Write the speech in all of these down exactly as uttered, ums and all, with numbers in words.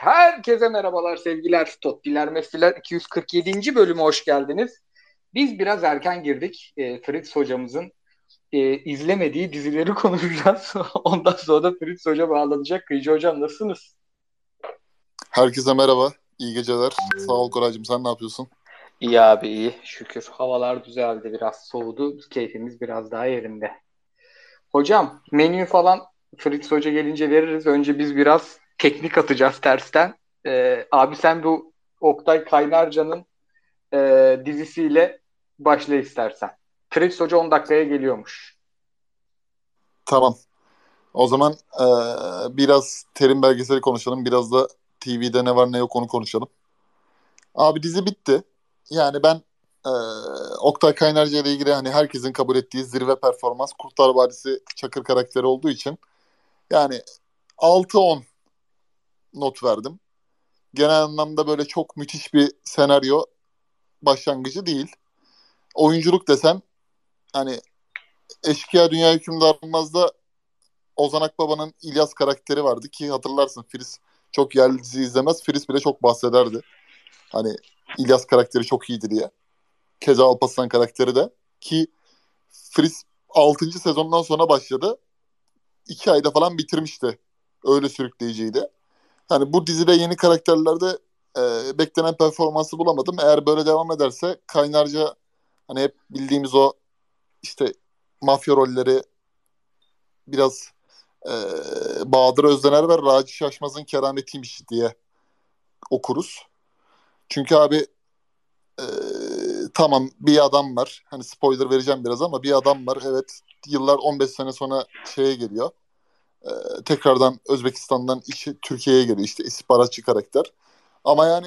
Herkese merhabalar sevgiler, Tottiler, Messiler iki yüz kırk yedinci bölüme hoş geldiniz. Biz biraz erken girdik. E, Fritz hocamızın e, izlemediği dizileri konuşacağız. Ondan sonra da Fritz hoca bağlanacak. Kıyıcı hocam nasılsınız? Herkese merhaba, iyi geceler. Sağ ol Koraycığım, sen ne yapıyorsun? İyi abi iyi. Şükür havalar düzeldi. Biraz soğudu. Keyfimiz biraz daha yerinde. Hocam menüyü falan Fritz hoca gelince veririz. Önce biz biraz teknik atacağız tersten. E, abi sen bu Oktay Kaynarca'nın e, dizisiyle başla istersen. Fritz Hoca on dakikaya geliyormuş. Tamam, o zaman eee, biraz terim belgeseli konuşalım, biraz da T V'de ne var ne yok onu konuşalım. Abi dizi bitti. Yani ben eee Oktay Kaynarca ile ilgili hani herkesin kabul ettiği zirve performans Kurtlar Vadisi Çakır karakteri olduğu için yani altı on not verdim. Genel anlamda böyle çok müthiş bir senaryo başlangıcı değil. Oyunculuk desen hani Eşkıya Dünya Hükümdarı'nda Ozan Akbaba'nın İlyas karakteri vardı ki hatırlarsın Filiz çok yerli dizi izlemez. Filiz bile çok bahsederdi. Hani İlyas karakteri çok iyiydi diye. Keza Alparslan karakteri de. Ki Filiz altıncı sezondan sonra başladı. iki ayda falan bitirmişti. Öyle sürükleyiciydi. Hani bu dizide yeni karakterlerde e, beklenen performansı bulamadım. Eğer böyle devam ederse Kaynarca hani hep bildiğimiz o işte mafya rolleri biraz e, Bahadır Özdener ve Raci Şaşmaz'ın kerametiymiş diye okuruz. Çünkü abi e, tamam bir adam var. Hani spoiler vereceğim biraz ama bir adam var. Evet yıllar on beş sene sonra şeye geliyor. E, tekrardan Özbekistan'dan işi Türkiye'ye geliyor. İşte istihbaratçı karakter. Ama yani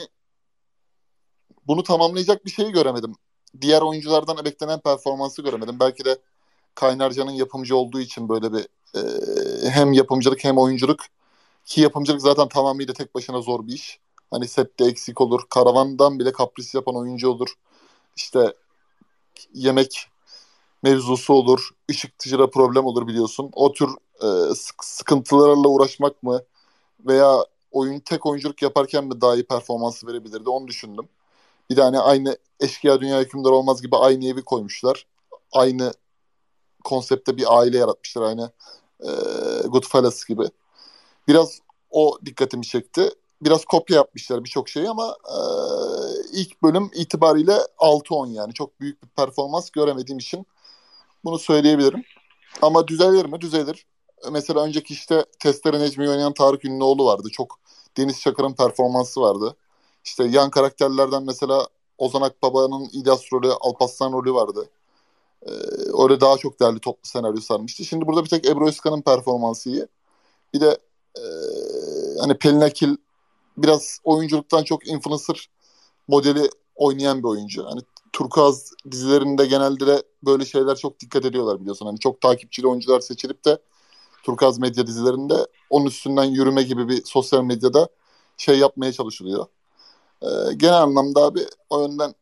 bunu tamamlayacak bir şeyi göremedim. Diğer oyunculardan beklenen performansı göremedim. Belki de Kaynarca'nın yapımcı olduğu için böyle bir e, hem yapımcılık hem oyunculuk. Ki yapımcılık zaten tamamıyla tek başına zor bir iş. Hani sette eksik olur. Karavandan bile kapris yapan oyuncu olur. İşte yemek mevzusu olur. Işıktıcıda problem olur biliyorsun. O tür e, sık- sıkıntılarla uğraşmak mı veya oyun tek oyunculuk yaparken mi daha iyi performansı verebilirdi onu düşündüm. Bir de hani aynı Eşkıya Dünya Hükümdarı olmaz gibi aynı evi koymuşlar. Aynı konsepte bir aile yaratmışlar aynı e, Goodfellas gibi. Biraz o dikkatimi çekti. Biraz kopya yapmışlar birçok şeyi ama e, ilk bölüm itibariyle altı on yani. Çok büyük bir performans göremediğim için bunu söyleyebilirim. Ama düzelir mi? Düzelir. Mesela önceki işte Testere Necmi'yi oynayan Tarık Ünlüoğlu vardı. Çok Deniz Çakır'ın performansı vardı. İşte yan karakterlerden mesela Ozan Akbaba'nın İlyas rolü, Alparslan rolü vardı. Ee, öyle daha çok derli toplu senaryo sarmıştı. Şimdi burada bir tek Ebru Özkan'ın performansı iyi. Bir de e, hani Pelin Akil biraz oyunculuktan çok influencer modeli oynayan bir oyuncu. Hani Turkuaz dizilerinde genelde de böyle şeyler çok dikkat ediyorlar biliyorsun. Hani çok takipçili oyuncular seçilip de Turkuaz medya dizilerinde onun üstünden yürüme gibi bir sosyal medyada şey yapmaya çalışılıyor. Ee, genel anlamda abi o yönden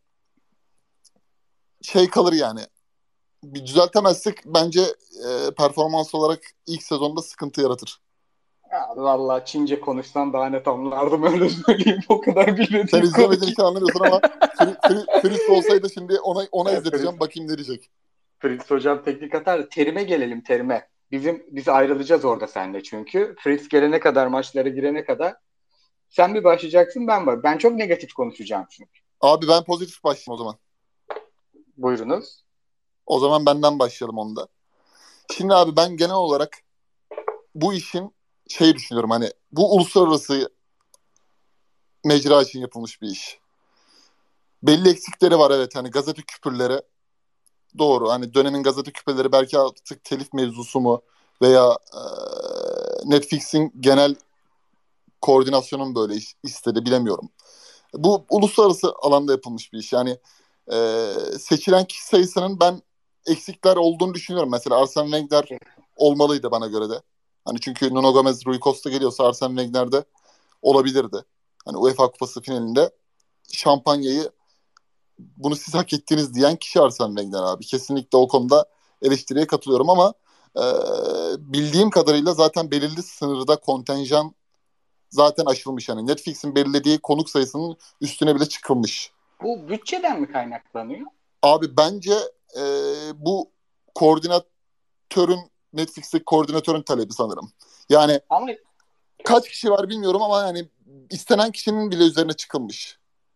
şey kalır yani. Bir düzeltemezsek bence e, performans olarak ilk sezonda sıkıntı yaratır. Ya, vallahi Çince konuşsan daha net anlardım öyle söyleyeyim. O kadar Sen bilmediğim konu izlemediğin ki. için anlamıyorsun ama Fri, Fri, Fritz olsaydı şimdi ona, ona Evet, Fritz, izleteceğim bakayım ne diyecek. Fritz hocam teknik atar. Terime gelelim terime. Bizim biz ayrılacağız orada seninle çünkü. Fritz gelene kadar maçlara girene kadar sen bir başlayacaksın ben bak. Ben çok negatif konuşacağım çünkü. Abi ben pozitif başlayayım o zaman. Buyurunuz. O zaman benden başlayalım onda. Şimdi abi ben genel olarak bu işin şey düşünüyorum hani bu uluslararası mecra için yapılmış bir iş. Belli eksikleri var evet hani gazete küpürleri doğru hani dönemin gazete küpeleri belki artık telif mevzusu mu veya e, Netflix'in genel koordinasyonu mu böyle istedi bilemiyorum. Bu uluslararası alanda yapılmış bir iş yani e, seçilen kişi sayısının ben eksikler olduğunu düşünüyorum. Mesela Arsene Wenger olmalıydı bana göre de. Hani çünkü Nuno Gomez, Rui Costa geliyorsa Arsene Wenger de olabilirdi. Hani UEFA Kupası finalinde şampanyayı bunu siz hak ettiniz diyen kişi Arsene Wenger abi. Kesinlikle o konuda eleştiriye katılıyorum ama e, bildiğim kadarıyla zaten belirli sınırda kontenjan zaten aşılmış. Yani Netflix'in belirlediği konuk sayısının üstüne bile çıkılmış. Bu bütçeden mi kaynaklanıyor? Abi bence e, bu koordinatörün, Netflix'teki koordinatörün talebi sanırım. Yani Ama kaç kişi var bilmiyorum ama yani istenen kişinin bile üzerine çıkılmış.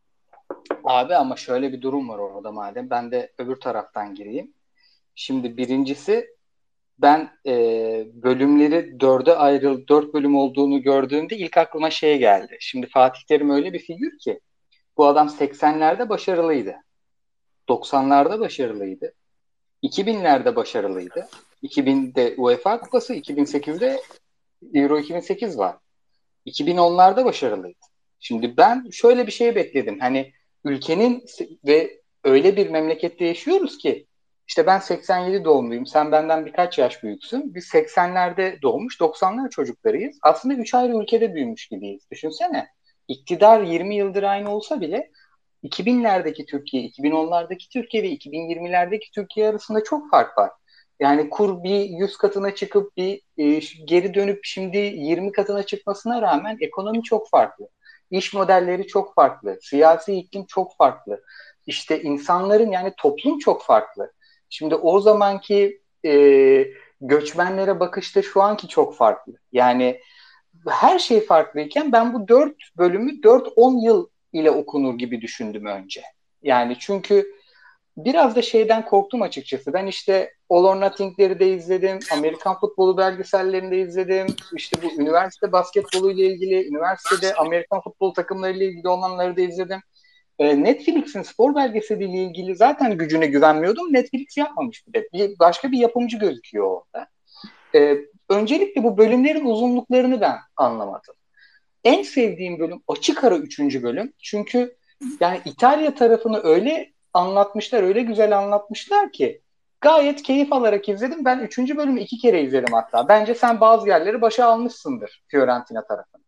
abi ama şöyle bir durum var orada madem. Ben de öbür taraftan gireyim. Şimdi birincisi ben e, bölümleri dörde ayrıl, dört bölüm olduğunu gördüğümde ilk aklıma şey geldi. Şimdi Fatih Terim öyle bir figür ki bu adam seksenlerde başarılıydı. doksanlarda başarılıydı. iki binlerde başarılıydı. iki binde UEFA Kupası, iki bin sekizde Euro iki bin sekiz var. iki bin onlarda başarılıydı. Şimdi ben şöyle bir şey bekledim. Hani ülkenin ve öyle bir memlekette yaşıyoruz ki işte ben seksen yedi doğumluyum. Sen benden birkaç yaş büyüksün. Biz seksenlerde doğmuş, doksanlar çocuklarıyız. Aslında üç ayrı ülkede büyümüş gibiyiz. Düşünsene. İktidar yirmi yıldır aynı olsa bile iki binlerdeki Türkiye, iki bin onlardaki Türkiye ve iki bin yirmilerdeki Türkiye arasında çok fark var. Yani kur bir yüz katına çıkıp bir e, geri dönüp şimdi yirmi katına çıkmasına rağmen ekonomi çok farklı. İş modelleri çok farklı. Siyasi iklim çok farklı. İşte insanların yani toplum çok farklı. Şimdi o zamanki e, göçmenlere bakışta şu anki çok farklı. Yani her şey farklıyken ben bu dört bölümü dört on yıl ile okunur gibi düşündüm önce. Yani çünkü biraz da şeyden korktum açıkçası. Ben işte All or Nothing'leri de izledim. Amerikan futbolu belgesellerini de izledim. İşte bu üniversite basketbolu ile ilgili, üniversitede Amerikan futbol takımları ile ilgili olanları da izledim. Ee, Netflix'in spor belgeseliyle ilgili zaten gücüne güvenmiyordum. Netflix yapmamış bir de. Bir, başka bir yapımcı gözüküyor orada. Ee, Öncelikle bu bölümlerin uzunluklarını ben anlamadım. En sevdiğim bölüm açık ara üçüncü bölüm. Çünkü yani İtalya tarafını öyle anlatmışlar, öyle güzel anlatmışlar ki gayet keyif alarak izledim. Ben üçüncü bölümü iki kere izledim hatta. Bence sen bazı yerleri başa almışsındır Fiorentina tarafını.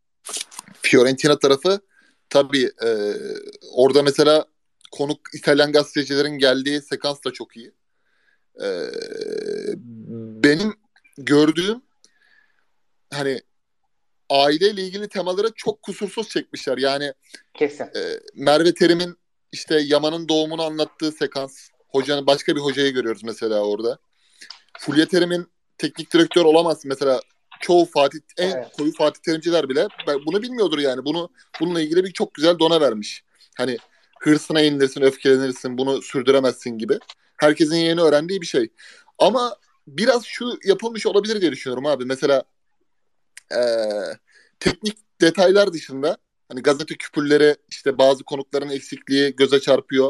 Fiorentina tarafı tabii e, orada mesela konuk İtalyan gazetecilerin geldiği sekans da çok iyi. E, benim gördüğüm hani aileyle ilgili temaları çok kusursuz çekmişler. Yani Kesin. e, Merve Terim'in işte Yaman'ın doğumunu anlattığı sekans. Hocanın başka bir hocayı görüyoruz mesela orada. Fulya Terim'in teknik direktör olamaz mesela. Çoğu Fatih, en Evet. koyu Fatih Terimciler bile bunu bilmiyordur yani. Bunu bununla ilgili bir çok güzel dona vermiş. Hani hırsına yenilirsin, öfkelenirsin, bunu sürdüremezsin gibi. Herkesin yeni öğrendiği bir şey. Ama biraz şu yapılmış olabilir diye düşünüyorum abi. Mesela e, teknik detaylar dışında hani gazete küpürleri işte bazı konukların eksikliği göze çarpıyor.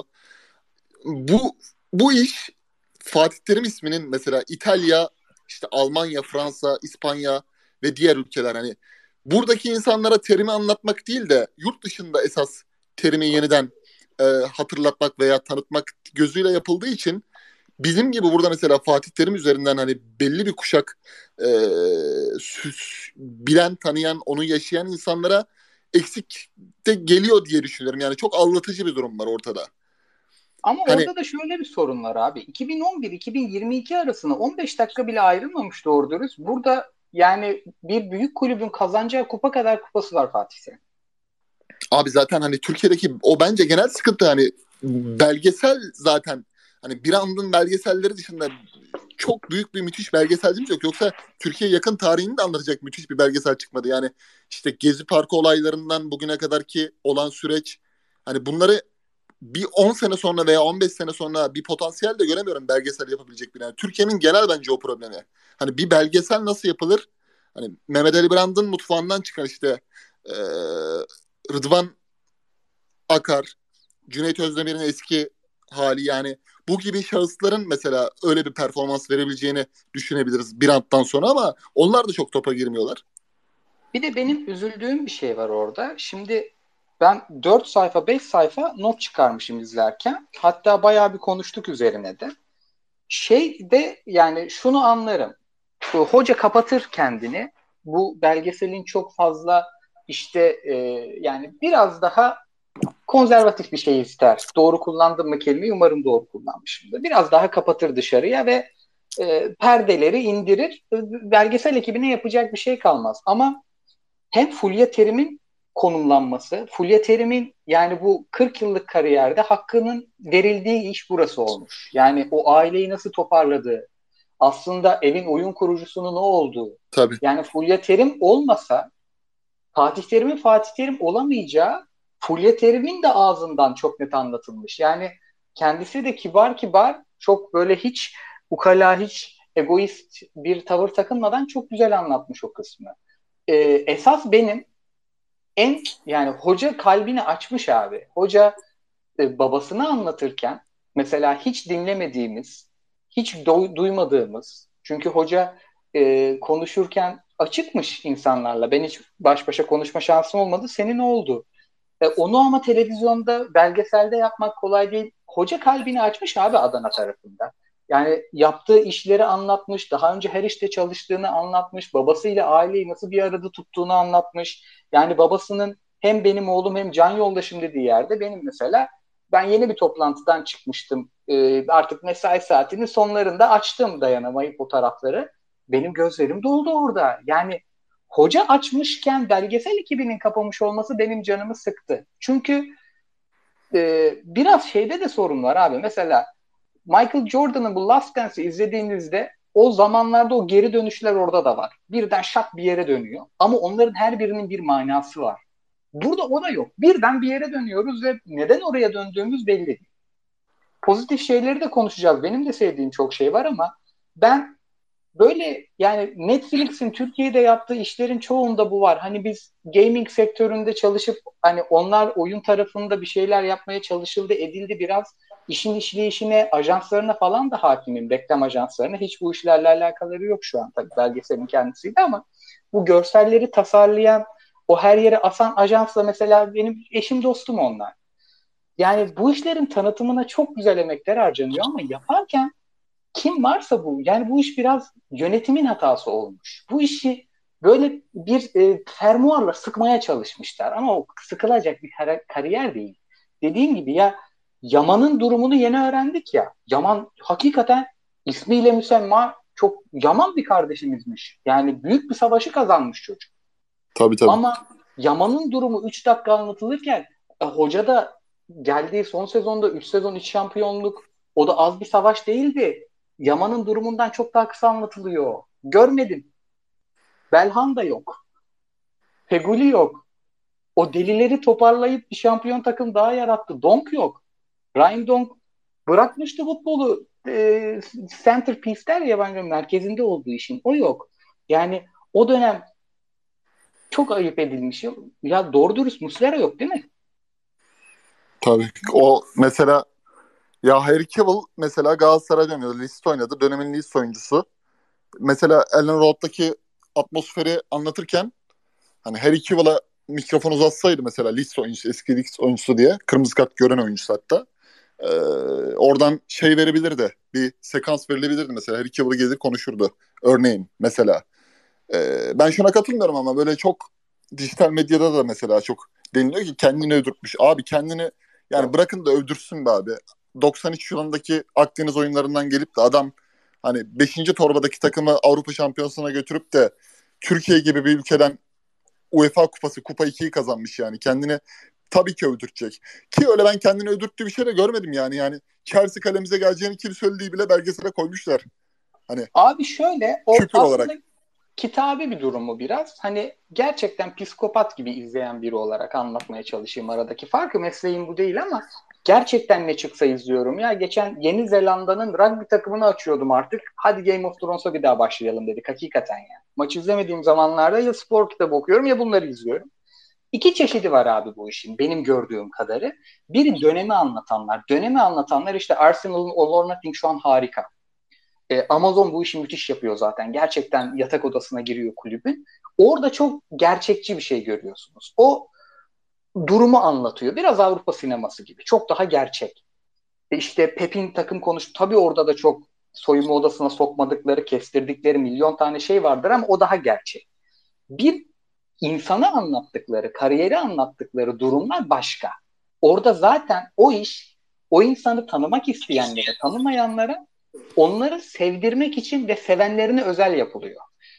Bu bu iş Fatih Terim isminin mesela İtalya, işte Almanya, Fransa, İspanya ve diğer ülkeler hani buradaki insanlara terimi anlatmak değil de yurt dışında esas terimi yeniden e, hatırlatmak veya tanıtmak gözüyle yapıldığı için bizim gibi burada mesela Fatih Terim üzerinden hani belli bir kuşak e, süs, bilen, tanıyan, onu yaşayan insanlara eksik de geliyor diye düşünüyorum. Yani çok aldatıcı bir durum var ortada. Ama Hani orada da şöyle bir sorun var abi. iki bin on bir-iki bin yirmi iki arasında on beş dakika bile ayrılmamış doğru dürüst. Burada yani bir büyük kulübün kazanacağı kupa kadar kupası var Fatih'te. abi zaten hani Türkiye'deki o bence genel sıkıntı hani belgesel zaten hani bir andın belgeselleri dışında çok büyük bir müthiş belgeselcimiz yok. Yoksa Türkiye yakın tarihini de anlatacak müthiş bir belgesel çıkmadı. Yani işte Gezi Parkı olaylarından bugüne kadarki olan süreç hani bunları bir on sene sonra veya on beş sene sonra bir potansiyel de göremiyorum belgesel yapabilecek bir. Yani Türkiye'nin genel bence o problemi. Hani bir belgesel nasıl yapılır? Hani Mehmet Ali Brandt'ın mutfağından çıkan işte e, Rıdvan Akar, Cüneyt Özdemir'in eski hali yani bu gibi şahısların mesela öyle bir performans verebileceğini düşünebiliriz bir anttan sonra ama onlar da çok topa girmiyorlar. Bir de benim üzüldüğüm bir şey var orada. Şimdi ben dört sayfa beş sayfa not çıkarmışım izlerken. Hatta bayağı bir konuştuk üzerine de. Şey de yani şunu anlarım. Bu hoca kapatır kendini. Bu belgeselin çok fazla işte e, yani biraz daha konservatif bir şey ister. Doğru kullandım mı kelimeyi? Umarım doğru kullanmışımdır. Biraz daha kapatır dışarıya ve e, perdeleri indirir. Belgesel ekibine yapacak bir şey kalmaz. Ama hem Fulya Terim'in konumlanması, Fulya Terim'in yani bu kırk yıllık kariyerde hakkının verildiği iş burası olmuş. Yani o aileyi nasıl toparladığı, aslında evin oyun kurucusunun ne olduğu. Tabii. Yani Fulya Terim olmasa Fatih Terim'in Fatih Terim olamayacağı Fulya Terim'in de ağzından çok net anlatılmış. Yani kendisi de kibar kibar çok böyle hiç ukala hiç egoist bir tavır takınmadan çok güzel anlatmış o kısmı. Ee, esas benim en yani hoca kalbini açmış abi. Hoca e, babasını anlatırken mesela hiç dinlemediğimiz, hiç do- duymadığımız çünkü hoca e, konuşurken açıkmış insanlarla. Ben hiç baş başa konuşma şansım olmadı. Senin oldu. E, onu ama televizyonda, belgeselde yapmak kolay değil. Hoca kalbini açmış abi Adana tarafında. Yani yaptığı işleri anlatmış, daha önce her işte çalıştığını anlatmış, babasıyla aileyi nasıl bir arada tuttuğunu anlatmış. Yani babasının hem benim oğlum hem can yoldaşım dediği yerde benim mesela ben yeni bir toplantıdan çıkmıştım. E, artık mesai saatinin sonlarında açtım dayanamayıp o tarafları. Benim gözlerim doldu orada. Yani hoca açmışken belgesel ekibinin kapamış olması benim canımı sıktı. Çünkü e, biraz şeyde de sorun var abi. Mesela Michael Jordan'ın bu Last Dance'i izlediğinizde o zamanlarda o geri dönüşler orada da var. Birden şak bir yere dönüyor. Ama onların her birinin bir manası var. Burada o da yok. Birden bir yere dönüyoruz ve neden oraya döndüğümüz belli değil. Pozitif şeyleri de konuşacağız. Benim de sevdiğim çok şey var ama ben böyle yani Netflix'in Türkiye'de yaptığı işlerin çoğunda bu var. Hani biz gaming sektöründe çalışıp hani onlar oyun tarafında bir şeyler yapmaya çalışıldı, edildi biraz. İşin işleyişine, ajanslarına falan da hakimim, reklam ajanslarına. Hiç bu işlerle alakaları yok şu an tabii belgeselin kendisiyle ama bu görselleri tasarlayan, o her yere asan ajansla mesela benim eşim dostum onlar. Yani bu işlerin tanıtımına çok güzel emekler harcanıyor ama yaparken kim varsa bu yani bu iş biraz yönetimin hatası olmuş. Bu işi böyle bir e, fermuarla sıkmaya çalışmışlar ama o sıkılacak bir kar- kariyer değil. Dediğim gibi ya Yaman'ın durumunu yeni öğrendik ya. Yaman hakikaten ismiyle müsemma çok Yaman bir kardeşimizmiş. Yani büyük bir savaşı kazanmış çocuk. Tabii tabii. Ama Yaman'ın durumu üç dakika anlatılırken e, hoca da geldiği son sezonda üç sezon üç şampiyonluk o da az bir savaş değildi. Yaman'ın durumundan çok daha kısa anlatılıyor. Görmedim. Belhanda yok. Feguli yok. O delileri toparlayıp bir şampiyon takım daha yarattı. Donk yok. Ryan Donk bırakmıştı futbolu. E, centerpiece der ya bence merkezinde olduğu işin. O yok. Yani o dönem çok ayıp edilmiş. Ya doğru dürüst Muslera yok değil mi? Tabii. O mesela ya Harry Cavill mesela Galatasaray'da oynuyordu. List oynadı. Dönemin list oyuncusu. Mesela Ellen Road'daki atmosferi anlatırken hani Harry Cavill'a mikrofon uzatsaydı mesela list oyuncusu, eski list oyuncusu diye. Kırmızı kart gören oyuncusu hatta. Ee, oradan şey verebilirdi. Bir sekans verilebilirdi mesela. Harry Cavill gelir konuşurdu. Örneğin mesela. Ee, ben şuna katılmıyorum ama böyle çok dijital medyada da mesela çok deniliyor ki kendini öldürtmüş. Abi kendini yani Yok. bırakın da öldürsün be abi. doksan üç yılındaki Akdeniz oyunlarından gelip de adam hani beşinci torbadaki takımı Avrupa Şampiyonası'na götürüp de Türkiye gibi bir ülkeden UEFA kupası Kupa ikiyi kazanmış yani. Kendini tabii ki öldürtecek. Ki öyle ben kendini öldürttüğü bir şey de görmedim yani. Yani Chelsea kalemize geleceğini kim söylediği bile belgesele koymuşlar. Hani Abi şöyle o küfür aslında olarak. kitabi bir durumu biraz. Hani gerçekten psikopat gibi izleyen biri olarak anlatmaya çalışayım aradaki farkı. Mesleğim bu değil ama gerçekten ne çıksa izliyorum. Ya geçen Yeni Zelanda'nın rugby takımını açıyordum artık. Hadi Game of Thrones'a bir daha başlayalım dedik hakikaten ya. Maç izlemediğim zamanlarda ya spor kitabı okuyorum ya bunları izliyorum. İki çeşidi var abi bu işin benim gördüğüm kadarı. Biri dönemi anlatanlar. Dönemi anlatanlar işte Arsenal'ın All or Nothing şu an harika. E, Amazon bu işi müthiş yapıyor zaten. Gerçekten yatak odasına giriyor kulübün. Orada çok gerçekçi bir şey görüyorsunuz. O durumu anlatıyor. Biraz Avrupa sineması gibi. Çok daha gerçek. E işte Pep'in takım konuş. Tabii orada da çok soyunma odasına sokmadıkları, kestirdikleri milyon tane şey vardır ama o daha gerçek. Bir insana anlattıkları, kariyeri anlattıkları durumlar başka. Orada zaten o iş o insanı tanımak isteyenlere, tanımayanlara onları sevdirmek için ve sevenlerine özel yapılıyor.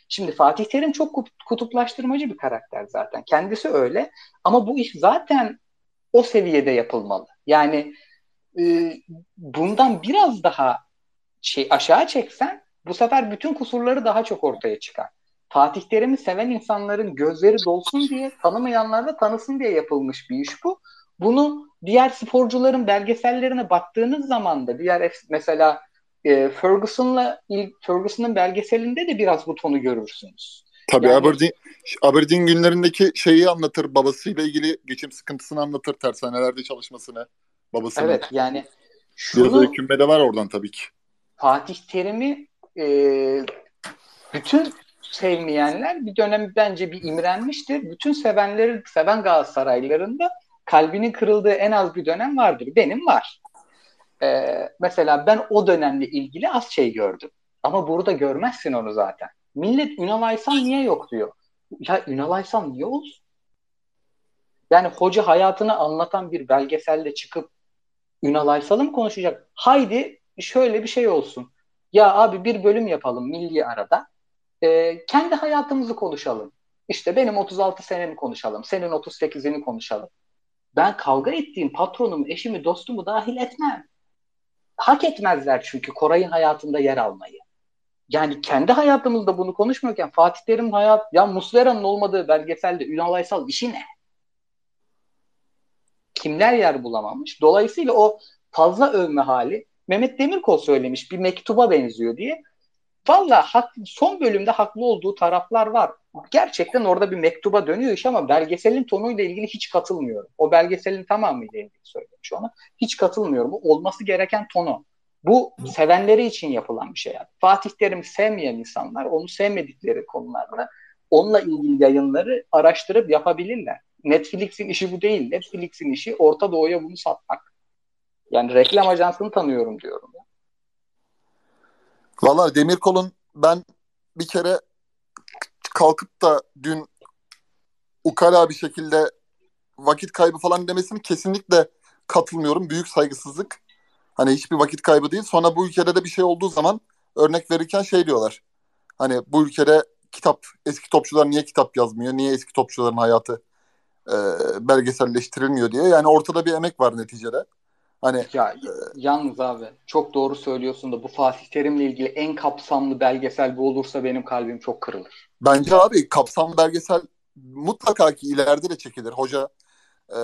Şimdi Fatih Terim çok kutuplaştırmacı bir karakter zaten. Kendisi öyle. Ama bu iş zaten o seviyede yapılmalı. Yani e, bundan biraz daha şey aşağı çeksen bu sefer bütün kusurları daha çok ortaya çıkar. Fatih Terim'i seven insanların gözleri dolsun diye, tanımayanlar da tanısın diye yapılmış bir iş bu. Bunu diğer sporcuların belgesellerine baktığınız zaman da diğer mesela e, Ferguson'la Ferguson'ın belgeselinde de biraz bu tonu görürsünüz. Tabii Yani Aberdeen, Aberdeen günlerindeki şeyi anlatır. Babasıyla ilgili geçim sıkıntısını anlatır. Tersanelerde çalışmasını. Babasının. evet yani Biraz şunu öykünme de var oradan tabii ki. Fatih Terim'i e, bütün sevmeyenler bir dönem bence bir imrenmiştir. Bütün sevenleri, seven Galatasaraylıların da kalbinin kırıldığı en az bir dönem vardır. Benim var. Ee, mesela ben o dönemle ilgili az şey gördüm. Ama burada görmezsin onu zaten. Millet Ünal Aysal niye yok diyor. Ya Ünal Aysal niye olsun? Yani hoca hayatını anlatan bir belgeselde çıkıp Ünal Aysal'ı mı konuşacak? Haydi şöyle bir şey olsun. Ya abi bir bölüm yapalım milli arada. Ee, kendi hayatımızı konuşalım. İşte benim otuz altı senemi konuşalım. Senin otuz sekizini konuşalım. Ben kavga ettiğim patronumu, eşimi, dostumu dahil etmem. Hak etmezler çünkü Koray'ın hayatında yer almayı. Yani kendi hayatımızda bunu konuşmuyorken Fatih Terim'in hayat, ya Muslera'nın olmadığı belgeselde Ünal Aysal işi ne? Kimler yer bulamamış? Dolayısıyla o fazla övme hali Mehmet Demirkol söylemiş bir mektuba benziyor diye. Valla son bölümde haklı olduğu taraflar var. Gerçekten orada bir mektuba dönüyor iş ama belgeselin tonuyla ilgili hiç katılmıyorum. O belgeselin tamamıyla ilgili söylemiş ona. Hiç katılmıyorum. Bu olması gereken tonu. Bu sevenleri için yapılan bir şey. Yani. Fatih Terim'i sevmeyen insanlar onu sevmedikleri konularda onunla ilgili yayınları araştırıp yapabilirler. Netflix'in işi bu değil. Netflix'in işi Orta Doğu'ya bunu satmak. Yani reklam ajansını tanıyorum diyorum. Valla Demirkol'un ben bir kere kalkıp da dün ukala bir şekilde vakit kaybı falan demesini kesinlikle katılmıyorum. Büyük saygısızlık. Hani hiçbir vakit kaybı değil. Sonra bu ülkede de bir şey olduğu zaman örnek verirken şey diyorlar. Hani bu ülkede kitap, eski topçular niye kitap yazmıyor? Niye eski topçuların hayatı e, belgeselleştirilmiyor diye. Yani ortada bir emek var neticede. Hani Ya e, yalnız abi çok doğru söylüyorsun da bu Fatih Terim'le ilgili en kapsamlı belgesel bu olursa benim kalbim çok kırılır. bence abi kapsamlı belgesel mutlaka ki ileride de çekilir. Hoca e,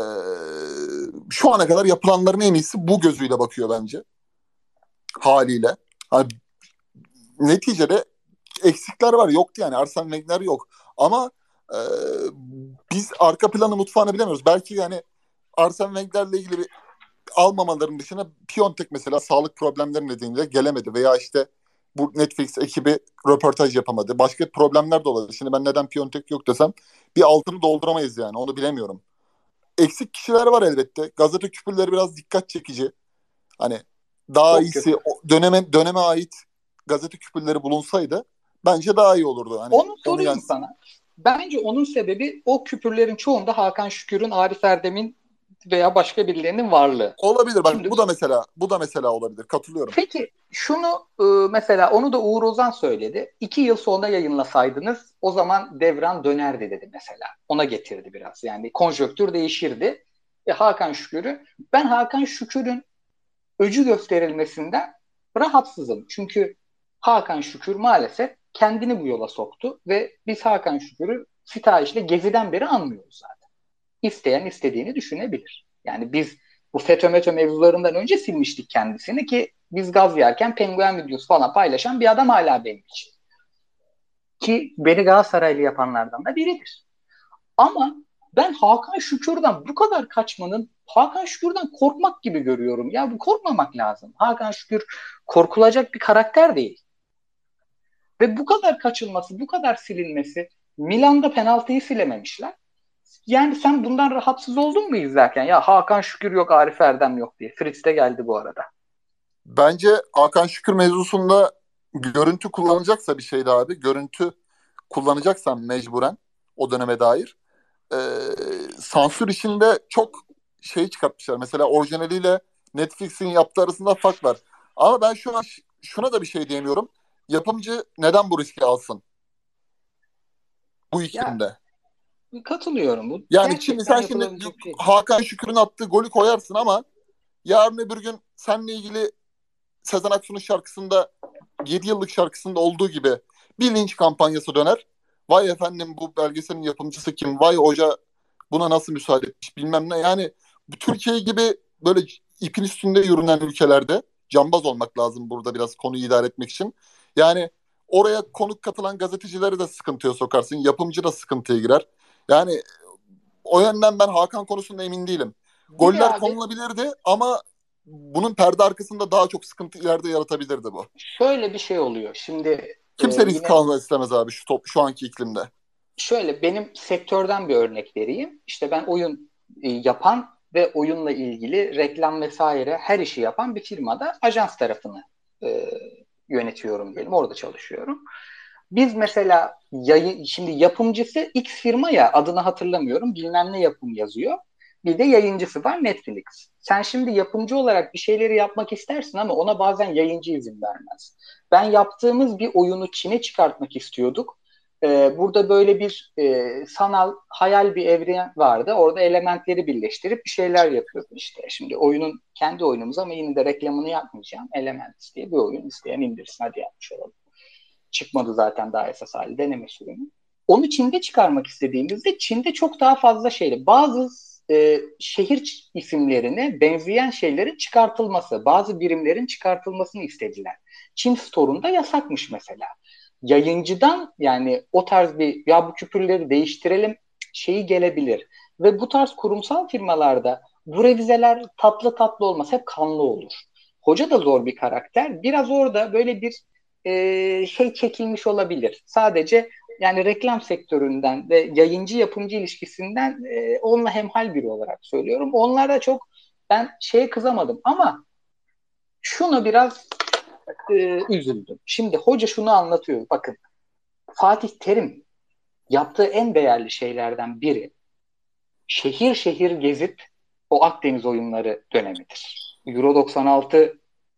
şu ana kadar yapılanların en iyisi bu gözüyle bakıyor bence. Haliyle. Hani neticede eksikler var. Yoktu yani. Arsene Wenger yok. Ama e, biz arka planı mutfağını bilemiyoruz. Belki yani Arsene Wenger'le ilgili bir almamaların dışında Piontek mesela sağlık problemleri nedeniyle gelemedi. Veya işte bu Netflix ekibi röportaj yapamadı. Başka problemler de olabilir. Şimdi ben neden Piontek yok desem bir altını dolduramayız yani. Onu bilemiyorum. Eksik kişiler var elbette. Gazete küpürleri biraz dikkat çekici. Hani daha Çok iyisi kötü. o döneme döneme ait gazete küpürleri bulunsaydı bence daha iyi olurdu. Hani Onu onu yani sorayım sana. Bence onun sebebi o küpürlerin çoğunda Hakan Şükür'ün, Arif Erdem'in veya başka birilerinin varlığı. olabilir. Bak Şimdi bu da mesela bu da mesela olabilir. Katılıyorum. peki şunu e, mesela onu da Uğur Ozan söyledi. İki yıl sonra yayınlasaydınız o zaman devran dönerdi dedi mesela. Ona getirdi biraz. Yani konjonktür değişirdi. E, Hakan Şükür'ü ben Hakan Şükür'ün öcü gösterilmesinden rahatsızım. Çünkü Hakan Şükür maalesef kendini bu yola soktu ve biz Hakan Şükür'ü sitayişle Gezi'den beri anmıyoruz zaten. İsteyen istediğini düşünebilir. Yani biz bu FETÖ METÖ mevzularından önce silmiştik kendisini ki biz gaz yerken penguen videosu falan paylaşan bir adam hala benim için. Ki beni Galatasaraylı yapanlardan da biridir. Ama ben Hakan Şükür'den bu kadar kaçmanın Hakan Şükür'den korkmak gibi görüyorum. Ya bu korkmamak lazım. Hakan Şükür korkulacak bir karakter değil. Ve bu kadar kaçılması, bu kadar silinmesi Milan'da penaltıyı silememişler. Yani sen bundan rahatsız oldun mu izlerken? Ya Hakan Şükür yok, Arif Erdem yok diye. Fritz de geldi bu arada. Bence Hakan Şükür mevzusunda görüntü kullanacaksa bir şeydi abi. Görüntü kullanacaksan mecburen o döneme dair. E, sansür işinde çok şey çıkartmışlar. Mesela orijinaliyle Netflix'in yaptığı arasında fark var. Ama ben şu an şuna da bir şey diyemiyorum. Yapımcı neden bu riski alsın? bu Ya iklimde. katılıyorum. Bu Yani şimdi gerçekten sen şimdi yapılabilecek bir şey. Hakan Şükür'ün attığı golü koyarsın ama yarın öbür gün seninle ilgili Sezen Aksu'nun şarkısında yedi yıllık şarkısında olduğu gibi bir linç kampanyası döner. Vay efendim bu belgeselin yapımcısı kim? Vay hoca buna nasıl müsaade etmiş bilmem ne. Yani bu Türkiye gibi böyle ipin üstünde yürünen ülkelerde cambaz olmak lazım burada biraz konuyu idare etmek için. Yani oraya konuk katılan gazetecileri de sıkıntıya sokarsın. Yapımcı da sıkıntıya girer. Yani o yönden ben Hakan konusunda emin değilim. Bir de Goller abi konulabilirdi ama bunun perde arkasında daha çok sıkıntı ileride yaratabilirdi bu. şöyle bir şey oluyor. Şimdi e, Kimse risk yine almak istemez abi şu top, şu anki iklimde. şöyle benim sektörden bir örnek vereyim. İşte ben oyun e, yapan ve oyunla ilgili reklam vesaire her işi yapan bir firmada ajans tarafını e, yönetiyorum diyelim. Orada çalışıyorum. Biz mesela yayın, şimdi yapımcısı X firma ya adını hatırlamıyorum bilmem ne yapım yazıyor. Bir de yayıncısı var Netflix. Sen şimdi yapımcı olarak bir şeyleri yapmak istersin ama ona bazen yayıncı izin vermez. Ben yaptığımız bir oyunu Çin'e çıkartmak istiyorduk. Ee, burada böyle bir e, sanal hayal bir evren vardı. Orada elementleri birleştirip bir şeyler yapıyordum işte. Şimdi oyunun kendi oyunumuz ama yine de reklamını yapmayacağım. Elements diye bir oyun isteyen indirsin hadi yapmış olalım. Çıkmadı zaten daha esas hali deneme sürümü. Onu Çin'de çıkarmak istediğimizde Çin'de çok daha fazla şeyle bazı e, şehir isimlerine benzeyen şeylerin çıkartılması, bazı birimlerin çıkartılmasını istediler. Çin Store'unda yasakmış mesela. Yayıncıdan yani o tarz bir ya bu küpürleri değiştirelim şeyi gelebilir. Ve bu tarz kurumsal firmalarda bu revizeler tatlı tatlı olmaz. Hep kanlı olur. Hoca da zor bir karakter. Biraz orada böyle bir e, şey çekilmiş olabilir. Sadece yani reklam sektöründen ve yayıncı yapımcı ilişkisinden e, onunla hemhal biri olarak söylüyorum. Onlara çok ben şeye kızamadım ama şunu biraz e, üzüldüm. Şimdi hoca şunu anlatıyor. Bakın Fatih Terim yaptığı en değerli şeylerden biri şehir şehir gezip o Akdeniz oyunları dönemidir. Euro doksan altı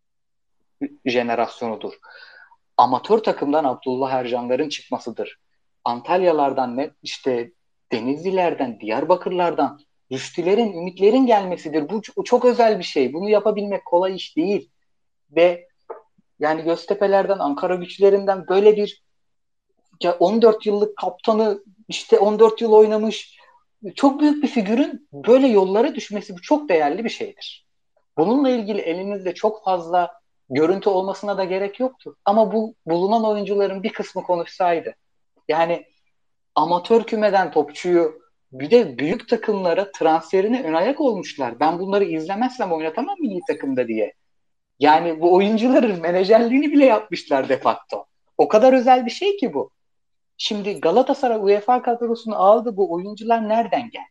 jenerasyonudur. Amatör takımdan Abdullah Ercanların çıkmasıdır. Antalyalardan ne işte Denizlilerden, Diyarbakırlardan Rüştülerin, Ümitlerin gelmesidir. Bu çok özel bir şey. Bunu yapabilmek kolay iş değil. Ve yani Göztepe'lerden, Ankara güçlerinden böyle bir ya on dört yıllık kaptanı işte on dört yıl oynamış çok büyük bir figürün böyle yollara düşmesi bu çok değerli bir şeydir. Bununla ilgili elinizde çok fazla görüntü olmasına da gerek yoktu. Ama bu bulunan oyuncuların bir kısmı konuşsaydı. Yani amatör kümeden topçuyu bir de büyük takımlara transferine ön ayak olmuşlar. Ben bunları izlemezsem oynatamam milli takımda diye. Yani bu oyuncuların menajerliğini bile yapmışlar de facto. O kadar özel bir şey ki bu. Şimdi Galatasaray UEFA kadrosunu aldı. Bu oyuncular nereden geldi?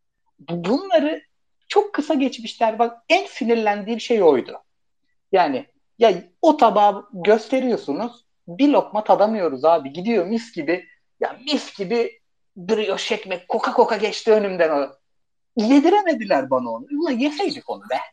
Bunları çok kısa geçmişler. Bak en sinirlendiğim şey oydu. Yani ya o tabağı gösteriyorsunuz. Bir lokma tadamıyoruz abi. Gidiyor mis gibi. Ya mis gibi brioche ekmek koka koka geçti önümden o. Yediremediler bana onu. Ulan yeseydik onu be.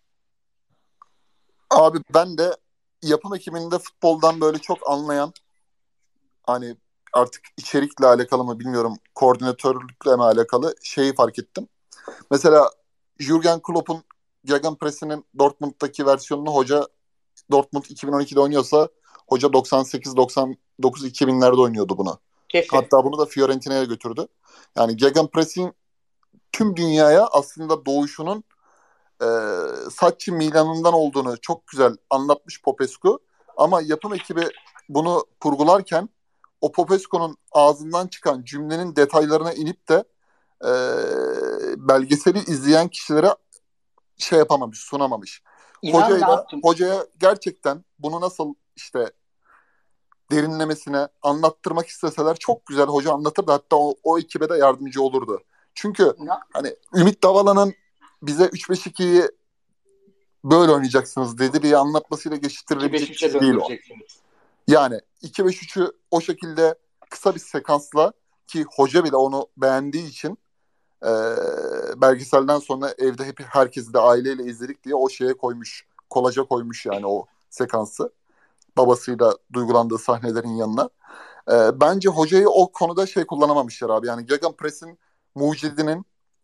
Abi ben de yapım ekibinde futboldan böyle çok anlayan hani artık içerikle alakalı mı bilmiyorum koordinatörlükle mi alakalı şeyi fark ettim. Mesela Jürgen Klopp'un Gegenpress'inin Dortmund'daki versiyonunu hoca Dortmund iki bin on ikide oynuyorsa hoca doksan sekiz doksan dokuz iki binlerde oynuyordu bunu. Kesin. Hatta bunu da Fiorentina'ya götürdü. Yani Gegenpress'in tüm dünyaya aslında doğuşunun e, Sacchi Milan'ından olduğunu çok güzel anlatmış Popescu. Ama yapım ekibi bunu kurgularken o Popescu'nun ağzından çıkan cümlenin detaylarına inip de e, belgeseli izleyen kişilere şey yapamamış, sunamamış. İnan ne Hocayla yaptım? hocaya gerçekten bunu nasıl işte derinlemesine anlattırmak isteseler çok güzel hoca anlatırdı. Hatta o, o ekibe de yardımcı olurdu. Çünkü Ne, hani Ümit Davala'nın bize üç beş ikiyi böyle oynayacaksınız dedi diye anlatmasıyla geçiştirilebilecek bir iki beş üçe şey değil o. döndüreceksiniz. Yani iki beş üçü o şekilde kısa bir sekansla ki hoca bile onu beğendiği için e, belgeselden sonra evde hep herkesi de aileyle izledik diye o şeye koymuş. Kolaja koymuş yani o sekansı. babasıyla duygulandığı sahnelerin yanına. Ee, bence hocayı o konuda şey kullanamamışlar abi. Yani Gegenpress'in mucidinin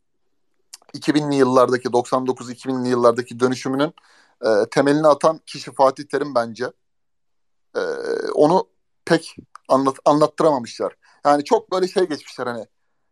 iki binli yıllardaki doksan dokuz iki binli yıllardaki dönüşümünün e, temelini atan kişi Fatih Terim bence. E, Onu pek anlat, anlattıramamışlar. Yani çok böyle şey geçmişler hani.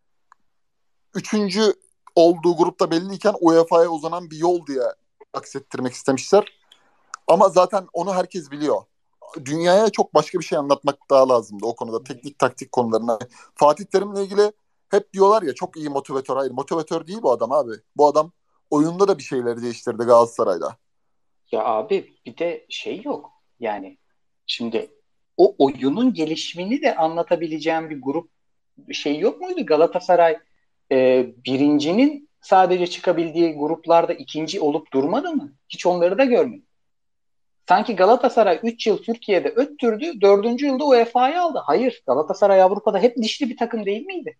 Üçüncü olduğu grupta belliyken U E F A'ya uzanan bir yol diye aksettirmek istemişler. Ama zaten onu herkes biliyor. Dünyaya çok başka bir şey anlatmak daha lazımdı o konuda. Teknik taktik konularına. Fatih Terim'le ilgili hep diyorlar ya çok iyi motivatör. Hayır motivatör değil bu adam abi. Bu adam oyunda da bir şeyleri değiştirdi Galatasaray'da. Ya abi bir de şey yok. Yani şimdi o oyunun gelişimini de anlatabileceğim bir grup şey yok muydu? Galatasaray e, birincinin sadece çıkabildiği gruplarda ikinci olup durmadı mı? Hiç onları da görmedim. Sanki Galatasaray üç yıl Türkiye'de öttürdü, dördüncü yılda U E F A'yı aldı. Hayır, Galatasaray Avrupa'da hep dişli bir takım değil miydi?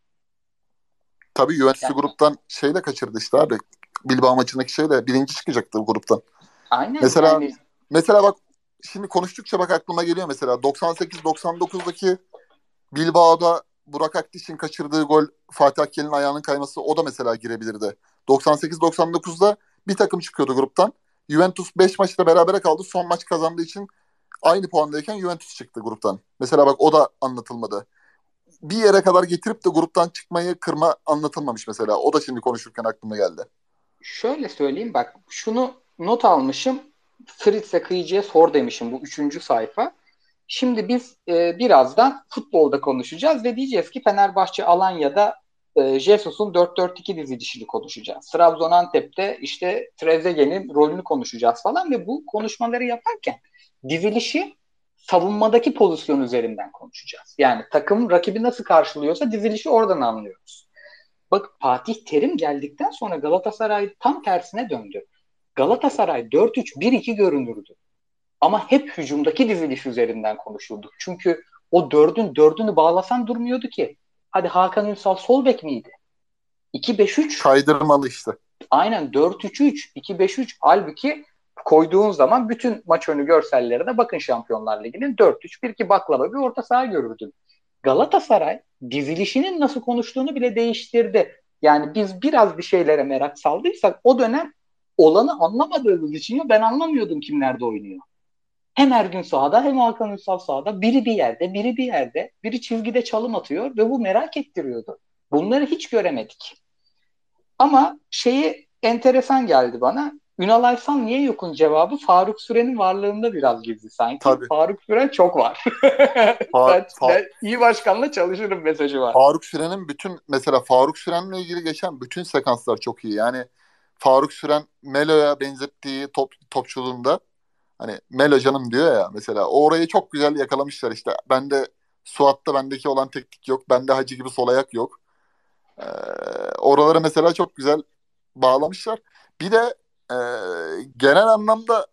Tabii Juventus'u Yani gruptan şeyle kaçırdı işte abi. Bilbao maçındaki şeyle birinci çıkacaktı bu gruptan. aynen Mesela yani mesela bak şimdi konuştukça bak aklıma geliyor mesela doksan sekiz doksan dokuzdaki Bilbao'da Burak Akdiş'in kaçırdığı gol Fatih Akkel'in ayağının kayması o da mesela girebilirdi. doksan sekiz doksan dokuzda bir takım çıkıyordu gruptan. Juventus beş maçta berabere kaldı. Son maç kazandığı için aynı puandayken Juventus çıktı gruptan. Mesela bak o da anlatılmadı. Bir yere kadar getirip de gruptan çıkmayı kırma anlatılmamış mesela. O da şimdi konuşurken aklıma geldi. şöyle söyleyeyim bak şunu not almışım. Fritz'e kıyıcıya sor demişim bu üçüncü sayfa. Şimdi biz e, birazdan futbolda konuşacağız ve diyeceğiz ki Fenerbahçe Alanya'da e, Jesus'un dört dört iki dizilişini konuşacağız. Trabzon Antep'te işte Trezeguet'in rolünü konuşacağız falan ve bu konuşmaları yaparken dizilişi savunmadaki pozisyon üzerinden konuşacağız. Yani takım rakibi nasıl karşılıyorsa dizilişi oradan anlıyoruz. Bak Fatih Terim geldikten sonra Galatasaray tam tersine döndü. Galatasaray dört üç bir iki görünürdü. Ama hep hücumdaki diziliş üzerinden konuşurduk. Çünkü o dördün dördünü bağlasan durmuyordu ki. Hadi Hakan Ünsal sol bek miydi? iki beş üç Kaydırmalı işte. aynen dört üç üç iki beş üç halbuki koyduğun zaman bütün maç önü görsellerine bakın Şampiyonlar Ligi'nin dört üç bir iki baklava bir orta saha görürdün. Galatasaray dizilişinin nasıl konuştuğunu bile değiştirdi. Yani biz biraz bir şeylere merak saldıysak o dönem olanı anlamadığımız için ya ben anlamıyordum kim nerede oynuyor. Hem Ergün sahada hem Hakan Ünsal sahada. Biri bir yerde, biri bir yerde. Biri çizgide çalım atıyor ve bu merak ettiriyordu. Bunları hiç göremedik. Ama şeyi enteresan geldi bana. Ünal Aysal niye yokun cevabı Faruk Süren'in varlığında biraz gizli sanki. Tabii. Faruk Süren çok var. Fa- ben, Fa- ben iyi başkanla çalışırım mesajı var. Faruk Süren'in bütün mesela Faruk Süren'le ilgili geçen bütün sekanslar çok iyi. Yani Faruk Süren Melo'ya benzettiği top, topçuluğunda hani Melo canım diyor ya mesela orayı çok güzel yakalamışlar işte. Bende Suat'ta bendeki olan teknik yok. Bende Hacı gibi sol ayak yok. Ee, Oraları mesela çok güzel bağlamışlar. Bir de e, genel anlamda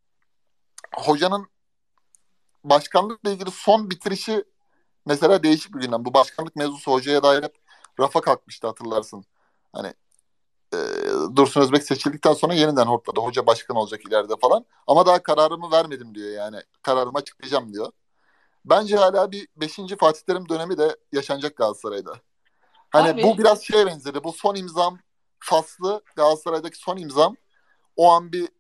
hocanın başkanlıkla ilgili son bitirişi mesela değişik bir gündem. Bu başkanlık mevzusu hocaya dair hep rafa kalkmıştı hatırlarsın. Hani e, Dursun Özbek seçildikten sonra yeniden hortladı. Hoca başkan olacak ileride falan. Ama daha kararımı vermedim diyor yani. Kararımı açıklayacağım diyor. Bence hala bir beşinci Fatih Terim dönemi de yaşanacak Galatasaray'da. Hani bu Abi biraz şeye benzedi. Bu son imzam faslı Galatasaray'daki son imzam o an bir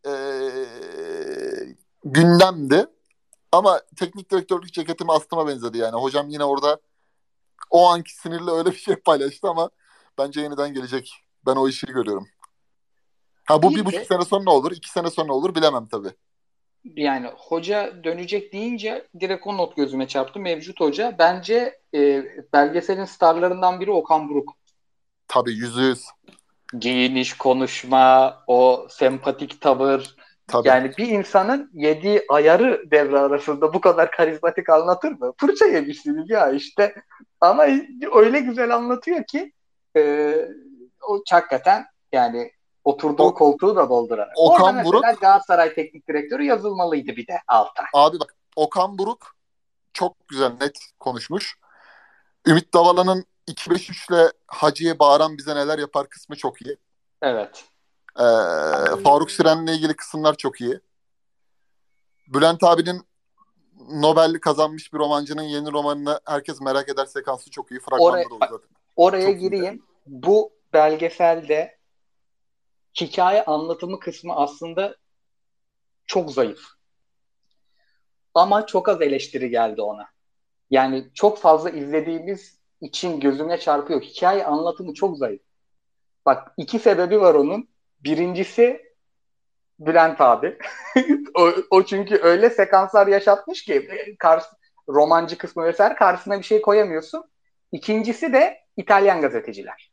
e, gündemdi. Ama teknik direktörlük ceketimi astıma benzedi yani. Hocam yine orada o anki sinirle öyle bir şey paylaştı ama bence yeniden gelecek. Ben o işi görüyorum. Ha bu bir bir buçuk de sene sonra ne olur, iki sene sonra olur bilemem tabii. yani hoca dönecek deyince direkt o not gözüme çarptı. Mevcut hoca. Bence e, belgeselin starlarından biri Okan Buruk. Tabii yüzde yüz. Giyiniş, konuşma, o sempatik tavır. Tabii. Yani bir insanın yediği ayarı devre arasında bu kadar karizmatik anlatır mı? Fırça yemişsiniz ya işte. Ama öyle güzel anlatıyor ki e, o hakikaten yani oturduğu O, koltuğu da doldurar. Orada Okan mesela Buruk, Galatasaray Teknik Direktörü yazılmalıydı bir de alta. abi bak Okan Buruk çok güzel net konuşmuş. Ümit Davala'nın iki beş üçle Hacı'ya bağıran bize neler yapar kısmı çok iyi. Evet. Ee, Faruk Süren'le ilgili kısımlar çok iyi. Bülent abinin Nobel'i kazanmış bir romancının yeni romanını herkes merak eder, sekansı çok iyi. Oraya, Fragmanları olur zaten. oraya Çok iyiydi. gireyim. Bu belgeselde hikaye anlatımı kısmı aslında çok zayıf. Ama çok az eleştiri geldi ona. Yani çok fazla izlediğimiz için gözüme çarpıyor. Hikaye anlatımı çok zayıf. Bak, iki sebebi var onun. Birincisi Bülent abi. o, o çünkü öyle sekanslar yaşatmış ki karşı, romancı kısmı vesaire karşısına bir şey koyamıyorsun. İkincisi de İtalyan gazeteciler.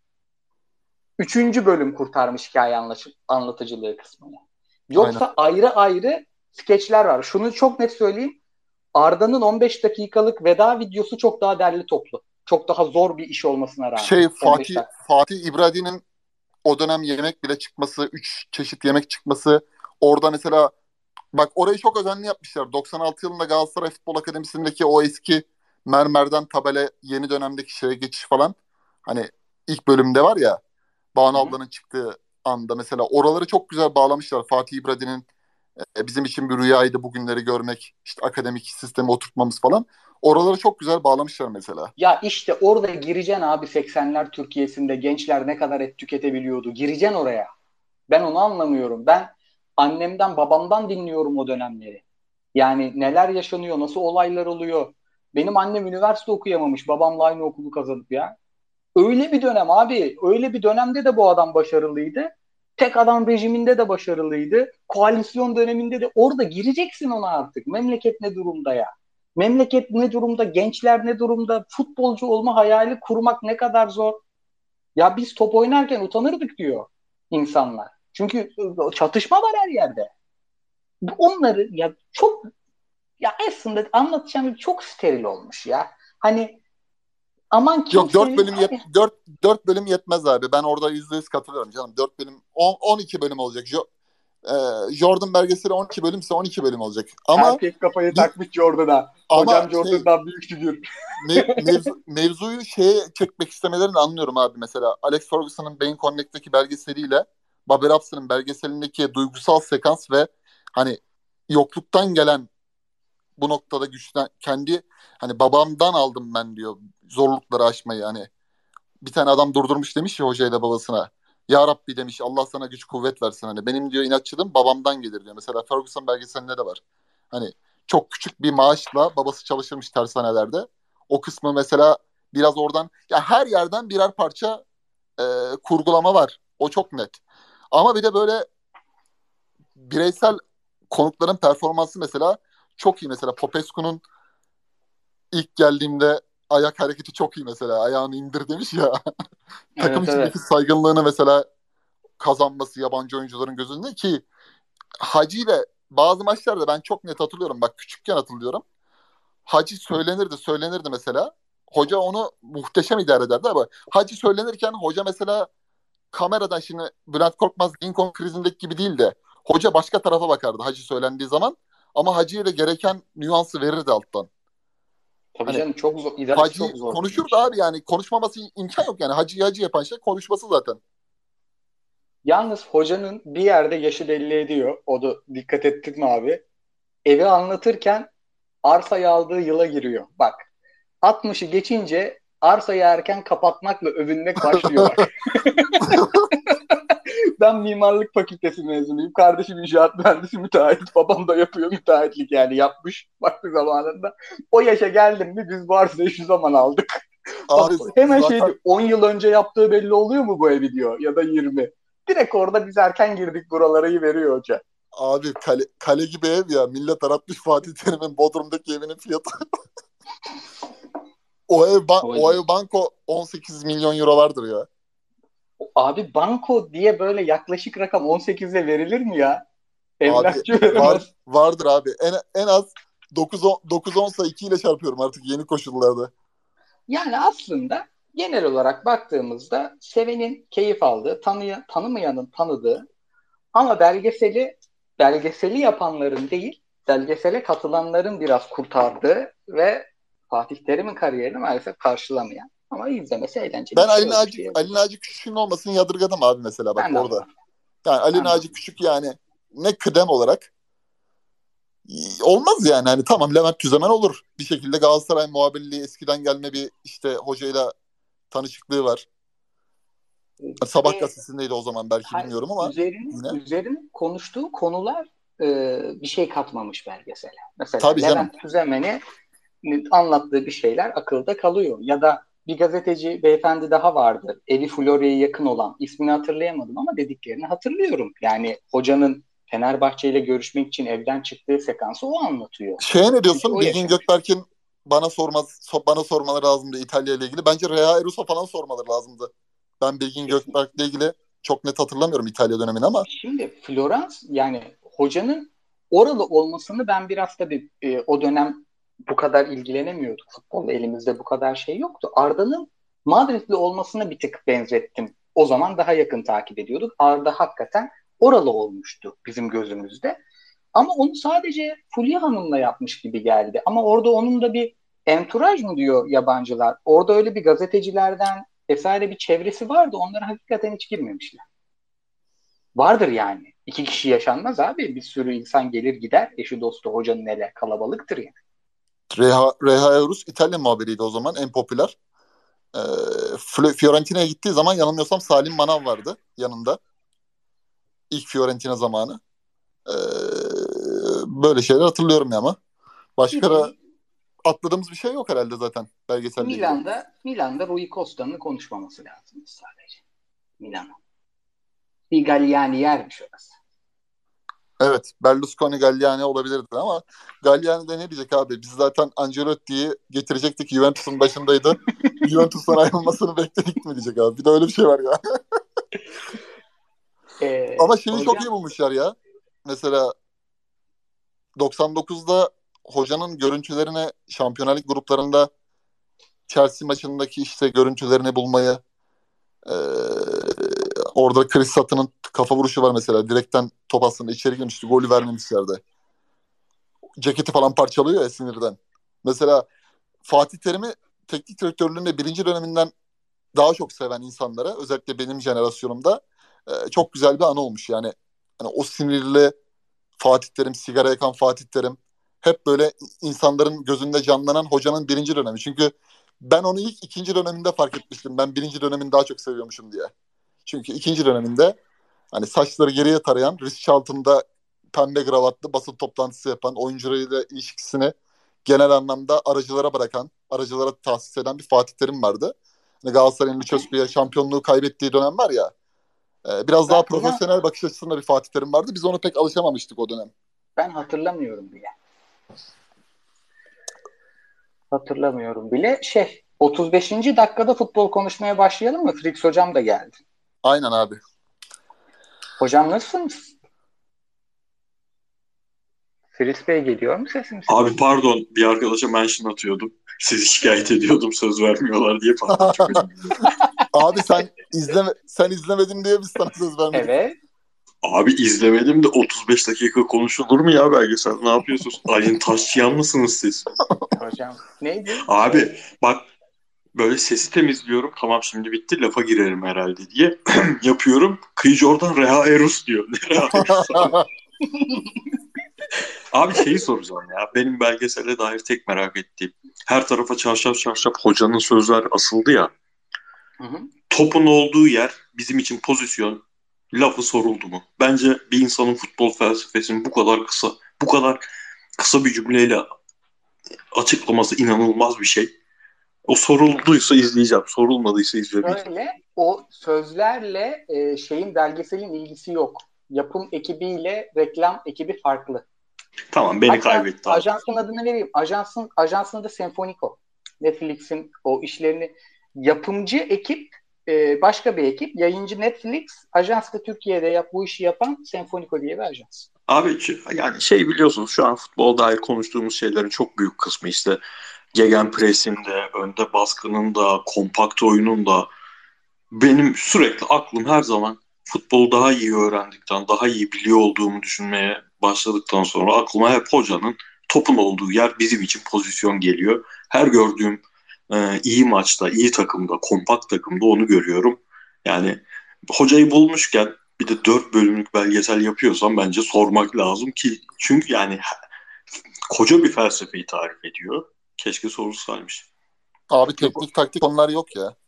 Üçüncü bölüm kurtarmış hikaye anlatıcılığı kısmını. Aynen. Yoksa ayrı ayrı skeçler var. Şunu çok net söyleyeyim. Arda'nın on beş dakikalık veda videosu çok daha derli toplu. Çok daha zor bir iş olmasına rağmen. Şey on beş Fatih dakika. Fatih İbradi'nin o dönem yemek bile çıkması, üç çeşit yemek çıkması. Orada mesela bak, orayı çok özenli yapmışlar. doksan altı yılında Galatasaray Futbol Akademisi'ndeki o eski mermerden tabela, yeni dönemdeki şeye geçiş falan. Hani ilk bölümde var ya, Banu Hı hı. ablanın çıktığı anda mesela oraları çok güzel bağlamışlar. Fatih İbradi'nin e, bizim için bir rüyaydı bugünleri görmek, işte akademik sistemi oturtmamız falan. Oraları çok güzel bağlamışlar mesela. Ya işte orada gireceksin abi, seksenler Türkiye'sinde gençler ne kadar et tüketebiliyordu. Gireceksin oraya. Ben onu anlamıyorum. Ben annemden babamdan dinliyorum o dönemleri. Yani neler yaşanıyor, nasıl olaylar oluyor. Benim annem üniversite okuyamamış, babamla aynı okulu kazanıp ya. Öyle bir dönem abi. Öyle bir dönemde de bu adam başarılıydı. Tek adam rejiminde de başarılıydı. Koalisyon döneminde de orada gireceksin ona artık. Memleket ne durumda ya? Memleket ne durumda? Gençler ne durumda? Futbolcu olma hayali kurmak ne kadar zor. Ya biz top oynarken utanırdık diyor insanlar. Çünkü çatışma var her yerde. Onları ya çok, ya aslında anlatacağım gibi çok steril olmuş ya. Hani aman Yok, dört kimsenin bölüm yet hani dört dört bölüm yetmez abi. Ben orada yüzde yüz katılıyorum canım. Dört bölüm on on iki bölüm olacak. Jo e, Jordan belgeseli on iki bölümse on iki bölüm olacak. Ama herkes kafayı bir takmış Jordan'a. ama Hocam şey Jordan'dan büyük figür. mev, mevzu, mevzuyu şeye çekmek istemelerini anlıyorum abi. Mesela Alex Ferguson'ın Beyin Connect'teki belgeseliyle Bobby Robson'ın belgeselindeki duygusal sekans ve hani yokluktan gelen, bu noktada güçten kendi, hani babamdan aldım ben diyor zorlukları aşmayı. Hani bir tane adam durdurmuş, demiş ya hocayla babasına. Ya Rabbi demiş, Allah sana güç kuvvet versin. Hani benim diyor inatçılığım babamdan gelir diyor. Mesela Ferguson belgeselinde de var. Hani çok küçük bir maaşla babası çalışırmış tersanelerde. O kısmı mesela biraz oradan, ya her yerden birer parça e, kurgulama var. O çok net. Ama bir de böyle bireysel konukların performansı mesela çok iyi. Mesela Popescu'nun ilk geldiğimde ayak hareketi çok iyi mesela. Ayağını indir demiş ya. Takım Evet, evet. içindeki saygınlığını mesela kazanması yabancı oyuncuların gözünde, ki Hacı ile bazı maçlarda ben çok net hatırlıyorum. Bak, küçükken hatırlıyorum. Hacı söylenirdi söylenirdi mesela. Hoca onu muhteşem idare ederdi ama Hacı söylenirken hoca mesela kameradan, şimdi Bülent Korkmaz Lincoln krizindeki gibi değil de hoca başka tarafa bakardı Hacı söylendiği zaman, ama Hacı'ya da gereken nüansı verirdi alttan. Tabii Hani canım, çok zor. İdaresi Hacı çok zor bir konuşurdu iş ya. abi, yani konuşmaması imkan yok yani. Hacı hacı yapan şey konuşması zaten. Yalnız hocanın bir yerde yaşı belli ediyor. O da dikkat ettin mi abi? Evi anlatırken arsayı aldığı yıla giriyor. Bak, altmışı geçince arsayı erken kapatmakla övünmek başlıyor bak. Ben mimarlık fakültesi mezunuyum. Kardeşim inşaat mühendisi, müteahhit. Babam da yapıyor müteahhitlik, yani yapmış vakti zamanında. O yaşa geldim mi biz bu arsayı şu zaman aldık. Bak, Abi hemen şey zaten diyor. on yıl önce yaptığı belli oluyor mu bu evi diyor. Ya da yirmi. Direkt orada biz erken girdik buraları veriyor hoca. abi kale, kale gibi ev ya. Millet aratmış Fatih Terim'in Bodrum'daki evinin fiyatı. O ev, ba- o Hoca. ev banko on sekiz milyon euro vardır ya. Abi banko diye böyle yaklaşık rakam on sekizle verilir mi ya? Abi Emlakçı var veremez. vardır abi. En, en az dokuz on dokuz on ise iki ile çarpıyorum artık yeni koşullarda. Yani aslında genel olarak baktığımızda sevenin keyif aldığı, tanıya, tanımayanın tanıdığı, ama belgeseli belgeseli yapanların değil, belgesele katılanların biraz kurtardığı ve Fatih Terim'in kariyerini maalesef karşılamayan, ama izlemesi eğlenceli Ben bir şey Ali olmuş Naci, Ali diyebiliriz. Naci Küçük'ün olmasını yadırgadım abi mesela, bak Ben de orada. anlamam. Yani Ali Ben de Naci anlamam. Küçük, yani ne kıdem olarak olmaz yani. Hani tamam Levent Tüzemen olur. Bir şekilde Galatasaray muhabirliği eskiden gelme bir işte hocayla tanışıklığı var. Sabah Ve gazetesindeydi o zaman belki ha- bilmiyorum ama üzerine, yine. üzerine konuştuğu konular e, bir şey katmamış belgesele. Mesela Tabii canım. Levent Tüzemen'i anlattığı bir şeyler akılda kalıyor. Ya da bir gazeteci beyefendi daha vardı. Evi Florya'ya yakın olan. İsmini hatırlayamadım ama dediklerini hatırlıyorum. Yani hocanın Fenerbahçe ile görüşmek için evden çıktığı sekansı o anlatıyor. Şeye ne Çünkü diyorsun? o Bilgin yaşamış. Gökberk'in bana sormaz so- bana sormaları lazımdı İtalya ile ilgili. Bence Reha Erus'a falan sormaları lazımdı. Ben Bilgin Kesin. Gökberk'le ilgili çok net hatırlamıyorum İtalya dönemini ama Şimdi Florans yani hocanın oralı olmasını ben biraz tabii e, o dönem bu kadar ilgilenemiyorduk futbolla. Elimizde bu kadar şey yoktu. Arda'nın Madridli olmasına bir tık benzettim. O zaman daha yakın takip ediyorduk. Arda hakikaten oralı olmuştu bizim gözümüzde. Ama onu sadece Fulya Hanım'la yapmış gibi geldi. Ama orada onun da bir entouraj mı diyor yabancılar. Orada öyle bir gazetecilerden vesaire bir çevresi vardı. Onlara hakikaten hiç girmemişler. Vardır yani. İki kişi yaşanmaz abi. Bir sürü insan gelir gider. Eşi dostu hocanın ele kalabalıktır yani. Reha, Reha Erus İtalya muhabiriydi o zaman en popüler. Ee, Fiorentina'ya gittiği zaman yanılmıyorsam Salim Manav vardı yanında. İlk Fiorentina zamanı. Ee, böyle şeyler hatırlıyorum ya ama. Bir Başka de da atladığımız bir şey yok herhalde zaten belgeselle ilgili. Milan'da Milan'da Rui Costa'nın konuşmaması lazım sadece. Milan'a. Bir Galliani yermiş orası. Evet, Berlusconi Galliani olabilirdi ama Galliani de ne diyecek abi? Biz zaten Ancelotti'yi getirecektik. Juventus'un başındaydı. Juventus'tan ayrılmasını bekledik mi diyecek abi. Bir de öyle bir şey var ya. Ee, Ama şeyi çok iyi hocam bulmuşlar ya. Mesela doksan dokuzda hocanın görüntülerini Şampiyonlar Ligi gruplarında Chelsea maçındaki işte görüntülerini bulmayı ee, orada Chris Sutton'ın kafa vuruşu var mesela. Direkten top aslında içeri girmişti. Golü vermemişlerdi. Ceketi falan parçalıyor ya sinirden. Mesela Fatih Terim'i teknik direktörlüğünde birinci döneminden daha çok seven insanlara özellikle benim jenerasyonumda e, çok güzel bir anı olmuş. Yani hani o sinirli Fatih Terim, sigara yakan Fatih Terim hep böyle insanların gözünde canlanan hocanın birinci dönemi. Çünkü ben onu ilk ikinci döneminde fark etmiştim. Ben birinci dönemini daha çok seviyormuşum diye. Çünkü ikinci döneminde hani saçları geriye tarayan, risk altında pembe kravatlı basın toplantısı yapan, oyuncularıyla ilişkisini genel anlamda aracılara bırakan, aracılara tahsis eden bir Fatih Terim vardı. Hani Galatasaray'ın Lucescu'ya şampiyonluğu kaybettiği dönem var ya, e, biraz daha ben inan profesyonel bakış açısında bir Fatih Terim vardı. Biz ona pek alışamamıştık o dönem. ben hatırlamıyorum bile. Hatırlamıyorum bile. Şey otuz beşinci dakikada futbol konuşmaya başlayalım mı? Frix hocam da geldi. Aynen abi. Hocam nasılsınız? Fritz Bey geliyor mu sesim size? Abi pardon, bir arkadaşa mention atıyordum. Sizi şikayet ediyordum söz vermiyorlar diye, pardon, çok özür dilerim. Abi sen izleme sen izlemedin diye biz sana söz vermedik. Evet. Abi izlemedim de otuz beş dakika konuşulur mu ya belgesel? Ne yapıyorsunuz? Ayın Taşçıyan mısınız siz? Hocam neydi? Şey, Abi bak, böyle sesi temizliyorum. Tamam şimdi bitti, lafa girerim herhalde diye yapıyorum. Kıyıcı oradan Reha Erus diyor. Ne Reha Erus abi? Abi şeyi soracağım ya. Benim belgesele dair tek merak ettiğim. Her tarafa çarşaf çarşaf hocanın sözler asıldı ya. hı hı. Topun olduğu yer bizim için pozisyon lafı soruldu mu? Bence bir insanın futbol felsefesini bu kadar kısa, bu kadar kısa bir cümleyle açıklaması inanılmaz bir şey. O sorulduysa izleyeceğim, sorulmadıysa izlemeyeceğim. Şöyle o sözlerle e, şeyin belgeselin ilgisi yok. Yapım ekibiyle reklam ekibi farklı. Tamam, beni Hatta kaybetti abi. ajansın adını vereyim. Ajansın ajansın da Senfonico. Netflix'in o işlerini yapımcı ekip e, başka bir ekip. Yayıncı Netflix. Ajans da Türkiye'de yap, bu işi yapan Senfonico diye bir ajans. Abi yani şey, biliyorsunuz şu an futbol dair konuştuğumuz şeylerin çok büyük kısmı işte gegenpress'in de, önde baskının da, kompakt oyunun da, benim sürekli aklım her zaman futbolu daha iyi öğrendikten, daha iyi biliyor olduğumu düşünmeye başladıktan sonra aklıma hep hocanın topun olduğu yer bizim için pozisyon geliyor. Her gördüğüm e, iyi maçta, iyi takımda, kompakt takımda onu görüyorum. Yani hocayı bulmuşken bir de dört bölümlük belgesel yapıyorsam bence sormak lazım ki, çünkü yani koca bir felsefeyi tarif ediyor. Keşke sorulsaymış. Abi teknik taktik onlar yok ya.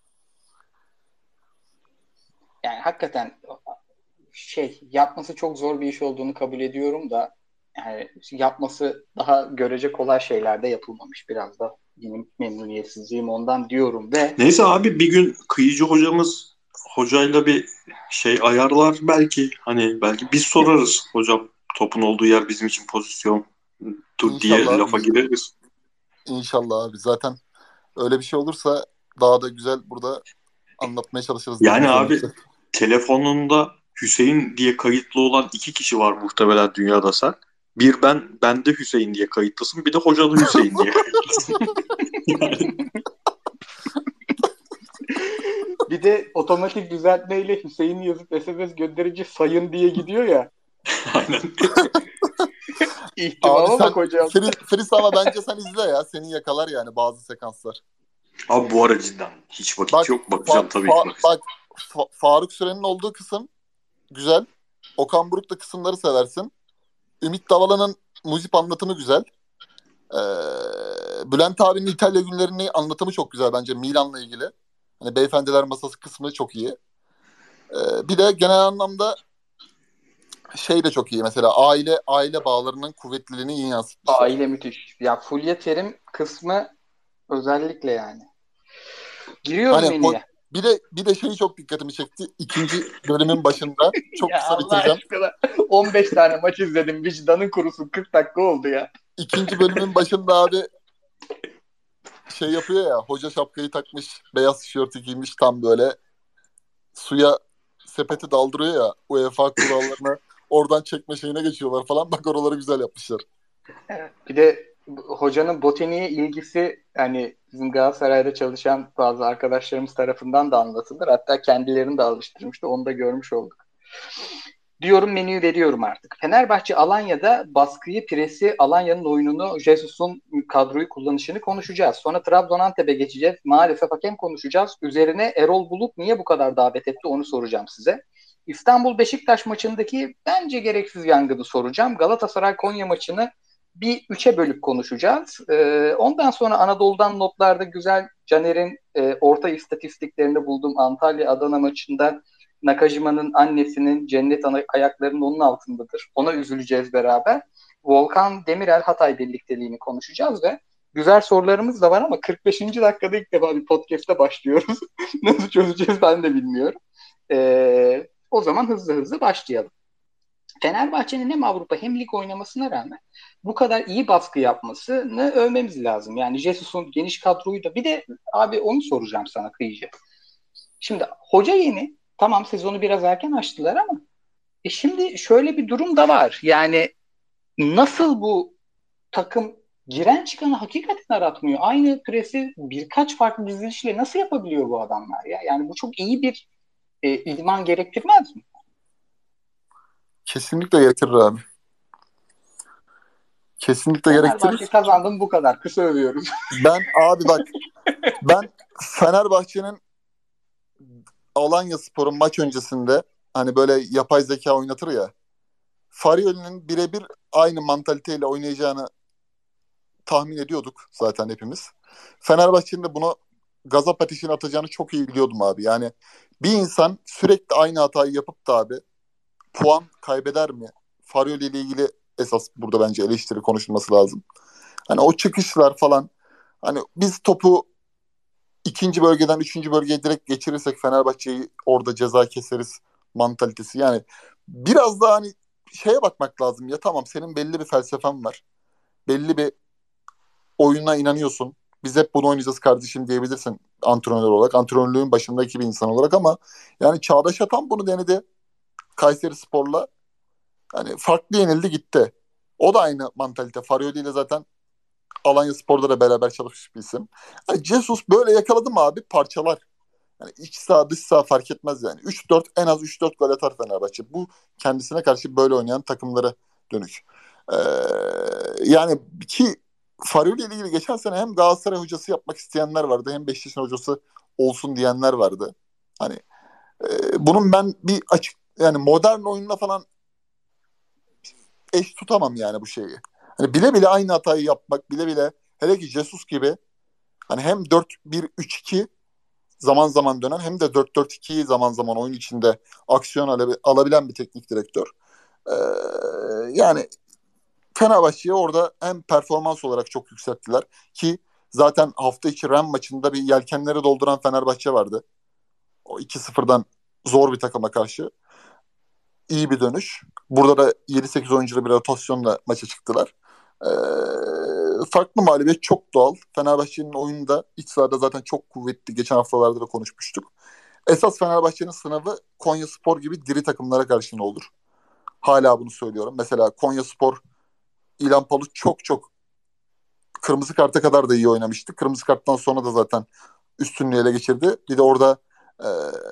Yani hakikaten şey yapması çok zor bir iş olduğunu kabul ediyorum da yani yapması daha görece kolay şeylerde yapılmamış. Biraz da benim memnuniyetsizliğim ondan diyorum ve Neyse abi bir gün kıyıcı hocamız hocayla bir şey ayarlar belki. Hani belki biz sorarız hocam topun olduğu yer bizim için pozisyon dur diye İnşallah lafa abi. gireriz. İnşallah abi. Zaten öyle bir şey olursa daha da güzel burada anlatmaya çalışırız Yani birbirimize. abi telefonunda Hüseyin diye kayıtlı olan iki kişi var muhtemelen dünyada sen. Bir ben, ben de Hüseyin diye kayıtlısın. Bir de hocalı Hüseyin diye kayıtlısın. Yani, bir de otomatik düzeltmeyle Hüseyin yazıp S M S gönderince sayın diye gidiyor ya. aynen. Abi İhtimama sen bak hocam. Fris, Fris ama bence sen izle ya. Seni yakalar yani bazı sekanslar. Abi bu ara cidden hiç vakit Bak yok. fa, Bakacağım tabii ki fa, bakacağım. bak Fa- Faruk Süren'in olduğu kısım güzel. Okan Buruk'ta kısımları seversin. Ümit Davala'nın muzip anlatımı güzel. Ee, Bülent abinin İtalya günlerini anlatımı çok güzel bence Milan'la ilgili. Hani beyefendiler masası kısmı çok iyi. Ee, bir de genel anlamda şey de çok iyi. Mesela aile aile bağlarının kuvvetliliğini iyi yansıtmışlar. Aile müthiş. Ya Fulya Terim kısmı özellikle yani. Giriyorum Hani ho- menüye. bir de bir de şeyi çok dikkatimi çekti. İkinci bölümün başında çok Ya kısa Allah bitireceğim. aşkına on beş tane maç izledim. Vicdanın kurusun. kırk dakika oldu ya. İkinci bölümün başında abi şey yapıyor ya, hoca şapkayı takmış, beyaz tişörtü giymiş, tam böyle suya sepeti daldırıyor ya, UEFA kurallarına oradan çekme şeyine geçiyorlar falan. Bak oraları güzel yapmışlar. Evet. Bir de hocanın botaniğe ilgisi hani bizim Galatasaray'da çalışan bazı arkadaşlarımız tarafından da anlatılır. Hatta kendilerini de alıştırmıştı. Onu da görmüş olduk. Diyorum menüyü veriyorum artık. Fenerbahçe Alanya'da baskıyı, presi, Alanya'nın oyununu, Jesus'un kadroyu kullanışını konuşacağız. Sonra Trabzon Antep'e geçeceğiz. Maalesef hakem konuşacağız. Üzerine Erol Bulut niye bu kadar davet etti onu soracağım size. İstanbul Beşiktaş maçındaki bence gereksiz yangını soracağım. Galatasaray Konya maçını bir üçe bölüp konuşacağız. Ee, ondan sonra Anadolu'dan notlarda güzel Caner'in e, orta istatistiklerinde bulduğum Antalya Adana maçında Nakajima'nın annesinin cennet ayaklarının onun altındadır. Ona üzüleceğiz beraber. Volkan Demirel Hatay birlikteliğini konuşacağız ve güzel sorularımız da var ama kırk beşinci dakikada ilk defa bir podcast'e başlıyoruz. Nasıl çözeceğiz ben de bilmiyorum. Ee, o zaman hızlı hızlı başlayalım. Fenerbahçe'nin hem Avrupa hem lig oynamasına rağmen bu kadar iyi baskı yapmasını övmemiz lazım. Yani Jesus'un geniş kadroyu da bir de abi onu soracağım sana Kıyıcı. Şimdi hoca yeni, tamam sezonu biraz erken açtılar ama e şimdi şöyle bir durum da var. Yani nasıl bu takım giren çıkanı hakikaten aratmıyor. Aynı presi birkaç farklı dizilişle nasıl yapabiliyor bu adamlar ya? Yani bu çok iyi bir e, idman gerektirmez mi? Kesinlikle gerektirir abi. Kesinlikle gerektirir. Fenerbahçe kazandım bu kadar. Kısa övüyoruz. Ben abi bak, ben Fenerbahçe'nin Alanyaspor'un maç öncesinde hani böyle yapay zeka oynatır ya, Farioli'nin birebir aynı mantaliteyle oynayacağını tahmin ediyorduk zaten hepimiz. Fenerbahçe'nin de buna gazap ateşini atacağını çok iyi biliyordum abi. Yani bir insan sürekli aynı hatayı yapıp da abi puan kaybeder mi? Farioli ile ilgili esas burada bence eleştiri konuşulması lazım. Hani o çıkışlar falan, hani biz topu ikinci bölgeden üçüncü bölgeye direkt geçirirsek Fenerbahçe'yi orada ceza keseriz mantalitesi. Yani biraz daha hani şeye bakmak lazım. Ya tamam, senin belli bir felsefen var. Belli bir oyuna inanıyorsun. Biz hep bunu oynayacağız kardeşim diyebilirsin antrenör olarak. Antrenörlüğün başındaki bir insan olarak ama yani Çağdaş Atan bunu denedi. Kayseri Spor'la. Hani farklı yenildi gitti. O da aynı mantalite. Farioli ile zaten Alanya Spor'da da beraber çalışmış bir isim. Hani Jesus böyle yakaladı mı abi parçalar. Yani iç saha dış saha fark etmez yani. üç dört, en az üç dört gol atar Fenerbahçe. Bu kendisine karşı böyle oynayan takımlara dönük. Ee, yani ki Farioli ile ilgili geçen sene hem Galatasaray hocası yapmak isteyenler vardı hem Beşiktaş'ın hocası olsun diyenler vardı. Hani e, bunun ben bir açık, yani modern oyunla falan eş tutamam yani bu şeyi. Hani bile bile aynı hatayı yapmak, bile bile hele ki Jesus gibi hani hem dört bir üç iki zaman zaman dönen hem de dört dört ikiyi zaman zaman oyun içinde aksiyon alabilen bir teknik direktör. Ee, yani Fenerbahçe'yi orada hem performans olarak çok yükselttiler ki zaten hafta içi Ren maçında bir yelkenleri dolduran Fenerbahçe vardı. O iki sıfırdan zor bir takıma karşı iyi bir dönüş. Burada da yedi sekiz oyunculu bir rotasyonla maça çıktılar. Ee, farklı mağlubiyet çok doğal. Fenerbahçe'nin oyunda iç sahada zaten çok kuvvetli. Geçen haftalarda da konuşmuştuk. Esas Fenerbahçe'nin sınavı Konyaspor gibi diri takımlara karşı ne olur? Hala bunu söylüyorum. Mesela Konyaspor, İlhan Palut çok çok kırmızı karta kadar da iyi oynamıştı. Kırmızı karttan sonra da zaten üstünlüğü ele geçirdi. Bir de orada e,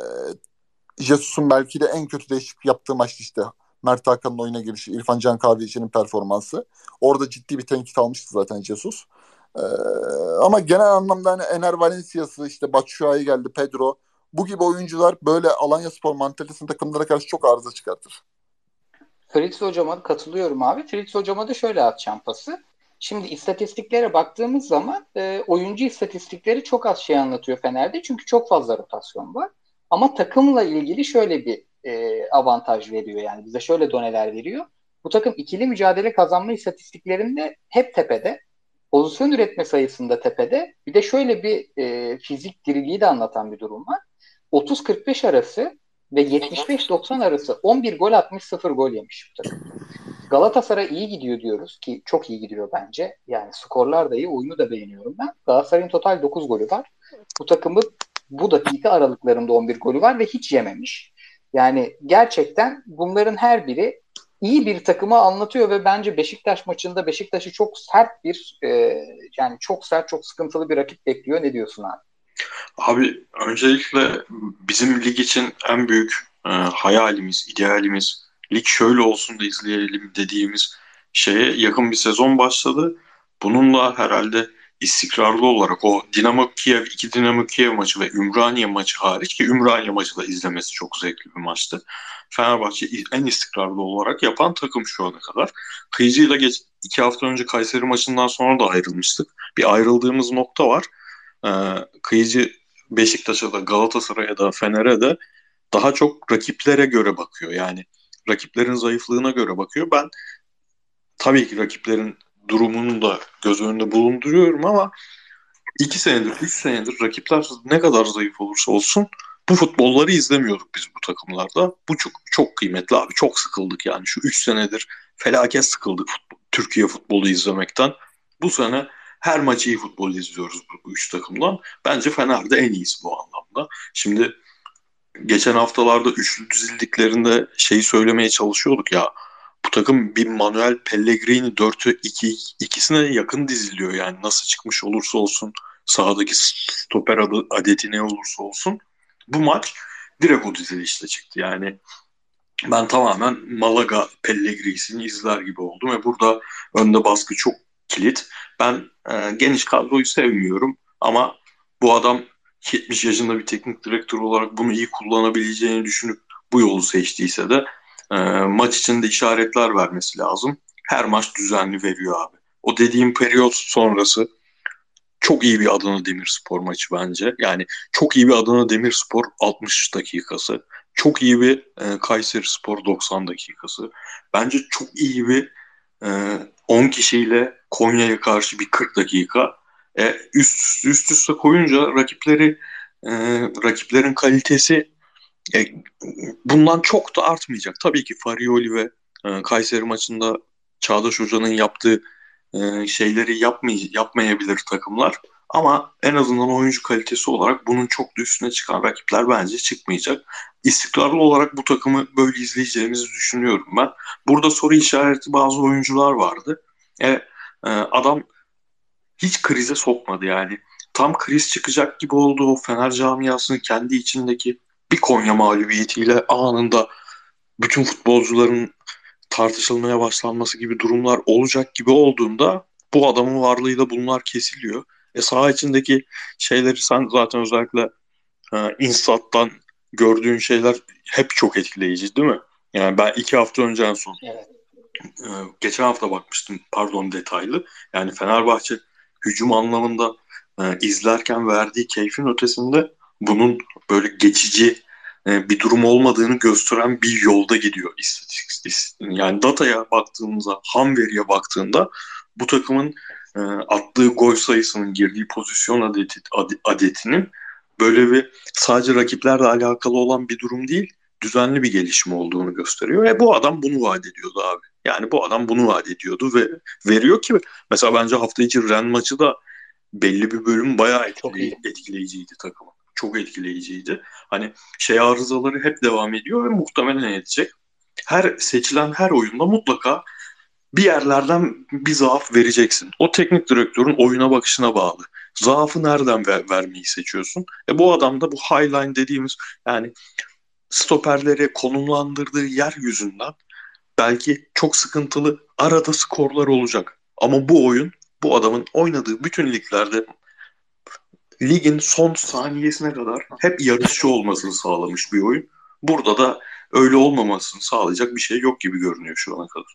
Jesus'un belki de en kötü değişiklik yaptığı maçtı işte. Mert Hakan'ın oyuna girişi, İrfan Can Kahveci'nin performansı. Orada ciddi bir tenkit almıştı zaten Jesus. Ee, ama genel anlamda hani Ener Valencia'sı, işte Batshuayi geldi, Pedro. Bu gibi oyuncular böyle Alanyaspor mantalitesinin takımlara karşı çok arıza çıkartır. Fritz hocama katılıyorum abi. Fritz hocama da şöyle atacağım pası. Şimdi istatistiklere baktığımız zaman e, oyuncu istatistikleri çok az şey anlatıyor Fener'de. Çünkü çok fazla rotasyon var. Ama takımla ilgili şöyle bir e, avantaj veriyor. Yani bize şöyle doneler veriyor. Bu takım ikili mücadele kazanma istatistiklerinde hep tepede. Pozisyon üretme sayısında tepede. Bir de şöyle bir e, fizik diriliği de anlatan bir durum var. otuz kırk beş arası ve yetmiş beş doksan arası on bir gol atmış, sıfır gol yemiş bu takım. Galatasaray iyi gidiyor diyoruz ki çok iyi gidiyor bence. Yani skorlar da iyi, oyunu da beğeniyorum ben. Galatasaray'ın total dokuz golü var. Bu takımın bu dakika aralıklarında on bir golü var ve hiç yememiş. Yani gerçekten bunların her biri iyi bir takımı anlatıyor ve bence Beşiktaş maçında Beşiktaş'ı çok sert bir e, yani çok sert, çok sıkıntılı bir rakip bekliyor. Ne diyorsun abi? Abi öncelikle bizim lig için en büyük e, hayalimiz, idealimiz lig şöyle olsun da izleyelim dediğimiz şeye yakın bir sezon başladı. Bununla herhalde istikrarlı olarak o Dinamo Kiev, iki Dinamo Kiev maçı ve Ümraniye maçı hariç ki Ümraniye maçı da izlemesi çok zevkli bir maçtı. Fenerbahçe en istikrarlı olarak yapan takım şu ana kadar. Kıyıcı'yla geç, iki hafta önce Kayseri maçından sonra da ayrılmıştık. Bir ayrıldığımız nokta var. Ee, Kıyıcı Beşiktaş'a da Galatasaray'a da Fener'e de daha çok rakiplere göre bakıyor. Yani rakiplerin zayıflığına göre bakıyor. Ben tabii ki rakiplerin durumunu da göz önünde bulunduruyorum ama iki senedir, üç senedir rakipler ne kadar zayıf olursa olsun bu futbolları izlemiyorduk biz bu takımlarda. Bu çok çok kıymetli abi. Çok sıkıldık yani. Şu üç senedir felaket sıkıldık futbol, Türkiye futbolu izlemekten. Bu sene her maçı iyi futbol izliyoruz bu üç takımdan. Bence Fener de en iyisi bu anlamda. Şimdi geçen haftalarda üçlü dizildiklerinde şeyi söylemeye çalışıyorduk ya. Bu takım bir Manuel Pellegrini dörtü iki ikisine yakın diziliyor yani nasıl çıkmış olursa olsun sahadaki stoper adı, adeti ne olursa olsun bu maç direkt o dizilişle çıktı. Yani ben tamamen Malaga Pellegrini'sini izler gibi oldum ve burada önde baskı çok kilit. Ben e, geniş kadroyu sevmiyorum ama bu adam yetmiş yaşında bir teknik direktör olarak bunu iyi kullanabileceğini düşünüp bu yolu seçtiyse de e, maç içinde işaretler vermesi lazım. Her maç düzenli veriyor abi. O dediğim periyot sonrası çok iyi bir Adana Demirspor maçı bence. Yani çok iyi bir Adana Demirspor altmış dakikası. Çok iyi bir e, Kayserispor doksan dakikası. Bence çok iyi bir e, on kişiyle Konya'ya karşı bir kırk dakika. E, üst, üst üste koyunca rakipleri e, rakiplerin kalitesi e, bundan çok da artmayacak. Tabii ki Farioli ve e, Kayseri maçında Çağdaş Hoca'nın yaptığı e, şeyleri yapmay yapmayabilir takımlar. Ama en azından oyuncu kalitesi olarak bunun çok da üstüne çıkan rakipler bence çıkmayacak. İstikrarlı olarak bu takımı böyle izleyeceğimizi düşünüyorum ben. Burada soru işareti bazı oyuncular vardı. E, e, adam hiç krize sokmadı yani. Tam kriz çıkacak gibi oldu o Fener camiasının kendi içindeki bir Konya mağlubiyetiyle anında bütün futbolcuların tartışılmaya başlanması gibi durumlar olacak gibi olduğunda bu adamın varlığıyla bunlar kesiliyor. E saha içindeki şeyleri sen zaten özellikle e, Instant'tan gördüğün şeyler hep çok etkileyici değil mi? Yani ben iki hafta önce en son Evet. Ee, geçen hafta bakmıştım, pardon, detaylı. Yani Fenerbahçe hücum anlamında e, izlerken verdiği keyfin ötesinde bunun böyle geçici e, bir durum olmadığını gösteren bir yolda gidiyor istatistik. is- Yani dataya baktığımızda, ham veriye baktığında bu takımın e, attığı gol sayısının, girdiği pozisyon adeti, ade- adetinin böyle bir sadece rakiplerle alakalı olan bir durum değil, düzenli bir gelişme olduğunu gösteriyor. Ve bu adam bunu vaat ediyordu abi. Yani bu adam bunu vaat ediyordu ve veriyor ki mesela bence hafta içi Ren maçı da belli bir bölüm bayağı Çok etkiley- iyi. etkileyiciydi takıma. Çok etkileyiciydi. Hani şey arızaları hep devam ediyor ve muhtemelen edecek. Her seçilen her oyunda mutlaka bir yerlerden bir zaaf vereceksin. O teknik direktörün oyuna bakışına bağlı. Zaafı nereden ver- vermeyi seçiyorsun? E bu adam da bu highline dediğimiz, yani stoperleri konumlandırdığı yer yüzünden belki çok sıkıntılı arada skorlar olacak. Ama bu oyun, bu adamın oynadığı bütün liglerde ligin son saniyesine kadar hep yarışçı olmasını sağlamış bir oyun. Burada da öyle olmamasını sağlayacak bir şey yok gibi görünüyor şu ana kadar.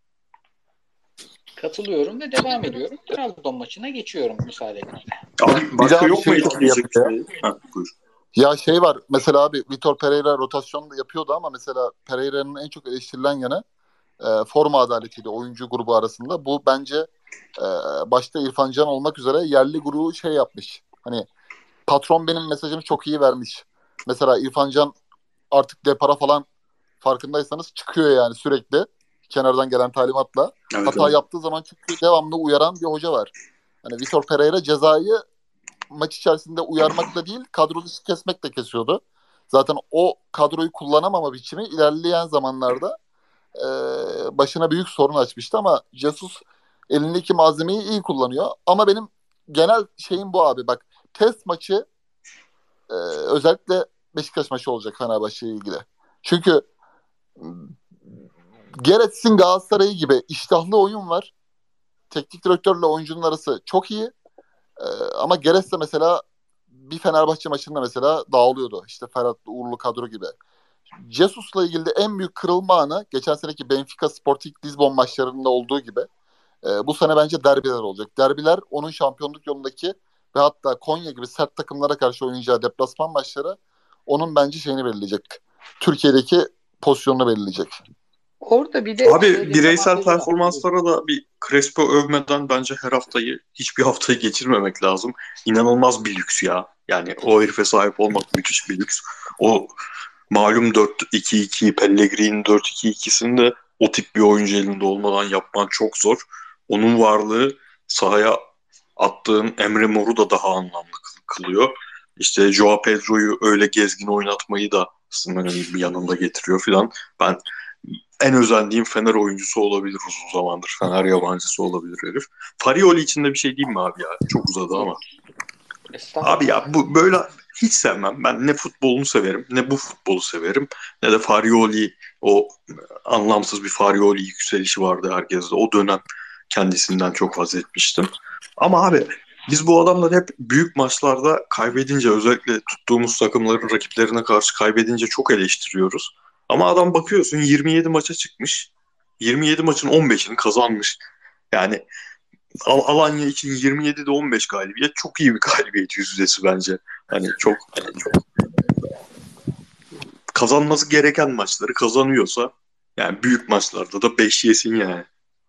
Katılıyorum ve devam ediyorum. Trabzon maçına geçiyorum müsaadenizle. Bir, Abi bir başka daha bir yok mu şey çok iyi etkileyecek bir yapıyor. şey? Ha, buyur. Ya şey var mesela abi, Vitor Pereira rotasyon da yapıyordu ama mesela Pereira'nın en çok eleştirilen yanı e, forma adaletiydi oyuncu grubu arasında. Bu bence e, başta İrfan Can olmak üzere yerli grubu şey yapmış. Hani patron benim mesajını çok iyi vermiş. Mesela İrfan Can artık depara falan farkındaysanız çıkıyor yani sürekli kenardan gelen talimatla. Evet, Hata evet. yaptığı zaman çünkü devamlı uyaran bir hoca var. Hani Vitor Pereira cezayı maç içerisinde uyarmakla değil kadro dışı kesmekle kesiyordu. Zaten o kadroyu kullanamama biçimi ilerleyen zamanlarda e, başına büyük sorun açmıştı ama Jesus elindeki malzemeyi iyi kullanıyor. Ama benim genel şeyim bu abi, bak test maçı e, özellikle Beşiktaş maçı olacak Fenerbahçe ile ilgili. Çünkü Gerets'in Galatasaray'ı gibi iştahlı oyun var. Teknik direktörle oyuncunun arası çok iyi. Ee, ama Gerets de mesela bir Fenerbahçe maçında mesela dağılıyordu. İşte Ferhat'lı Uğurlu kadro gibi. Jesus'la ilgili de en büyük kırılma anı geçen seneki Benfica Sporting Lisbon maçlarında olduğu gibi e, bu sene bence derbiler olacak. Derbiler onun şampiyonluk yolundaki ve hatta Konya gibi sert takımlara karşı oynayacağı deplasman maçları onun bence şeyini belirleyecek. Türkiye'deki pozisyonunu belirleyecek. Orada bir de Abi şöyle bir bireysel avantajı var. performanslara da bir Crespo övmeden bence her haftayı, hiçbir haftayı geçirmemek lazım. İnanılmaz bir lüks ya. Yani o herife sahip olmak müthiş bir lüks. O malum dört iki iki, Pellegrini'nin dört iki ikisini de o tip bir oyuncu elinde olmadan yapman çok zor. Onun varlığı sahaya attığın Emre Mor'u da daha anlamlı kılıyor. İşte Joao Pedro'yu öyle gezgin oynatmayı da bir yanında getiriyor filan. Ben en özendiğim Fener oyuncusu olabilir uzun zamandır. Fener yabancısı olabilir herif. Farioli için de bir şey diyeyim mi abi ya? Çok uzadı ama. Abi Estağfurullah. ya bu böyle hiç sevmem. Ben ne futbolunu severim, ne bu futbolu severim, ne de Farioli, o anlamsız bir Farioli yükselişi vardı herkeste. O dönem kendisinden çok haz etmiştim. Ama abi biz bu adamları hep büyük maçlarda kaybedince, özellikle tuttuğumuz takımların rakiplerine karşı kaybedince çok eleştiriyoruz. Ama adam bakıyorsun yirmi yedi maça çıkmış. yirmi yedi maçın on beşini kazanmış. Yani Al- Alanya için yirmi yedide on beş galibiyet çok iyi bir galibiyet yüzdesi bence. Hani çok kazanması gereken maçları kazanıyorsa, yani büyük maçlarda da beş yesin yani.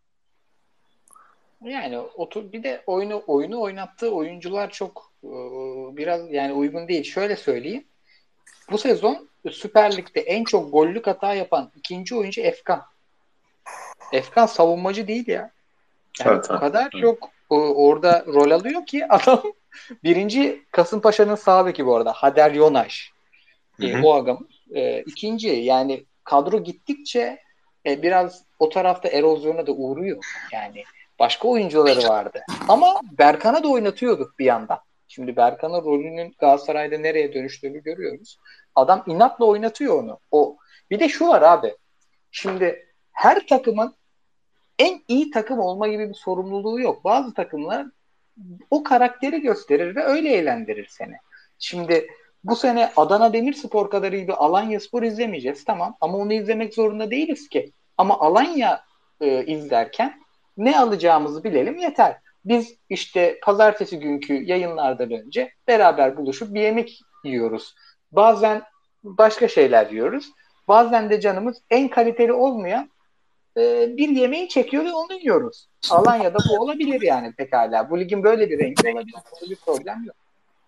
Yani otur bir de oyunu oyunu oynattığı oyuncular çok e, biraz yani uygun değil. Şöyle söyleyeyim. Bu sezon Süper Lig'de en çok gollük hata yapan ikinci oyuncu Efkan. Efkan savunmacı değil ya. Yani Evet, o evet. kadar çok e, orada rol alıyor ki adam birinci Kasımpaşa'nın sağ beki bu arada. Hader Yonaş. Hı E, hı. o agam. E, ikinci yani kadro gittikçe e, biraz o tarafta erozyona da uğruyor. Yani başka oyuncuları vardı. Ama Berkan'a da oynatıyorduk bir yandan. Şimdi Berkan'ın rolünün Galatasaray'da nereye dönüştüğünü görüyoruz. Adam inatla oynatıyor onu. O bir de şu var abi. Şimdi her takımın en iyi takım olma gibi bir sorumluluğu yok. Bazı takımlar o karakteri gösterir ve öyle eğlendirir seni. Şimdi bu sene Adana Demirspor kadar iyi bir Alanyaspor izlemeyeceğiz tamam ama onu izlemek zorunda değiliz ki. Ama Alanya e, izlerken ne alacağımızı bilelim yeter. Biz işte pazartesi günkü yayınlardan önce beraber buluşup bir yemek yiyoruz. Bazen başka şeyler yiyoruz. Bazen de canımız en kaliteli olmayan e, bir yemeği çekiyor ve onu yiyoruz. Alanya'da bu olabilir yani pekala. Bu ligin böyle bir rengi olabilir. Burada bir problem yok.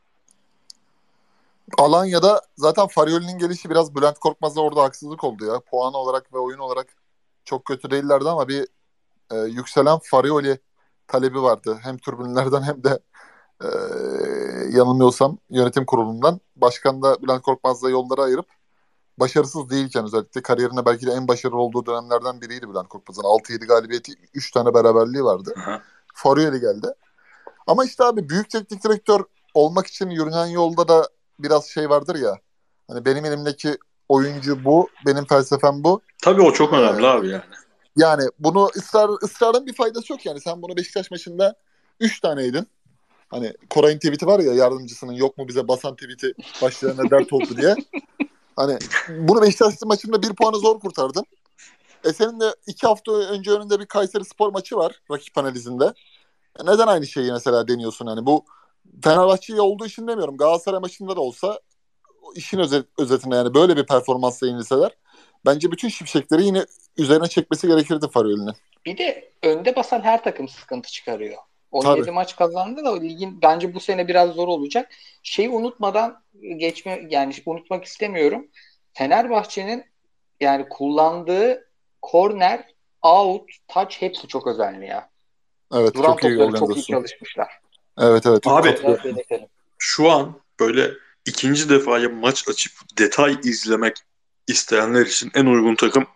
Alanya'da zaten Farioli'nin gelişi biraz Bülent Korkmaz'a orada haksızlık oldu ya. Puan olarak ve oyun olarak çok kötü değillerdi ama bir e, yükselen Farioli talebi vardı. Hem tribünlerden hem de e, yanılmıyorsam yönetim kurulundan. Başkan da Bülent Korkmaz'la yolları ayırıp başarısız değilken özellikle kariyerine belki de en başarılı olduğu dönemlerden biriydi Bülent Korkmaz'ın. altı yedi galibiyeti, üç tane beraberliği vardı. Farioli geldi. Ama işte abi büyük teknik direktör olmak için yürünen yolda da biraz şey vardır ya. Hani benim elimdeki oyuncu bu, benim felsefem bu. Tabii o çok önemli ee, abi yani. Yani bunu ısrar ısrarın bir faydası yok yani. Sen bunu Beşiktaş maçında üç taneydin. Hani Koray'ın tweet'i var ya, yardımcısının yok mu bize basan tweet'i başlarına dert oldu diye. Hani bunu Beşiktaş maçında bir puanı zor kurtardın. E senin de iki hafta önce önünde bir Kayseri Spor maçı var rakip analizinde. E neden aynı şeyi mesela deniyorsun? Hani bu Fenerbahçe'ye olduğu için demiyorum. Galatasaray maçında da olsa işin özet, özetinde yani böyle bir performansla yenilseler bence bütün şimşekleri yine üzerine çekmesi gerekirdi Farioli'nin. Bir de önde basan her takım sıkıntı çıkarıyor. on yedi Tabii. maç kazandı da ligin bence bu sene biraz zor olacak. Şeyi unutmadan geçme yani unutmak istemiyorum. Fenerbahçe'nin yani kullandığı korner, out, touch hepsi çok özenli ya. Evet, Duran çok iyi topları çok iyi organizasyon. çalışmışlar. Evet evet. Abi Biraz belirtelim. şu an böyle ikinci defaya maç açıp detay izlemek isteyenler için en uygun takım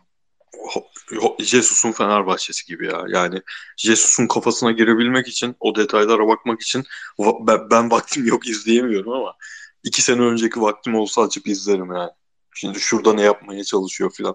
Jesus'un Fenerbahçesi gibi ya. Yani Jesus'un kafasına girebilmek için, o detaylara bakmak için ben, ben vaktim yok izleyemiyorum ama iki sene önceki vaktim olsa açıp izlerim yani. Şimdi şurada ne yapmaya çalışıyor filan.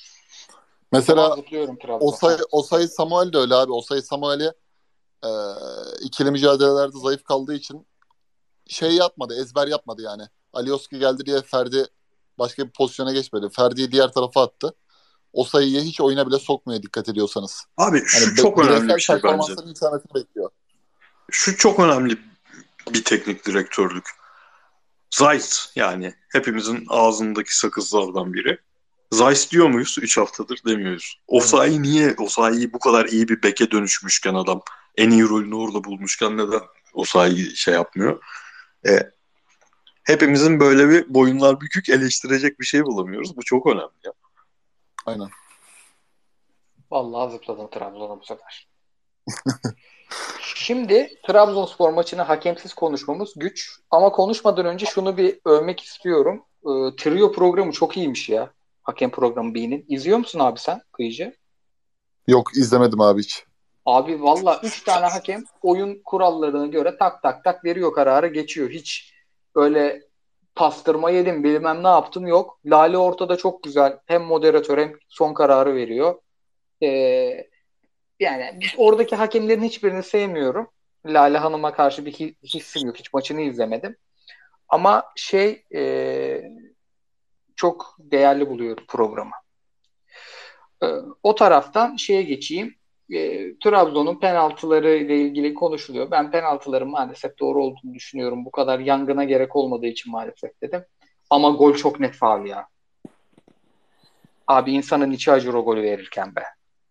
Mesela Osay, Trabzon. Osay Samuel de öyle abi. Osay Samuel'i e, ikili mücadelelerde zayıf kaldığı için şey yapmadı, ezber yapmadı yani. Alioski geldi diye Ferdi başka bir pozisyona geçmedi. Ferdi'yi diğer tarafa attı. O sayıyı hiç oyuna bile sokmuyor dikkat ediyorsanız. Abi şu Hani be- çok önemli bireysel bir şey bence. performansların yükselmesini bekliyor. Şu çok önemli bir teknik direktörlük. Zayt yani hepimizin ağzındaki sakızlardan biri. Zayt diyor muyuz? üç haftadır demiyoruz. Osayi niye? Osayi'yi bu kadar iyi bir beke dönüşmüşken adam en iyi rolünü orada bulmuşken neden Osayi şey yapmıyor? E, hepimizin böyle bir boyunlar bükük eleştirecek bir şey bulamıyoruz. Bu çok önemli ya. Aynen. Vallahi zıpladım Trabzon'a bu sefer. Şimdi Trabzonspor maçını hakemsiz konuşmamız güç. Ama konuşmadan önce şunu bir övmek istiyorum. Ee, Trio programı çok iyiymiş ya. Hakem programı B'nin. İzliyor musun abi sen Kıyıcı? Yok izlemedim abi hiç. Abi valla üç tane hakem oyun kurallarına göre tak tak tak veriyor kararı geçiyor. Hiç öyle pastırma yedim bilmem ne yaptım yok. Lale ortada çok güzel. Hem moderatör hem son kararı veriyor. Ee, Yani oradaki hakemlerin hiçbirini sevmiyorum. Lale Hanım'a karşı bir hissim yok. Hiç maçını izlemedim. Ama şey e, çok değerli buluyorum programı. E, O taraftan şeye geçeyim. E, Trabzon'un penaltıları ile ilgili konuşuluyor. Ben penaltıların maalesef doğru olduğunu düşünüyorum. Bu kadar yangına gerek olmadığı için maalesef dedim. Ama gol çok net faul ya. Abi insanın içi acır o golü verirken be.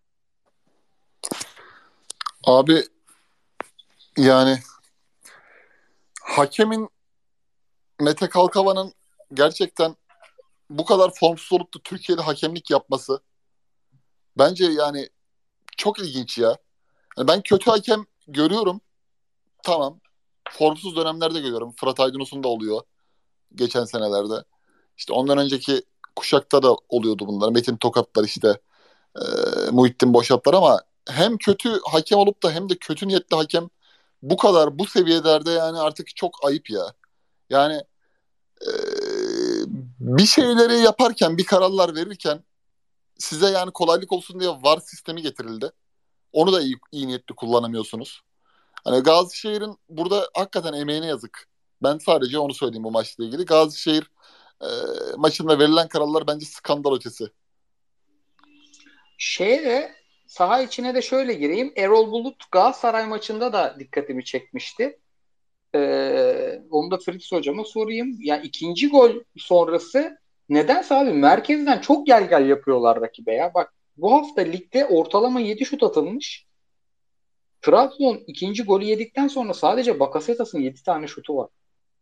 Abi yani hakemin Mete Kalkavan'ın gerçekten bu kadar formsuz olup da Türkiye'de hakemlik yapması bence yani çok ilginç ya. Yani ben kötü hakem görüyorum. Tamam. Formsuz dönemlerde görüyorum. Fırat Aydınus'un da oluyor. Geçen senelerde. İşte ondan önceki kuşakta da oluyordu bunlar. Metin Tokatlar işte. E, Muhittin Boşatlar ama hem kötü hakem olup da hem de kötü niyetli hakem bu kadar bu seviyelerde yani artık çok ayıp ya. Yani e, bir şeyleri yaparken bir kararlar verirken size yani kolaylık olsun diye VAR sistemi getirildi. Onu da iyi, iyi niyetli kullanamıyorsunuz. Hani Gazişehir'in burada hakikaten emeğine yazık. Ben sadece onu söyleyeyim bu maçla ilgili. Gazişehir e, maçında verilen kararlar bence skandal ötesi. Şeye de saha içine de şöyle gireyim. Erol Bulut Galatasaray maçında da dikkatimi çekmişti. Ee, onu da Fritz hocama sorayım. Yani ikinci gol sonrası nedense abi merkezden çok gel gel yapıyorlar rakibe ya. Bak bu hafta ligde ortalama yedi şut atılmış. Trabzon ikinci golü yedikten sonra sadece Bakasetas'ın yedi tane şutu var.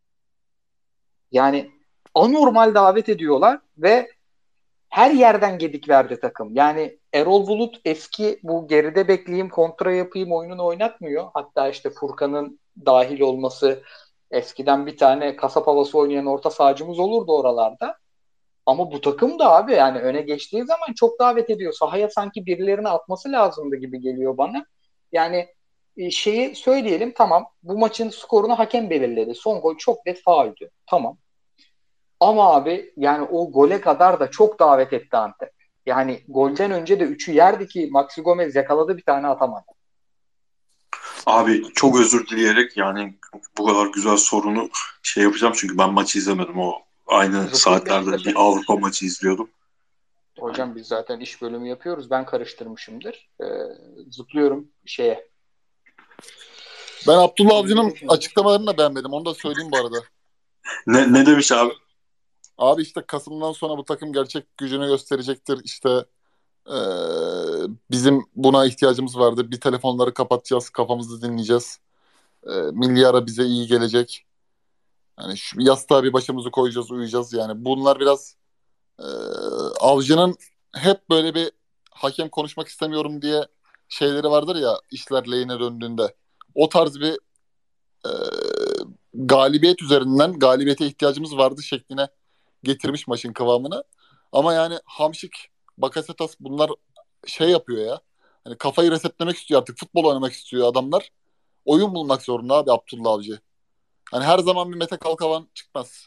Yani anormal davet ediyorlar ve her yerden gedik verdi takım. Yani Erol Bulut eski bu geride bekleyeyim, kontra yapayım oyununu oynatmıyor. Hatta işte Furkan'ın dahil olması, eskiden bir tane kasap havası oynayan orta sahacımız olurdu oralarda. Ama bu takım da abi yani öne geçtiği zaman çok davet ediyor. Sahaya sanki birilerini atması lazımdı gibi geliyor bana. Yani e, şeyi söyleyelim, tamam, bu maçın skorunu hakem belirledi. Son gol çok net fauldü. Tamam. Ama abi yani o gole kadar da çok davet etti Antep. Yani golden önce de üçü yerdi ki Maxi Gomez yakaladı, bir tane atamadı. Abi çok özür dileyerek yani bu kadar güzel sorunu şey yapacağım çünkü ben maçı izlemedim. O aynı Zıplayıp saatlerde Beşiktaş'a bir Avrupa maçı izliyordum. hocam biz zaten iş bölümü yapıyoruz. Ben karıştırmışımdır. Ee, zıplıyorum şeye. Ben Abdullah Avcı'nın açıklamalarını da beğenmedim. Onu da söyleyeyim bu arada. Ne, ne demiş abi? Abi işte Kasım'dan sonra bu takım gerçek gücünü gösterecektir. İşte ee, bizim buna ihtiyacımız vardı. Bir telefonları kapatacağız, kafamızı dinleyeceğiz. Ee, milli ara bize iyi gelecek. Yani şu yastığa bir başımızı koyacağız, uyuyacağız. Yani bunlar biraz e, Avcı'nın hep böyle bir hakem konuşmak istemiyorum diye şeyleri vardır ya, işler lehine döndüğünde. O tarz bir e, galibiyet üzerinden galibiyete ihtiyacımız vardı şekline getirmiş maçın kıvamını. Ama yani Hamşik, Bakasetas bunlar şey yapıyor ya. Hani kafayı resetlemek istiyor artık. Futbol oynamak istiyor adamlar. Oyun bulmak zorunda abi Abdullah Avcı. Hani her zaman bir Mete Kalkavan çıkmaz.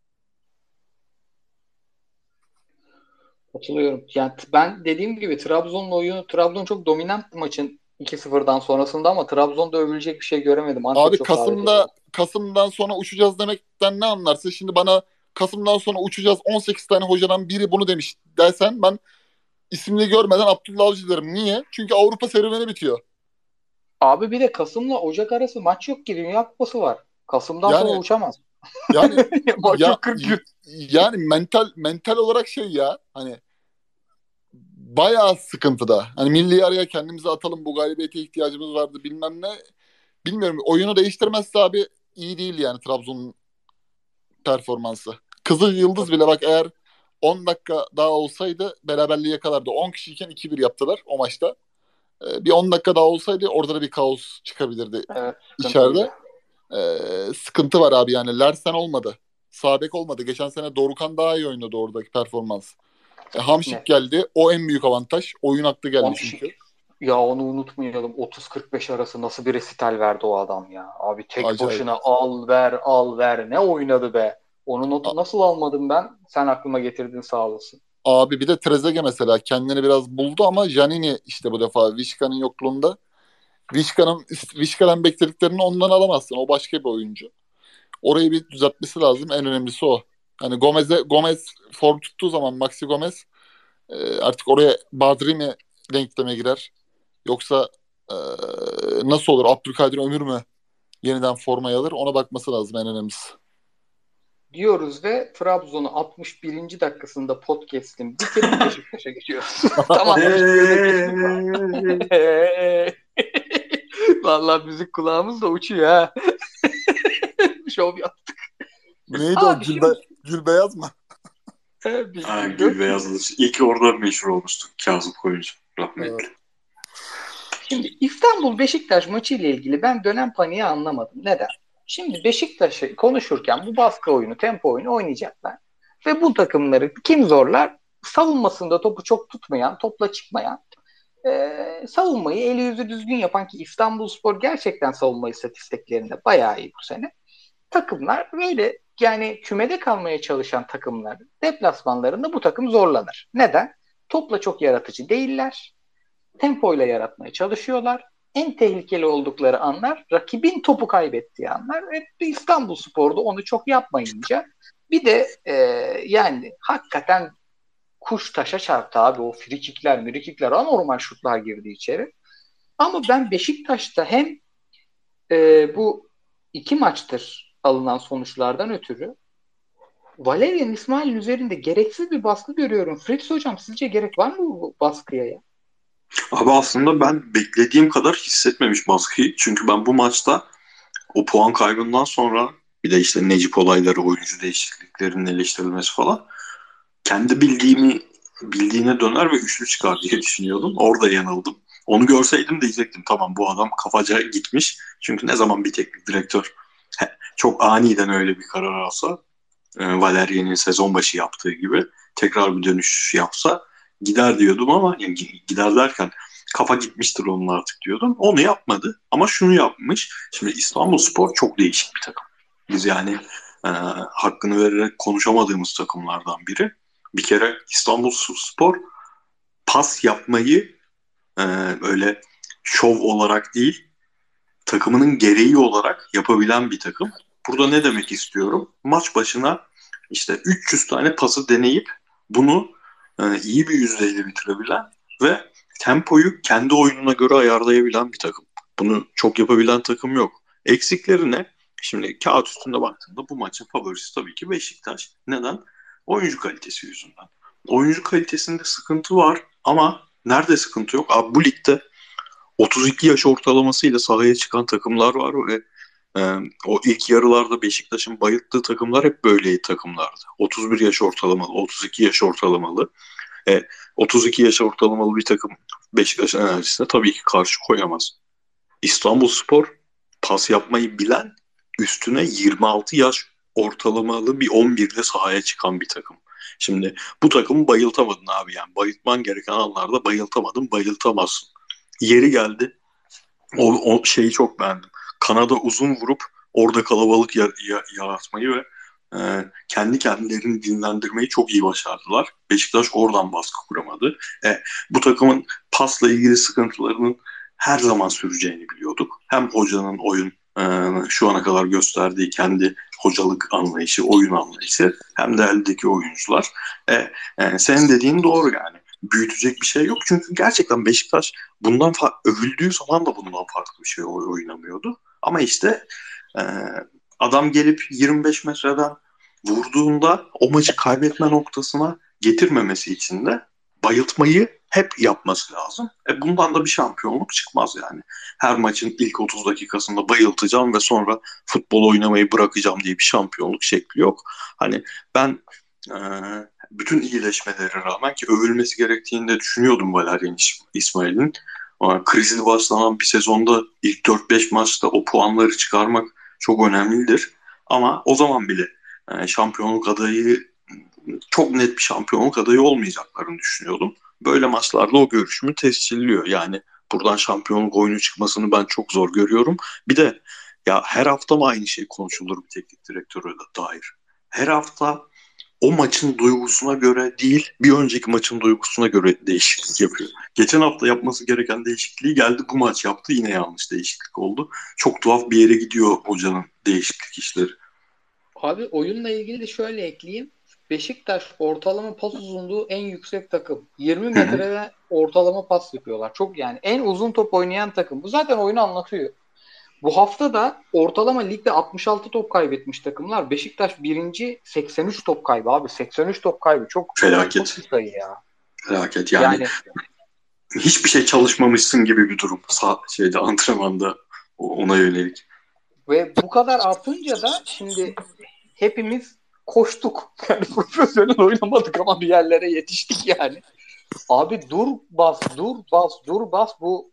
Katılıyorum. Yani t- ben dediğim gibi Trabzon'un oyunu, Trabzon çok dominant maçın iki sıfırdan sonrasında ama Trabzon'da övülecek bir şey göremedim. Antep Abi çok davet Kasım'da ediyor. Kasım'dan sonra uçacağız demekten ne anlarsın? Şimdi bana Kasım'dan sonra uçacağız on sekiz tane hocadan biri bunu demiş dersen ben ismini görmeden Abdullah Avcı derim. Niye? Çünkü Avrupa serüveni bitiyor. Abi bir de Kasım'la Ocak arası maç yok ki, Dünya Kupası var. Kasım'dan sonra Yani uçamaz. yani Maç ya yok kırk gün. yani mental mental olarak şey ya hani bayağı sıkıntıda. Hani milli araya kendimizi atalım, bu galibiyete ihtiyacımız vardı bilmem ne. Bilmiyorum, oyunu değiştirmezse abi iyi değil yani Trabzon'un performansı. Kızıl Yıldız bile bak eğer on dakika daha olsaydı beraberliği yakalardı. on kişiyken iki bir yaptılar o maçta. Ee, bir on dakika daha olsaydı orada da bir kaos çıkabilirdi Evet, sıkıntıydı. içeride. Ee, sıkıntı var abi yani. Larsen olmadı. Sağ bek olmadı. Geçen sene Dorukhan daha iyi oynadı oradaki performans. E, Hamşik Net. geldi. O en büyük avantaj. Oyun aklı geldi çünkü. Hamşik. Ya onu unutmayalım. otuz kırk beş arası nasıl bir resital verdi o adam ya. Abi tek Acayip. başına al ver al ver ne oynadı be. Onu A- notu nasıl almadım ben? Sen aklıma getirdin, sağ olasın. Abi bir de Trezeguet mesela kendini biraz buldu ama Janini işte bu defa Vişka'nın yokluğunda. Vişka'nın Vişka'dan beklediklerini ondan alamazsın. O başka bir oyuncu. Orayı bir düzeltmesi lazım. En önemlisi o. Hani Gomez'e Gomez form tuttuğu zaman Maxi Gomez e, artık oraya Badri mi denkleme girer? Yoksa e, nasıl olur? Abdülkadir Ömür mü yeniden formayı alır? Ona bakması lazım en önemlisi. Diyoruz ve Trabzon'u altmış birinci dakikasında podcast'in bitirip Beşiktaş'a geçiyoruz. Tamam, Beşiktaş'a geçtik mi? Vallahi müzik kulağımızda uçuyor ha. Şov yaptık. Neydi o? Abi Gülbe şimdi Gülbeyaz mı? e, bir, Ha, bir Gül dört Beyazlı. İlk orada meşhur olmuştuk. Kazım Koyuncu. Evet. Rahmetli. Şimdi İstanbul Beşiktaş maçı ile ilgili ben dönem paniği anlamadım. Neden? Şimdi Beşiktaş'ı konuşurken bu baskı oyunu, tempo oyunu oynayacaklar. Ve bu takımları kim zorlar? Savunmasında topu çok tutmayan, topla çıkmayan, e, savunmayı eli yüzü düzgün yapan, ki İstanbulspor gerçekten savunma istatistiklerinde bayağı iyi bu sene. Takımlar böyle, yani kümede kalmaya çalışan takımlar deplasmanlarında bu takım zorlanır. Neden? Topla çok yaratıcı değiller. Tempoyla yaratmaya çalışıyorlar. En tehlikeli oldukları anlar rakibin topu kaybettiği anlar. Ve İstanbulspor'da onu çok yapmayınca bir de e, yani hakikaten kuş taşa çarptı abi. O frikikler, mürikikler anormal şutlar girdi içeri. Ama ben Beşiktaş'ta hem e, bu iki maçtır alınan sonuçlardan ötürü Valerian İsmail'in üzerinde gereksiz bir baskı görüyorum. Fritz hocam sizce gerek var mı bu baskıya ya? Abi aslında ben beklediğim kadar hissetmemiş baskıyı. Çünkü ben bu maçta o puan kaybından sonra bir de işte Necip olayları, oyuncu değişikliklerinin eleştirilmesi falan kendi bildiğimi bildiğine döner ve üçlü çıkar diye düşünüyordum. Orada yanıldım. Onu görseydim diyecektim tamam bu adam kafaca gitmiş. Çünkü ne zaman bir teknik direktör çok aniden öyle bir karar alsa e, Valerian'in sezon başı yaptığı gibi tekrar bir dönüş yapsa gider diyordum ama yani gider derken kafa gitmiştir onun artık diyordum. Onu yapmadı ama şunu yapmış. Şimdi İstanbulspor çok değişik bir takım. Biz yani e, hakkını vererek konuşamadığımız takımlardan biri. Bir kere İstanbulspor pas yapmayı e, öyle şov olarak değil takımının gereği olarak yapabilen bir takım. Burada ne demek istiyorum? Maç başına işte üç yüz tane pası deneyip bunu e, iyi bir yüzdeyle bitirebilen ve tempoyu kendi oyununa göre ayarlayabilen bir takım. Bunu çok yapabilen takım yok. Eksikleri ne? Şimdi kağıt üstünde baktığında bu maçın favorisi tabii ki Beşiktaş. Neden? Oyuncu kalitesi yüzünden. Oyuncu kalitesinde sıkıntı var ama nerede sıkıntı yok? Abi bu ligde otuz iki yaş ortalamasıyla sahaya çıkan takımlar var ve e, o ilk yarılarda Beşiktaş'ın bayılttığı takımlar hep böyle takımlardı. otuz bir yaş ortalamalı, otuz iki yaş ortalamalı. E, otuz iki yaş ortalamalı bir takım Beşiktaş'ın enerjisine tabii ki karşı koyamaz. İstanbulspor pas yapmayı bilen üstüne yirmi altı yaş ortalamalı bir on birle sahaya çıkan bir takım. Şimdi bu takımı bayıltamadın abi yani. Bayıltman gereken anlarda bayıltamadın, bayıltamazsın. Yeri geldi. O, o şeyi çok beğendim. Kanada uzun vurup orada kalabalık ya- ya- yaratmayı ve e, kendi kendilerini dinlendirmeyi çok iyi başardılar. Beşiktaş oradan baskı kuramadı. E, bu takımın pasla ilgili sıkıntılarının her zaman süreceğini biliyorduk. Hem hocanın oyun e, şu ana kadar gösterdiği kendi hocalık anlayışı, oyun anlayışı hem de eldeki oyuncular. E, e, senin dediğin doğru yani. Büyütecek bir şey yok. Çünkü gerçekten Beşiktaş bundan fa- övüldüğü zaman da bundan farklı bir şey oynamıyordu. Ama işte e, adam gelip yirmi beş metreden vurduğunda o maçı kaybetme noktasına getirmemesi için de bayıltmayı hep yapması lazım. E bundan da bir şampiyonluk çıkmaz yani. Her maçın ilk otuz dakikasında bayıltacağım ve sonra futbol oynamayı bırakacağım diye bir şampiyonluk şekli yok. Hani ben e, bütün iyileşmelere rağmen ki övülmesi gerektiğini de düşünüyordum Valerian İsmail'in. Ama krizli başlanan bir sezonda ilk dört beş maçta o puanları çıkarmak çok önemlidir. Ama o zaman bile e, şampiyonluk adayı çok net bir şampiyonluk adayı olmayacaklarını düşünüyordum. Böyle maçlarda o görüşümü tescilliyor. Yani buradan şampiyonluk oyunu çıkmasını ben çok zor görüyorum. Bir de ya her hafta mı aynı şey konuşulur bir teknik direktöre dair? Her hafta o maçın duygusuna göre değil, bir önceki maçın duygusuna göre değişiklik yapıyor. Geçen hafta yapması gereken değişikliği geldi bu maç yaptı, yine yanlış değişiklik oldu. Çok tuhaf bir yere gidiyor hocanın değişiklik işleri. Abi oyunla ilgili de şöyle ekleyeyim. Beşiktaş ortalama pas uzunluğu en yüksek takım. yirmi metrede ortalama pas yapıyorlar. Çok yani en uzun top oynayan takım. Bu zaten oyunu anlatıyor. Bu hafta da ortalama ligde altmış altı top kaybetmiş takımlar. Beşiktaş birinci, seksen üç top kaybı abi. seksen üç top kaybı çok Felaket. çok bir sayı ya. Felaket yani, Yani hiçbir şey çalışmamışsın gibi bir durum. Sa şeyde antrenmanda ona yönelik. ve bu kadar artınca da şimdi hepimiz koştuk. Yani profesyonel oynamadık ama bir yerlere yetiştik yani. Abi dur bas, dur bas, dur bas bu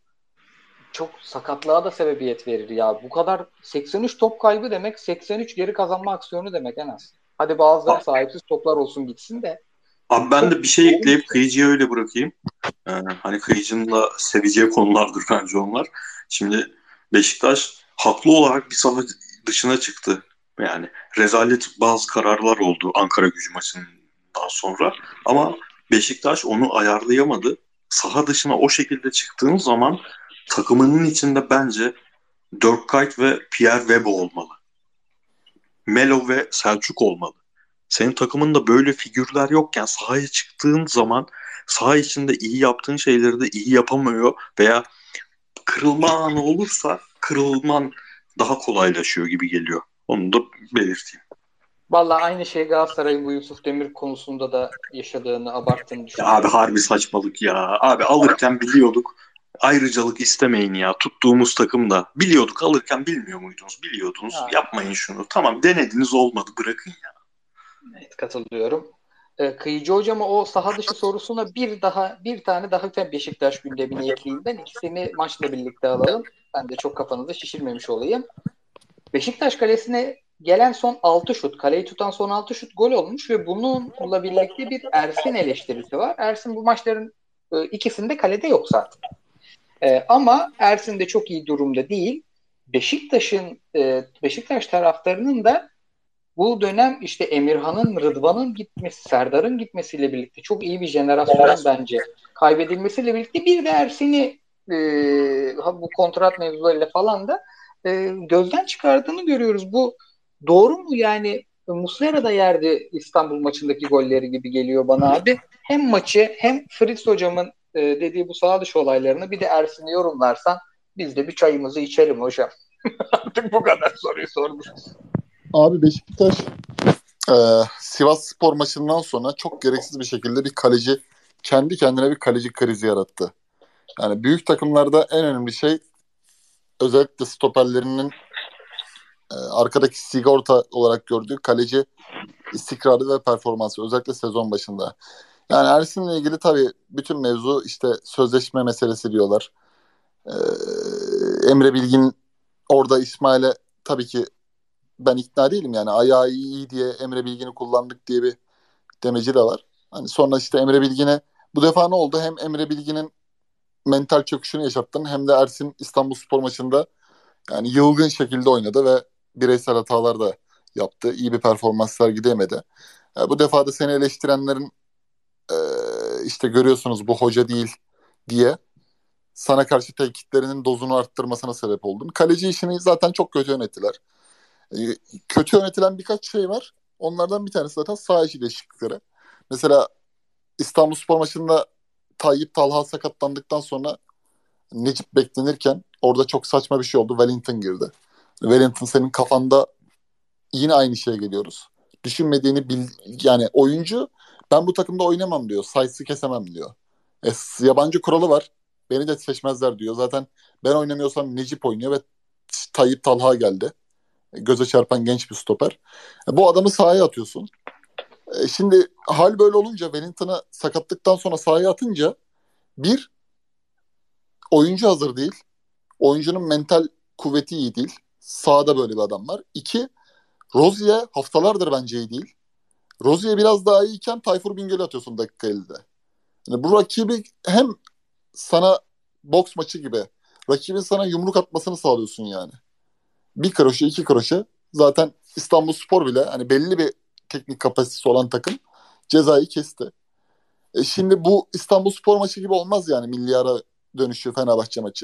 çok sakatlığa da sebebiyet verir ya. Bu kadar seksen üç top kaybı demek seksen üç geri kazanma aksiyonu demek en az. Hadi bazıları sahipsiz toplar olsun gitsin de. Abi ben Çok de bir şey yoğun bir ekleyip şey. Kıyıcı'ya öyle bırakayım. Ee, hani Kıyıcı'nın da seveceği konulardır bence onlar. Şimdi Beşiktaş haklı olarak bir saha dışına çıktı. Yani rezalet bazı kararlar oldu Ankara Gücü maçından sonra. Ama Beşiktaş onu ayarlayamadı. Saha dışına o şekilde çıktığın zaman takımının içinde bence Dirk Kuyt ve Pierre Webb olmalı. Melo ve Selçuk olmalı. Senin takımında böyle figürler yokken sahaya çıktığın zaman saha içinde iyi yaptığın şeyleri de iyi yapamıyor veya kırılma anı olursa kırılman daha kolaylaşıyor gibi geliyor. Onu da belirteyim. Vallahi aynı şey Galatasaray'ın bu Yusuf Demir konusunda da yaşadığını, abarttığını Ya abi düşünüyorum. harbi saçmalık ya. Abi alırken biliyorduk. Ayrıcalık istemeyin ya. Tuttuğumuz takımda. Biliyorduk alırken bilmiyor muydunuz? Biliyordunuz. Ha, Yapmayın şunu. Tamam denediniz olmadı. Bırakın ya. evet, katılıyorum. Ee, Kıyıcı hocama o saha dışı sorusuna bir daha bir tane daha lütfen Beşiktaş gündemine ekleyeyim. Ben ikisini maçla birlikte alalım. Ben de çok kafanızı şişirmemiş olayım. Beşiktaş kalesine gelen son altı şut, kaleyi tutan son altı şut gol olmuş ve bununla birlikte bir Ersin eleştirisi var. Ersin bu maçların e, ikisinde kalede yok zaten. E, ama Ersin de çok iyi durumda değil. Beşiktaş'ın e, Beşiktaş taraftarının da bu dönem işte Emirhan'ın, Rıdvan'ın gitmesi, Serdar'ın gitmesiyle birlikte çok iyi bir jenerasyonun bence kaybedilmesiyle birlikte bir de Ersin'i e, bu kontrat mevzularıyla falan da e, gözden çıkardığını görüyoruz. Bu doğru mu yani? Muslera da yerdi İstanbul maçındaki golleri gibi geliyor bana abi. Hem maçı hem Fritz hocamın e, dediği bu saha dışı olaylarını bir de Ersin'i yorumlarsan biz de bir çayımızı içelim hocam. Artık bu kadar soruyu sormuşuz. Abi Beşiktaş e, Sivas Spor maçından sonra çok gereksiz bir şekilde bir kaleci kendi kendine bir kaleci krizi yarattı. Yani büyük takımlarda en önemli şey özellikle stoperlerinin e, arkadaki sigorta olarak gördüğü kaleci istikrarı ve performansı özellikle sezon başında. Yani Ersin'le ilgili tabii bütün mevzu işte sözleşme meselesi diyorlar. Ee, Emre Bilgin orada İsmail'e tabii ki ben ikna değilim yani ayağı iyi diye Emre Bilgin'i kullandık diye bir demeci de var. Hani sonra işte Emre Bilgin'e bu defa ne oldu? Hem Emre Bilgin'in mental çöküşünü yaşattın hem de Ersin İstanbulspor maçında yani yılgın şekilde oynadı ve bireysel hatalar da yaptı. İyi bir performans sergileyemedi. E, bu defa da seni eleştirenlerin e, işte görüyorsunuz bu hoca değil diye sana karşı tehditlerinin dozunu arttırmasına sebep oldun. Kaleci işini zaten çok kötü yönettiler. E, kötü yönetilen birkaç şey var. Onlardan bir tanesi zaten saha içi değişiklikleri. Mesela İstanbulspor maçında Tayyip Talha sakatlandıktan sonra Necip beklenirken orada çok saçma bir şey oldu. Wellington girdi. Wellington senin kafanda yine aynı şeye geliyoruz. Düşünmediğini bil, yani oyuncu ben bu takımda oynamam diyor. Sayısı kesemem diyor. E, yabancı kuralı var. Beni de seçmezler diyor. Zaten ben oynamıyorsam Necip oynuyor ve Tayyip Talha geldi. E, göze çarpan genç bir stoper. E, bu adamı sahaya atıyorsun. E, şimdi hal böyle olunca Wellington'ı sakatlıktan sonra sahaya atınca bir oyuncu hazır değil. Oyuncunun mental kuvveti iyi değil. Sahada böyle bir adam var. İki Rozier haftalardır bence iyi değil. Rozier biraz daha iyiyken Tayfur Bingöl'ü atıyorsun dakika ellide. Yani bu rakibi hem sana boks maçı gibi rakibin sana yumruk atmasını sağlıyorsun yani. Bir kroşe iki kroşe zaten İstanbulspor bile hani belli bir teknik kapasitesi olan takım cezayı kesti. E şimdi bu İstanbulspor maçı gibi olmaz yani milli ara dönüşü Fenerbahçe maçı.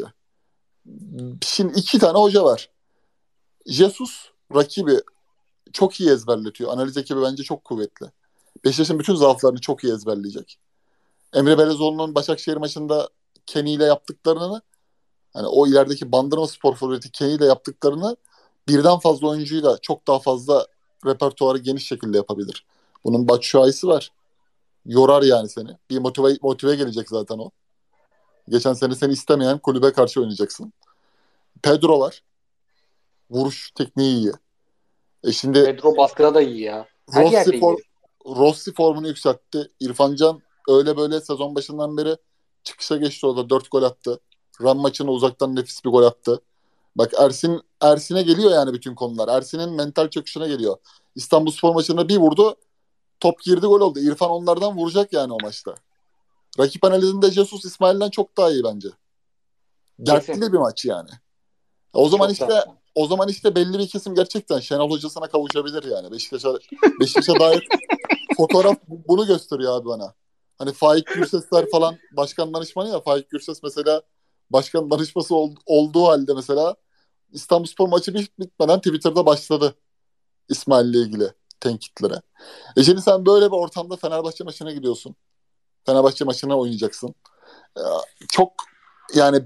Şimdi iki tane hoca var. Jesus rakibi çok iyi ezberletiyor. Analiz ekibi bence çok kuvvetli. Beşiktaş'ın bütün zaaflarını çok iyi ezberleyecek. Emre Belezoğlu'nun Başakşehir maçında Kenny ile yaptıklarını hani o ilerideki Bandırma Spor forveti Kenny ile yaptıklarını birden fazla oyuncuyla çok daha fazla repertuarı geniş şekilde yapabilir. Bunun Batshuayi'si var. Yorar yani seni. Bir motive, motive gelecek zaten o. Geçen sene seni istemeyen kulübe karşı oynayacaksın. Pedro var. Vuruş tekniği iyi. E şimdi Pedro baskıda da iyi ya. Her Rossi, yerde for, iyi. Rossi formunu yükseltti. İrfan Can öyle böyle sezon başından beri çıkışa geçti orada. Dört gol attı. Ram maçına uzaktan nefis bir gol attı. Bak Ersin Ersin'e geliyor yani bütün konular. Ersin'in mental çöküşüne geliyor. İstanbulspor maçında bir vurdu. Top girdi gol oldu. İrfan onlardan vuracak yani o maçta. Rakip analizinde Jesus İsmail'den çok daha iyi bence. Kesin. Dertli bir maç yani. O zaman Çok işte dertli. o zaman işte belli bir kesim gerçekten Şenol Hocası'na kavuşabilir yani. Beşiktaş'a Beşiktaş'a dair fotoğraf bunu gösteriyor abi bana. Hani Faik Gürsesler falan başkan danışmanı ya. Faik Gürses mesela başkan danışması ol, olduğu halde mesela İstanbulspor maçı bit- bitmeden Twitter'da başladı İsmail'le ilgili. tenkitlere. E şimdi sen böyle bir ortamda Fenerbahçe maçına gidiyorsun. Fenerbahçe maçına oynayacaksın. Ee, çok yani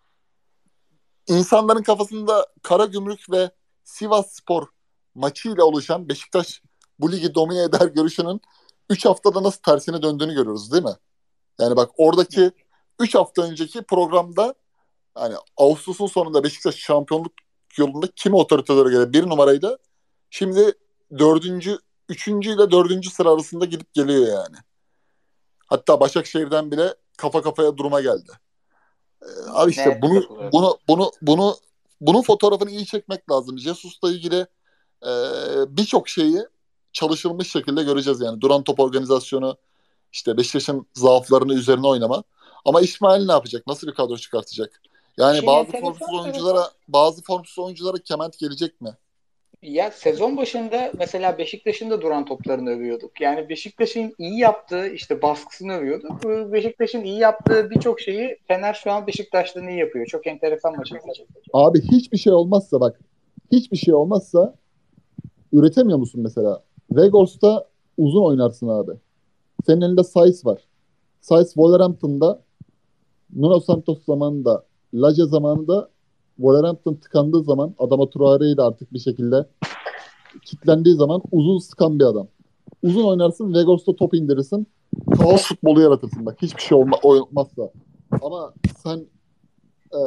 insanların kafasında Karagümrük ve Sivasspor maçıyla oluşan Beşiktaş bu ligi domine eder görüşünün üç haftada nasıl tersine döndüğünü görüyoruz değil mi? Yani bak oradaki üç hafta önceki programda hani Ağustos'un sonunda Beşiktaş şampiyonluk yolunda kimi otoritelere göre bir numaraydı. Şimdi dördüncü, üçüncü ile dördüncü sıra arasında gidip geliyor yani. Hatta Başakşehir'den bile kafa kafaya duruma geldi. Ee, abi işte Net bunu katılıyorum. bunu bunu bunu bunun fotoğrafını iyi çekmek lazım. Jesus'la ilgili e, birçok şeyi çalışılmış şekilde göreceğiz yani. Duran top organizasyonu, işte Beşiktaş'ın zaaflarını üzerine oynama. Ama İsmail ne yapacak? Nasıl bir kadro çıkartacak? Yani İşin bazı formsuz enteresan tarafı, oyunculara bazı formsuz oyunculara kement gelecek mi? ya sezon başında mesela Beşiktaş'ın da duran toplarını övüyorduk. Yani Beşiktaş'ın iyi yaptığı işte baskısını övüyorduk. Bu Beşiktaş'ın iyi yaptığı birçok şeyi Fener şu an Beşiktaş'tan iyi yapıyor. Çok enteresan maç izleyecek. Abi hiçbir şey olmazsa bak hiçbir şey olmazsa üretemiyor musun mesela? Vegors'ta uzun oynarsın abi. Senin elinde Saiz var. Saiz Wolverhampton'da Nuno Santos zamanında Laje zamanında Wolverhampton tıkandığı zaman adama Traore'yi de artık bir şekilde kilitlendiği zaman uzun sıkan bir adam. Uzun oynarsın, Vegors'ta top indirirsin. Kaos futbolu yaratırsın. Bak hiçbir şey olma, olmazsa. Ama sen e,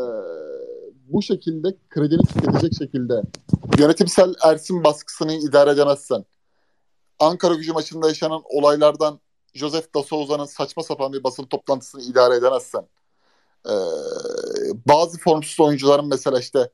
bu şekilde kredini tüketecek şekilde yönetimsel Ersin baskısını idare edemezsen, Ankara Gücü maçında yaşanan olaylardan Josef Da Souza'nın saçma sapan bir basın toplantısını idare edemezsen, e, bazı formsuz oyuncuların mesela işte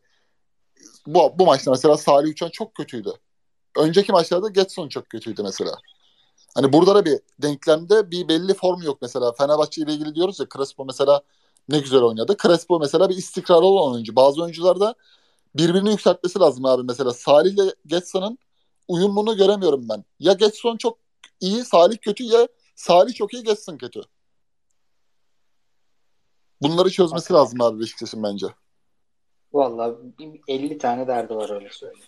bu, bu maçta mesela Salih Uçan çok kötüydü. Önceki maçlarda Getson çok kötüydü mesela. Hani burada da bir denklemde bir belli form yok mesela. Fenerbahçe ile ilgili diyoruz ya Crespo mesela ne güzel oynadı. Crespo mesela bir istikrarlı olan oyuncu. Bazı oyuncularda birbirini yükseltmesi lazım abi. Mesela Salih ile Getson'ın uyumunu göremiyorum ben. Ya Getson çok iyi, Salih kötü ya Salih çok iyi, Getson kötü. Bunları çözmesi Hakikaten. lazım abi Beşiktaş'ın bence. Vallahi elli tane derdi var öyle söyleyeyim.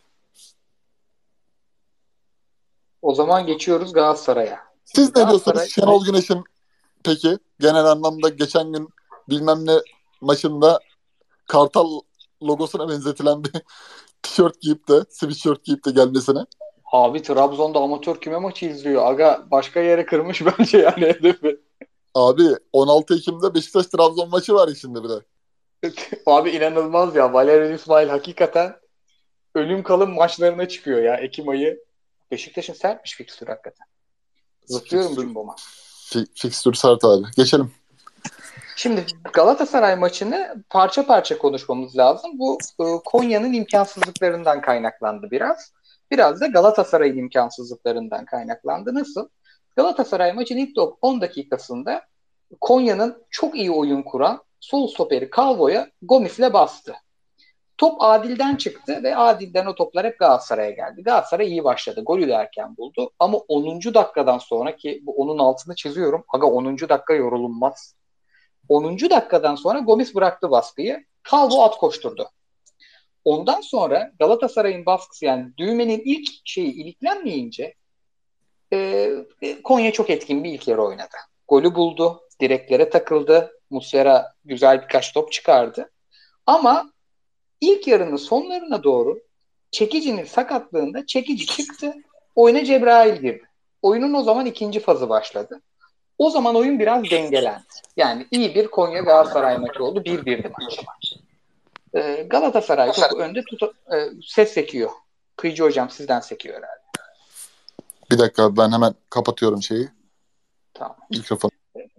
O zaman geçiyoruz Galatasaray'a. Şimdi Siz ne diyorsunuz Galatasaray Şenol Güneş'in peki genel anlamda geçen gün bilmem ne maçında Kartal logosuna benzetilen bir tişört giyip de, sweatshirt giyip de gelmesine. abi Trabzon'da amatör küme maçı izliyor. Aga başka yere kırmış bence yani hedefi. Abi on altı Ekim'de Beşiktaş Trabzon maçı var şimdi bir de. Abi inanılmaz ya. Valerian İsmail hakikaten ölüm kalım maçlarına çıkıyor ya Ekim ayı. Beşiktaş'ın sertmiş fikstür hakikaten. Zıplıyorum Fikstür, cimboma. fi, fikstür sert abi. Geçelim. Şimdi Galatasaray maçını parça parça konuşmamız lazım. Bu e, Konya'nın imkansızlıklarından kaynaklandı biraz. Biraz da Galatasaray'ın imkansızlıklarından kaynaklandı. Nasıl? Galatasaray maçın ilk on dakikasında Konya'nın çok iyi oyun kuran sol stoperi Calvo'ya Gomis'le bastı. Top Adil'den çıktı ve Adil'den o toplar hep Galatasaray'a geldi. Galatasaray iyi başladı. Golü de erken buldu. Ama onuncu dakikadan sonra ki bu onun altını çiziyorum. Aga onuncu dakika yorulunmaz. onuncu dakikadan sonra Gomis bıraktı baskıyı. Calvo at koşturdu. Ondan sonra Galatasaray'ın baskısı yani düğmenin ilk şeyi iliklenmeyince e, Konya çok etkin bir ilk yarı oynadı. Golü buldu. Direklere takıldı. Muslera güzel birkaç top çıkardı. Ama İlk yarının sonlarına doğru Çekici'nin sakatlığında Çekici çıktı. Oyuna Cebrail girdi. Oyunun o zaman ikinci fazı başladı. O zaman oyun biraz dengelendi. Yani iyi bir Konya Galatasaray maçı oldu. bir birdi maç. Ee, Galatasaray topu önde tut e, ses sekiyor. Kıyıcı hocam sizden sekiyor herhalde. Bir dakika ben hemen kapatıyorum şeyi. Tamam. Mikrofonu.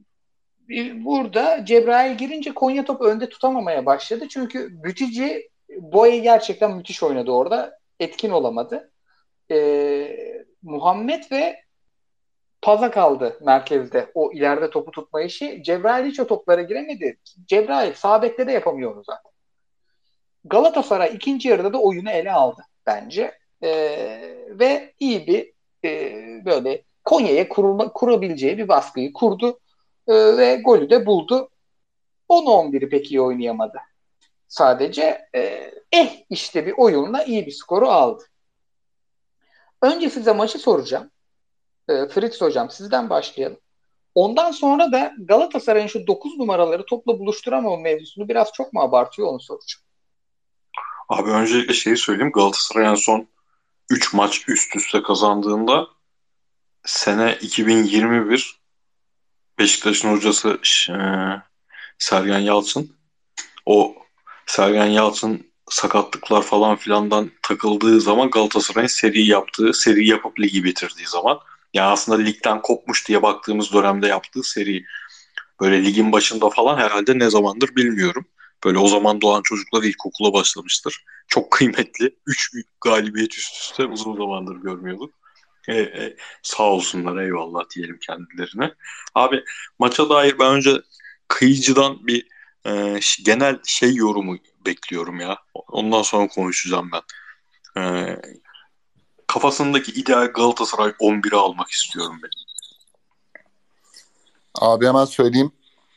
Burada Cebrail girince Konya topu önde tutamamaya başladı. Çünkü Bütücü Boye gerçekten müthiş oynadı orada. Etkin olamadı. Ee, Muhammed ve Paza kaldı merkezde. O ileride topu tutma işi. Cebrail hiç o toplara giremedi. Cebrail sağ bekte de yapamıyor onu zaten. Galatasaray ikinci yarıda da oyunu ele aldı bence. Ee, ve iyi bir e, böyle Konya'ya kurulma, kurabileceği bir baskıyı kurdu. Ee, ve golü de buldu. on on biri pek iyi oynayamadı. Sadece e, eh işte bir oyunla iyi bir skoru aldı. Önce size maçı soracağım. E, Fritz hocam sizden başlayalım. Ondan sonra da Galatasaray'ın şu dokuz numaraları topla buluşturamama mevzusunu biraz çok mu abartıyor onu soracağım. Abi öncelikle şeyi söyleyeyim. Galatasaray en son üç maç üst üste kazandığında sene iki bin yirmi bir Beşiktaş'ın hocası e, Sergen Yalçın. O Sergen Yalçın sakatlıklar falan filandan takıldığı zaman Galatasaray'ın seri yaptığı, seri yapıp ligi bitirdiği zaman. Yani aslında ligden kopmuş diye baktığımız dönemde yaptığı seri. Böyle ligin başında falan herhalde ne zamandır bilmiyorum. Böyle o zaman doğan çocuklar ilkokula başlamıştır. Çok kıymetli. Üç galibiyet üst üste uzun zamandır görmüyorduk. E, e, sağ olsunlar, eyvallah diyelim kendilerine. Abi maça dair ben önce kıyıcıdan bir e, ş- genel şey yorumu bekliyorum ya. Ondan sonra konuşacağım ben. E, Kafasındaki ideal Galatasaray on biri almak istiyorum ben. Abi hemen söyleyeyim.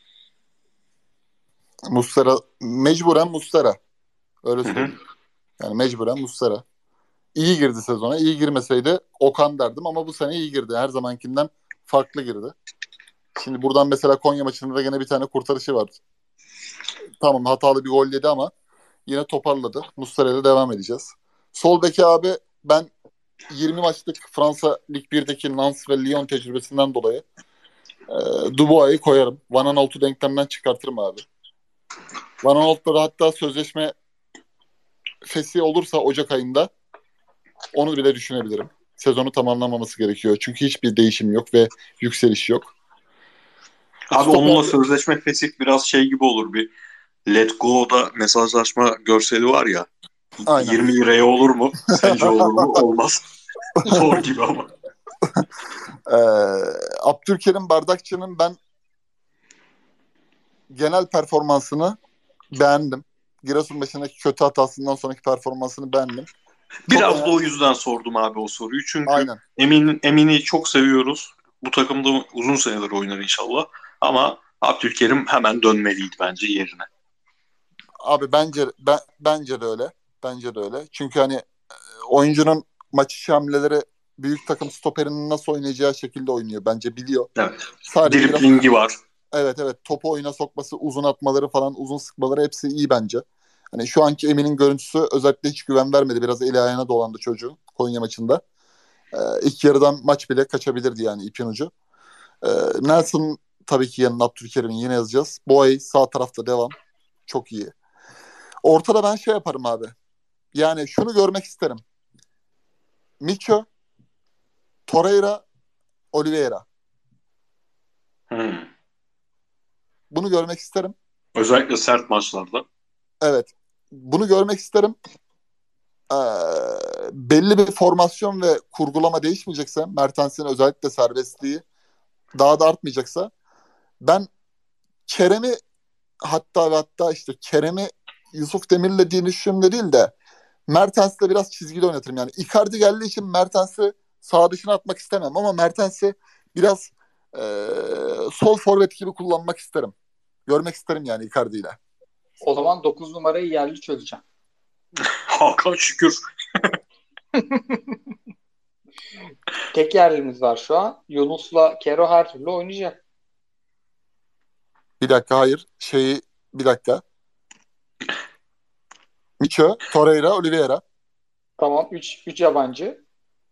Muslera, mecburen Muslera. Öyle Hı hı. söyleyeyim. Yani mecburen Muslera. İyi girdi sezona. İyi girmeseydi Okan derdim ama bu sene iyi girdi. Her zamankinden farklı girdi. Şimdi buradan mesela Konya maçında da gene bir tane kurtarışı var. Tamam, hatalı bir gol yedi ama yine toparladı. Muslera'yla devam edeceğiz. Sol beki abi, ben yirmi maçlık Fransa Lig birdeki Nantes ve Lyon tecrübesinden dolayı e, Dubois'ı koyarım. Van Aanholt'u denklemden çıkartırım abi. Van Aanholt'la da hatta sözleşme fesi olursa Ocak ayında onu bile düşünebilirim. Sezonu tamamlamaması gerekiyor. Çünkü hiçbir değişim yok ve yükseliş yok. Abi onunla Stoper, sözleşme fesih biraz şey gibi olur, bir Let Go'da mesajlaşma görseli var ya. aynen. yirmi liraya olur mu? Sence olur mu? Olmaz. Zor gibi ama. Ee, Abdülkerim Bardakçı'nın ben genel performansını beğendim. Giresunspori'ndeki kötü hatasından sonraki performansını beğendim. Çok Biraz da önemli. o yüzden sordum abi o soruyu. Çünkü Aynen. Emin, Emin'i çok seviyoruz. Bu takımda uzun seneler oynar inşallah. Ama Abdülkerim hemen dönmeliydi bence yerine. Abi bence ben, bence de öyle. Bence de öyle. Çünkü hani e, oyuncunun maç içi hamleleri büyük takım stoperinin nasıl oynayacağı şekilde oynuyor. Bence biliyor. Evet. Sadece biraz, Driplingi var. evet evet, topu oyuna sokması, uzun atmaları falan, uzun sıkmaları hepsi iyi bence. Hani şu anki Emin'in görüntüsü özellikle hiç güven vermedi. Biraz eli ayağına dolandı çocuğun Konya maçında. Ee, ilk yarıdan maç bile kaçabilirdi yani, ipin ucu. Ee, Nelson tabii ki yanına Abdülkerim'in yine yazacağız. Boy sağ tarafta devam. Çok iyi. Ortada ben şey yaparım abi. Yani şunu görmek isterim. Micho, Torreira, Oliveira. Hmm. Bunu görmek isterim. Özellikle sert maçlarda. Evet. Bunu görmek isterim. Ee, belli bir formasyon ve kurgulama değişmeyecekse, Mertens'in özellikle serbestliği daha da artmayacaksa, ben Kerem'i, hatta ve hatta işte Kerem'i Yusuf Demir'le diye düşündüğümde değil de Mertens'le biraz çizgide oynatırım. Yani Icardi geldiği için Mertens'i sağ dışına atmak istemem ama Mertens'i biraz e, sol forvet gibi kullanmak isterim. Görmek isterim yani Icardi ile. O zaman dokuz numarayı yerli çözeceğim. Hakan Şükür. Tek yerlimiz var şu an. Yunus'la Kero her türlü oynayacak. Bir dakika, hayır. Şeyi, bir dakika. Micho, Torreira, Oliveira. Tamam. üç üç yabancı.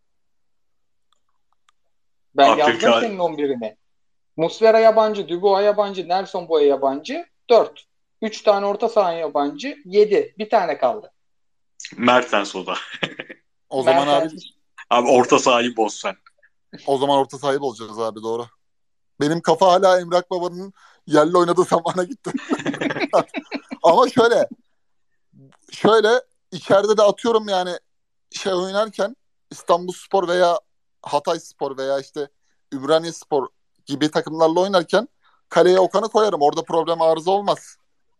Ben yazdım Abdülkerim. senin on birini. Muslera yabancı, Dubois yabancı, Nelson Boya yabancı. dört. üç tane orta saha yabancı. yedi. Bir tane kaldı. Mertens o da. O zaman abi, Mertens. Abi orta sahayı boz sen. o zaman orta sahip olacağız abi, doğru. Benim kafa hala Emrak Baba'nın yerli oynadığı zamana gitti. Ama şöyle, şöyle içeride de atıyorum yani, şey oynarken İstanbulspor veya Hatayspor veya işte Ümraniyespor gibi takımlarla oynarken kaleye Okan'ı koyarım. Orada problem, arıza olmaz.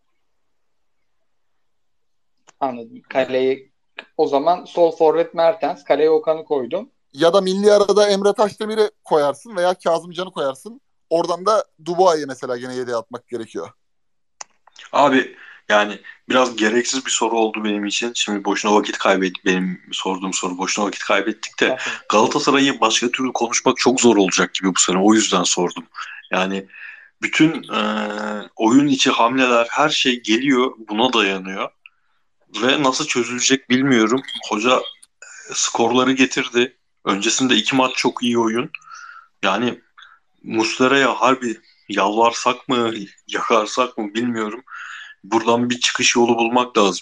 Anladım. Kaleyi o zaman sol forvet Mertens. Kaleye Okan'ı koydum. Ya da milli arada Emre Taşdemir'i koyarsın veya Kazımcan'ı koyarsın. Oradan da Dubois'ı mesela gene yedeğe atmak gerekiyor. Abi yani biraz gereksiz bir soru oldu benim için. Şimdi boşuna vakit kaybettik. Benim sorduğum soru boşuna vakit kaybettik de Galatasaray'ı başka türlü konuşmak çok zor olacak gibi bu sene. O yüzden sordum. Yani bütün e, oyun içi hamleler, her şey geliyor, buna dayanıyor. Ve nasıl çözülecek bilmiyorum. Hoca e, skorları getirdi. Öncesinde iki maç çok iyi oyun. Yani Muslera'ya harbi yalvarsak mı, yakarsak mı bilmiyorum. Buradan bir çıkış yolu bulmak lazım.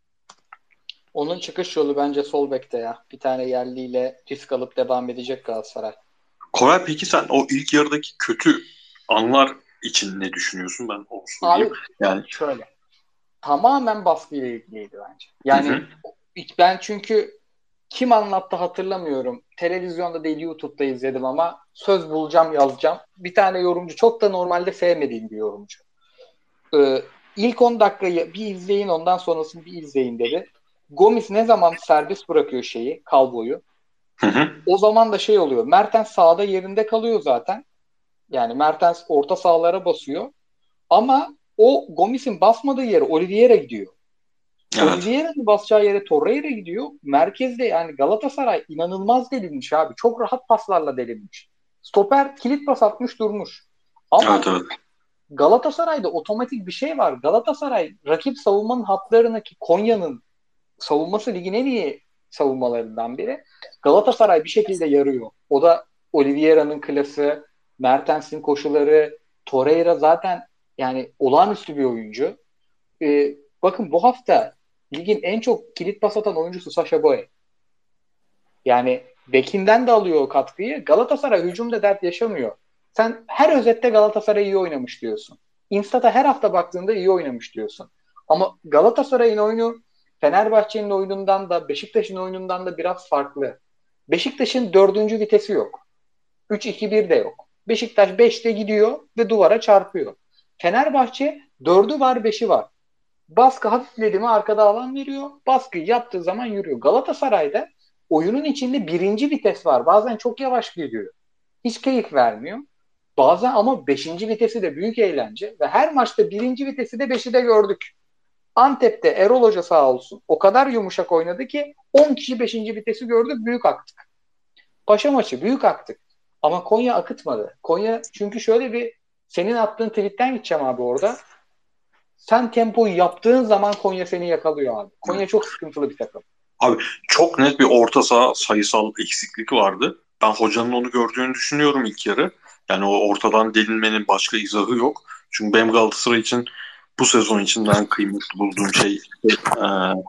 Onun çıkış yolu bence sol bekte ya. Bir tane yerliyle risk alıp devam edecek Galatasaray. Koray, peki sen o ilk yarıdaki kötü anlar için ne düşünüyorsun? Ben onu sorayım. Abi Yani şöyle. Tamamen baskıyla ilgiliydi bence. hı Yani hı, ben çünkü kim anlattı hatırlamıyorum. Televizyonda değil YouTube'da izledim ama söz bulacağım yazacağım. Bir tane yorumcu, çok da normalde sevmediğim bir yorumcu. Ee, ilk on dakikayı bir izleyin, ondan sonrasını bir izleyin dedi. Gomis ne zaman serbest bırakıyor şeyi, Calvo'yu, hı hı. o zaman da şey oluyor. Mertens sağda yerinde kalıyor zaten. Yani Mertens orta sahalara basıyor. Ama o Gomis'in basmadığı yere Oliveira gidiyor. Evet. Oliveira'nın basacağı yere Torreira gidiyor. Merkezde yani Galatasaray inanılmaz delinmiş abi. Çok rahat paslarla delinmiş. Stoper kilit pas atmış durmuş. Evet, Ama evet. Galatasaray'da otomatik bir şey var. Galatasaray rakip savunmanın hatlarındaki Konya'nın savunması ligin en iyi savunmalarından biri. Galatasaray bir şekilde yarıyor. O da Oliveira'nın klası, Mertens'in koşuları, Torreira zaten yani olağanüstü bir oyuncu. Ee, bakın bu hafta ligin en çok kilit pas atan oyuncusu Sacha Boey. Yani bekinden de alıyor o katkıyı. Galatasaray hücumda dert yaşamıyor. Sen her özette Galatasaray iyi oynamış diyorsun. Insta'da her hafta baktığında iyi oynamış diyorsun. Ama Galatasaray'ın oyunu Fenerbahçe'nin oyunundan da Beşiktaş'ın oyunundan da biraz farklı. Beşiktaş'ın dördüncü vitesi yok. üç iki bir de yok. Beşiktaş beşte gidiyor ve duvara çarpıyor. Fenerbahçe dördü var beşi var. Baskı hafifledi mi arkada alan veriyor. Baskıyı yaptığı zaman yürüyor. Galatasaray'da oyunun içinde birinci vites var. Bazen çok yavaş geliyor. Hiç keyif vermiyor. Bazen ama beşinci vitesi de büyük eğlence. Ve her maçta birinci vitesi de beşi de gördük. Antep'te Erol Hoca sağ olsun o kadar yumuşak oynadı ki on kişi beşinci vitesi gördük, büyük aktık. Paşa maçı büyük aktık. Ama Konya akıtmadı. Konya çünkü şöyle bir, senin attığın tweetten gideceğim abi orada. Sen tempoyu yaptığın zaman Konya seni yakalıyor abi. Konya çok sıkıntılı bir takım. Abi çok net bir orta saha sayısal eksiklik vardı. Ben hocanın onu gördüğünü düşünüyorum ilk yarı. Yani o ortadan delinmenin başka izahı yok. Çünkü benim Galatasaray için bu sezon için en kıymetli bulduğum şey e,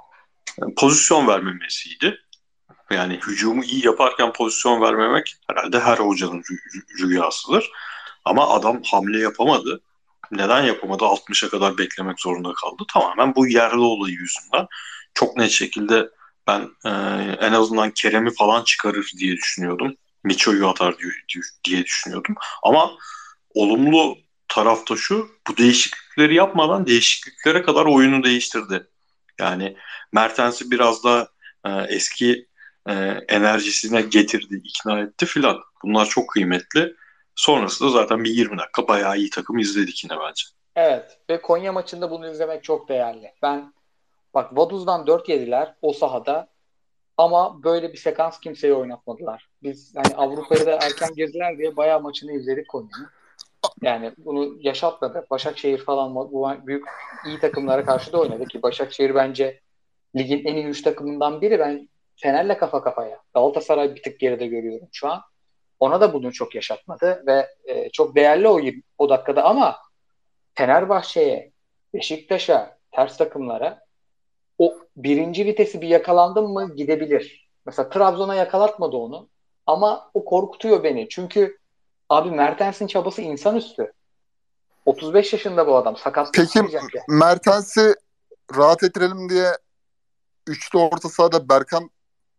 pozisyon vermemesiydi. Yani hücumu iyi yaparken pozisyon vermemek herhalde her hocanın rü- rüyasıdır. Ama adam hamle yapamadı. Neden yapamadı? altmışa kadar beklemek zorunda kaldı. Tamamen bu yerli olayı yüzünden. Çok net şekilde ben e, en azından Kerem'i falan çıkarır diye düşünüyordum. Miço'yu atar diye, diye düşünüyordum. Ama olumlu tarafta şu, bu değişiklikleri yapmadan değişikliklere kadar oyunu değiştirdi. Yani Mertens'i biraz da e, eski e, enerjisine getirdi, ikna etti filan. Bunlar çok kıymetli. Sonrasında zaten bir yirmi dakika bayağı iyi takım izledik yine bence. Evet ve Konya maçında bunu izlemek çok değerli. Ben bak, Vaduz'dan dört yediler o sahada ama böyle bir sekans kimseyi oynatmadılar. Biz hani Avrupa'ya da erken girdiler diye bayağı maçını izledik Konya'nın. Yani bunu yaşatmadı. Başakşehir falan bu büyük iyi takımlara karşı da oynadı ki Başakşehir bence ligin en iyi üç takımından biri. Ben Fener'le kafa kafaya. Galatasaray bir tık geride görüyorum şu an. Ona da bunu çok yaşatmadı ve e, çok değerli o, o dakikada ama Fenerbahçe'ye, Beşiktaş'a, ters takımlara o birinci vitesi bir yakalandın mı gidebilir. Mesela Trabzon'a yakalatmadı onu ama o korkutuyor beni. Çünkü abi Mertens'in çabası insanüstü. otuz beş yaşında bu adam. Sakatlık Peki çıkacak ya. Mertens'i rahat ettirelim diye üçlü orta sahada Berkan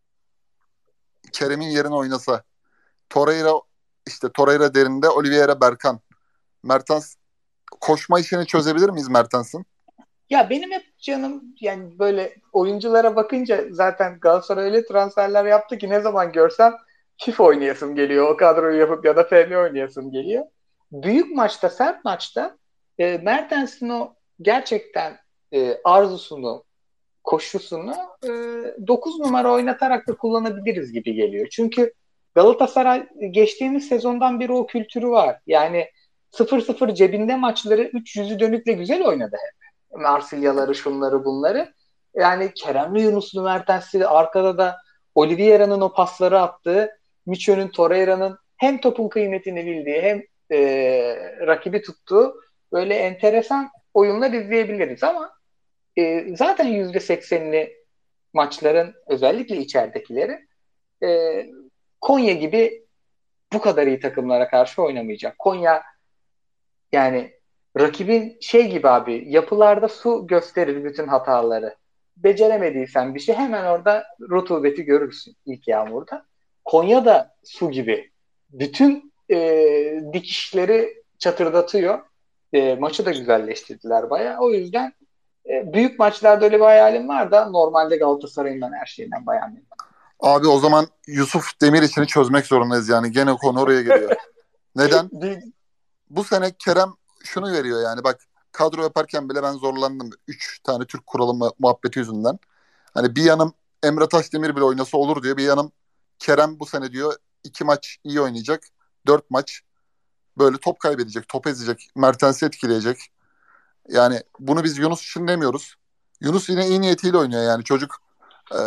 Kerem'in yerine oynasa. Torreira işte Torreira derinde Oliveira Berkan. Mertens koşma işini çözebilir miyiz Mertens'in? Ya benim hep canım yani böyle oyunculara bakınca zaten Galatasaray öyle transferler yaptı ki ne zaman görsem FIFA oynayasım geliyor. O kadroyu yapıp ya da F M oynayasım geliyor. Büyük maçta, sert maçta e, Mertens'in o gerçekten e, arzusunu, koşusunu e, dokuz numara oynatarak da kullanabiliriz gibi geliyor. Çünkü Galatasaray geçtiğimiz sezondan beri o kültürü var. Yani sıfır sıfır cebinde maçları üç yüzü dönükle güzel oynadı hep. Marsilyaları, şunları bunları. Yani Kerem'li, Yunus'lu, Mertens'li, arkada da Oliveira'nın o pasları attığı, Micho'nun, Torreira'nın hem topun kıymetini bildiği hem e, rakibi tuttuğu böyle enteresan oyunlar izleyebiliriz ama e, zaten yüzde seksenini maçların özellikle içeridekileri e, Konya gibi bu kadar iyi takımlara karşı oynamayacak. Konya yani rakibin şey gibi abi yapılarda su gösterir bütün hataları. Beceremediysen bir şey hemen orada rutubeti görürsün ilk yağmurda. Konya da su gibi. Bütün e, dikişleri çatırdatıyor. E, maçı da güzelleştirdiler bayağı. O yüzden e, büyük maçlarda öyle bir hayalim var da normalde Galatasaray'ın ben her şeyinden bayağı memnunum. Abi o zaman Yusuf Demir işini çözmek zorundayız yani. Gene konu oraya geliyor. Neden? Bu sene Kerem şunu veriyor yani bak kadro yaparken bile ben zorlandım. Üç tane Türk kuralı muhabbeti yüzünden. Hani bir yanım Emre Taşdemir bile oynasa olur diyor. Bir yanım Kerem bu sene diyor iki maç iyi oynayacak. Dört maç böyle top kaybedecek, top ezecek, Mertens'i etkileyecek. Yani bunu biz Yunus için demiyoruz. Yunus yine iyi niyetiyle oynuyor yani çocuk e,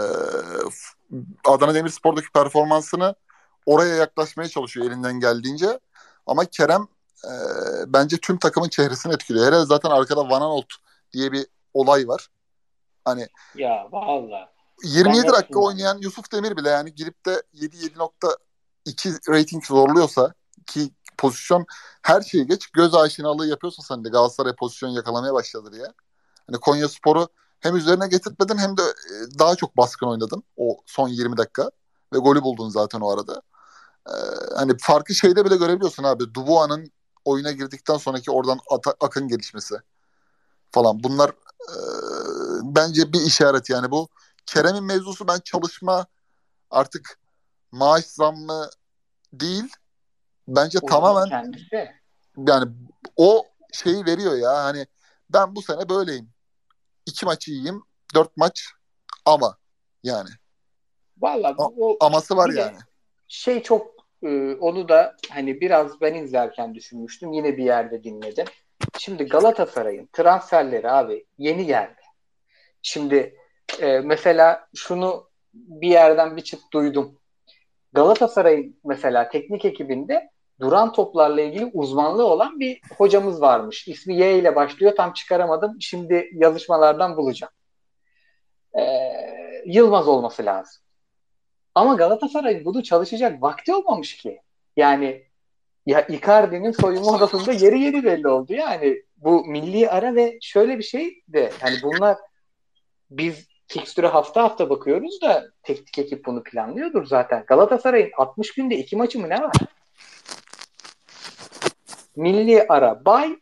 Adana Demirspor'daki performansını oraya yaklaşmaya çalışıyor elinden geldiğince. Ama Kerem e, bence tüm takımın çehresini etkiliyor. Herhalde zaten arkada Van Aanholt diye bir olay var. Hani ya valla yirmi ben yedi dakika yoktum. oynayan Yusuf Demir bile yani girip de yedi yedi nokta iki rating zorluyorsa ki pozisyon her şeyi geç göz aşinalığı yapıyorsa sen de Galatasaray pozisyon yakalamaya başladı diye. Hani Konyaspor'u hem üzerine getirtmedin hem de daha çok baskın oynadın o son yirmi dakika ve golü buldun zaten o arada. Ee, hani farkı şeyde bile görebiliyorsun abi. Dubois'ın oyuna girdikten sonraki oradan ata, akın gelişmesi falan. Bunlar e, bence bir işaret yani bu. Kerem'in mevzusu ben çalışma artık maaş zammı değil. Bence Oyunun tamamen kendisi. yani o şeyi veriyor ya hani ben bu sene böyleyim. İki maç iyiyim. Dört maç ama yani. Valla A- o aması var bir yani. de şey çok e, onu da hani biraz ben izlerken düşünmüştüm. Yine bir yerde dinledim. Şimdi Galatasaray'ın transferleri abi yeni geldi. Şimdi e, mesela şunu bir yerden bir çıt duydum. Galatasaray'ın mesela teknik ekibinde duran toplarla ilgili uzmanlığı olan bir hocamız varmış. İsmi Y ile başlıyor. Tam çıkaramadım. Şimdi yazışmalardan bulacağım. E, Yılmaz olması lazım. Ama Galatasaray'ın bunu çalışacak vakti olmamış ki. Yani ya Icardi'nin soyunma odasında yeri yeri belli oldu. Yani bu milli ara ve şöyle bir şey de hani bunlar biz fikstüre hafta hafta bakıyoruz da teknik ekip bunu planlıyordur zaten. Galatasaray'ın altmış günde iki maçı mı ne var? Milli ara, bay,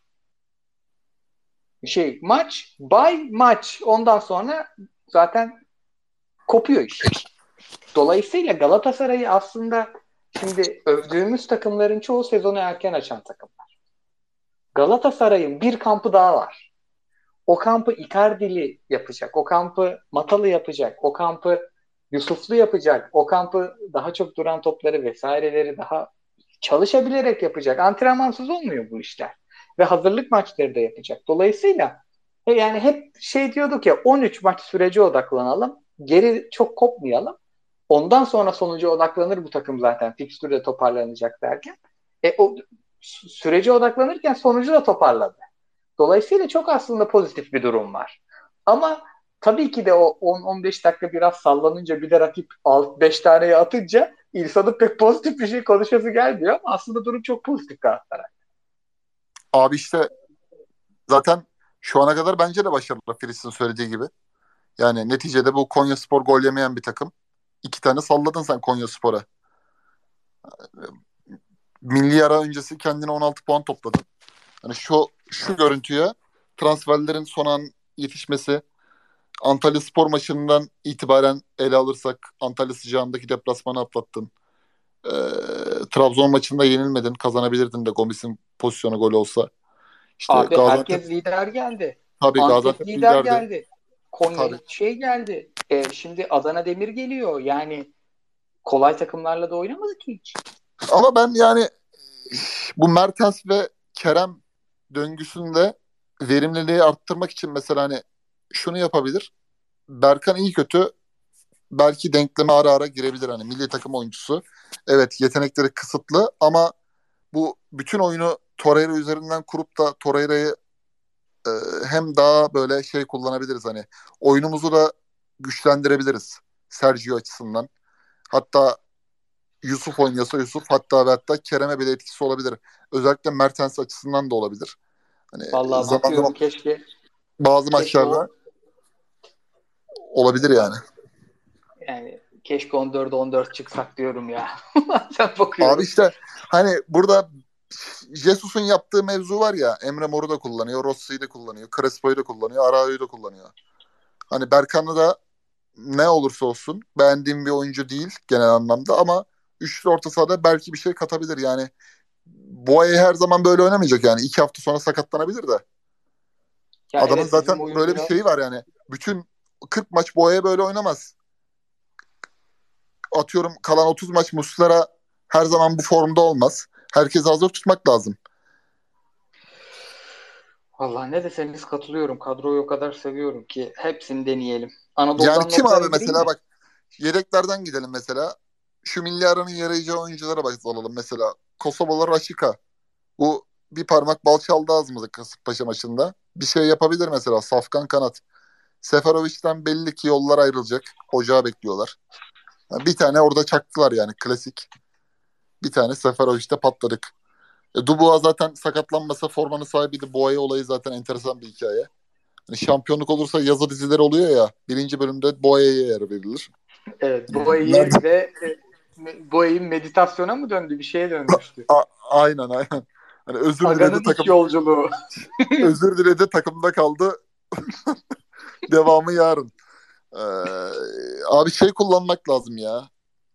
şey maç, bay, maç. Ondan sonra zaten kopuyor iş. Dolayısıyla Galatasaray'ı aslında şimdi övdüğümüz takımların çoğu sezonu erken açan takımlar. Galatasaray'ın bir kampı daha var. O kampı Icardi'li yapacak. O kampı Matalı yapacak. O kampı Yusuflu yapacak. O kampı daha çok duran topları vesaireleri daha çalışabilerek yapacak. Antrenmansız olmuyor bu işler. Ve hazırlık maçları da yapacak. Dolayısıyla yani hep şey diyorduk ya on üç maç sürece odaklanalım. Geri çok kopmayalım. Ondan sonra sonuca odaklanır bu takım zaten. Fikstürde toparlanacak derken. E, o sürece odaklanırken sonucu da toparladı. Dolayısıyla çok aslında pozitif bir durum var. Ama tabii ki de o on on beş dakika biraz sallanınca bir de rakip beş taneyi atınca insanın pek pozitif bir şey konuşası gelmiyor ama aslında durum çok pozitif Galatasaray. Abi işte zaten şu ana kadar bence de başarılı Filiz'in söylediği gibi. Yani neticede bu Konyaspor gol yemeyen bir takım. İki tane salladın sen Konyaspor'a. Milli ara öncesi kendine on altı puan topladın. Hani şu şu görüntüye transferlerin son an yetişmesi Antalya Spor maçından itibaren ele alırsak Antalya sıcağındaki deplasmanı atlattın. Ee, Trabzon maçında yenilmedin. Kazanabilirdin de Gomis'in pozisyonu gol olsa. İşte Abi Gaziantep herkes lider geldi. Tabii Antep Gaziantep lider liderdi. geldi. Konya Tabii. şey geldi. E, şimdi Adana Demir geliyor. Yani kolay takımlarla da oynamadı ki hiç. Ama ben yani bu Mertens ve Kerem döngüsünde verimliliği arttırmak için mesela hani şunu yapabilir. Berkan iyi kötü belki denkleme ara ara girebilir hani milli takım oyuncusu. Evet yetenekleri kısıtlı ama bu bütün oyunu Torreira üzerinden kurup da Torreira'yı e, hem daha böyle şey kullanabiliriz hani oyunumuzu da güçlendirebiliriz Sergio açısından. Hatta Yusuf oynuyorsa Yusuf hatta ve hatta Kerem'e bile etkisi olabilir. Özellikle Mertens açısından da olabilir. Hani Vallahi zaman zaman bakıyorum keşke bazı keşke o maçlarda olabilir yani. yani keşke on dörde on dört çıksak diyorum ya. Sen Abi bakıyorum. işte hani burada Jesus'un yaptığı mevzu var ya Emre Mor'u da kullanıyor, Rossi'yi de kullanıyor, Crespo'yu da kullanıyor, Arao'yu da kullanıyor. Hani Berkan'ı da ne olursa olsun beğendiğim bir oyuncu değil genel anlamda ama üçlü orta sahada belki bir şey katabilir yani. Boye her zaman böyle oynamayacak yani. iki hafta sonra sakatlanabilir de. Ya Adamın evet bizim zaten oyun böyle bir biraz şeyi var yani. Bütün kırk maç Boye böyle oynamaz. Atıyorum kalan otuz maç Muslera her zaman bu formda olmaz. Herkesi hazır tutmak lazım. vallahi ne deseniz katılıyorum. Kadroyu o kadar seviyorum ki hepsini deneyelim. Yani Anadolu'dan kim notlara abi gireyim mesela mi? bak yedeklerden gidelim mesela. Şu milli aranın yarayacağı oyunculara bak alalım mesela. Kosovalı Raşika. Bu bir parmak bal çaldı ağzımıza Kasımpaşa maçında. Bir şey yapabilir mesela Safkan kanat. Seferovic'den belli ki yollar ayrılacak. Ocağı bekliyorlar. Bir tane orada çaktılar yani klasik. Bir tane Seferovic'te patladık. E, Dubois zaten sakatlanmasa formanın sahibiydi. Boğa'ya olayı zaten enteresan bir hikaye. Hani şampiyonluk olursa yazı dizileri oluyor ya. Birinci bölümde Boğa'ya yer verilir. Evet, Nerede? Boğa'yı ve e, Boğa'yı meditasyona mı döndü? Bir şeye dönmüştü. A- aynen aynen. Hani özür diledi Aga'nın iç takım yolculuğu. özür diledi takımda kaldı. Devamı yarın. Ee, abi şey kullanmak lazım ya.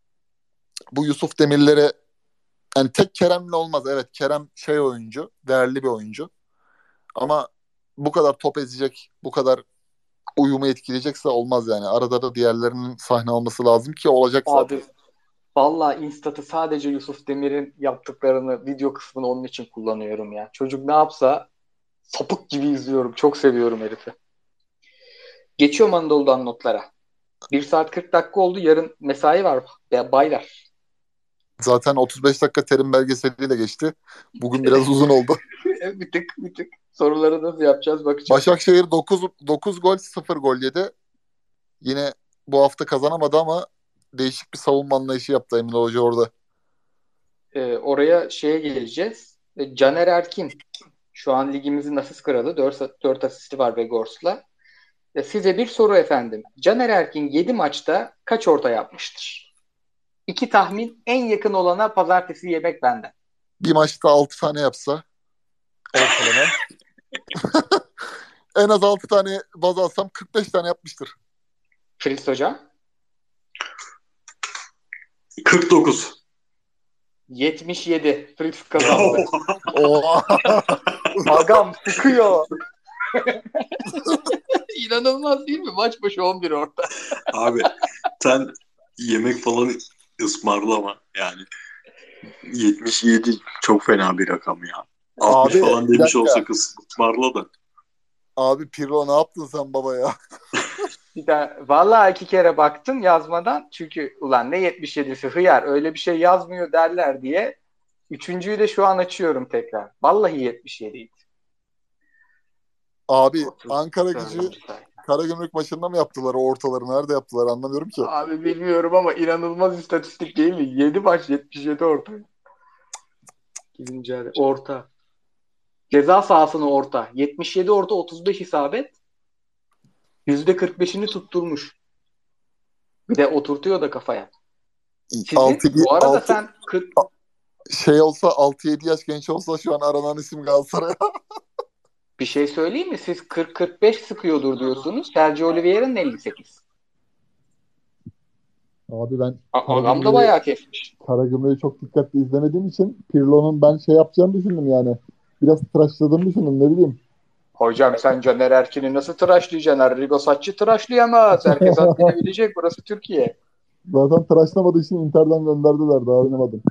Bu Yusuf Demirler'e yani tek Kerem'le olmaz. Evet Kerem şey oyuncu, değerli bir oyuncu. Ama bu kadar top ezecek, bu kadar uyumu etkileyecekse olmaz yani. Arada da diğerlerinin sahne alması lazım ki olacak zaten. Abi vallahi Instat'ı sadece Yusuf Demir'in yaptıklarını video kısmını onun için kullanıyorum ya. Çocuk ne yapsa sapık gibi izliyorum. Çok seviyorum herifi. Geçiyorum Anadolu'dan notlara. Bir saat kırk dakika oldu. Yarın mesai var. Ya baylar. Zaten otuz beş dakika terim belgeseliyle geçti. Bugün biraz uzun oldu. bir tık bir tık. Soruları nasıl yapacağız bakacağız. Başakşehir dokuz dokuz gol sıfır gol yedi. Yine bu hafta kazanamadı ama değişik bir savunma anlayışı yaptı Emre Hoca orada. Ee, oraya şeye geleceğiz. Ee, Caner Erkin. Şu an ligimizin asist kralı. dört, dört asisti var Vegors'la. Ee, size bir soru efendim. Caner Erkin yedi maçta kaç orta yapmıştır? İki tahmin en yakın olana pazartesi yemek benden. Bir maçta altı tane yapsa ortalama. En az altı tane baz alsam kırk beş tane yapmıştır. Filiz Hocam. kırk dokuz. yetmiş yedi. Fritz kazandı. Oha. Agam sıkıyor. İnanılmaz değil mi? Maç başı on bir orta. Abi sen yemek falan ısmarlama yani. yetmiş yedi çok fena bir rakam ya. altmış Abi falan bir demiş olsa dakika. kız ısmarla da. Abi Pirlo ne yaptın sen baba ya? Bir de vallahi iki kere baktım yazmadan. Çünkü ulan ne yetmiş yedisi hıyar öyle bir şey yazmıyor derler diye. Üçüncüyü de şu an açıyorum tekrar. Vallahi yetmiş yediydi. Abi Ankara Gücü otuz dördüncü sayfa. Karagümrük maçında mı yaptılar o ortaları? Nerede yaptılar anlamıyorum ki. Abi bilmiyorum ama inanılmaz istatistik değil mi? yedi maç yetmiş yedi orta. İkinci yarı. Orta. Ceza sahasını orta. yetmiş yedi orta otuz beş isabet. yüzde kırk beşini tutturmuş. Bir de oturtuyor da kafaya. altı, Sizin bu arada altı sen kırk şey olsa altı yedi yaş genç olsa şu an aranan isim Galatasaray. bir şey söyleyeyim mi? Siz kırk kırk beş sıkıyordur diyorsunuz. Sergio Oliveira'nın elli sekiz. Abi ben A- Agam da Karagümrük'ü bayağı kesmiş. Karagümrük'ü çok dikkatli izlemediğim için Pirlo'nun ben şey yapacağını düşündüm yani. Biraz tıraşladığını düşündüm ne bileyim. Hocam sen Caner Erkin'i nasıl tıraşlayacaksın? Rigo Sacchi tıraşlayamaz. Herkes haddini bilecek. Burası Türkiye. Zaten tıraşlamadığı için Inter'den gönderdiler. Daha oynamadım.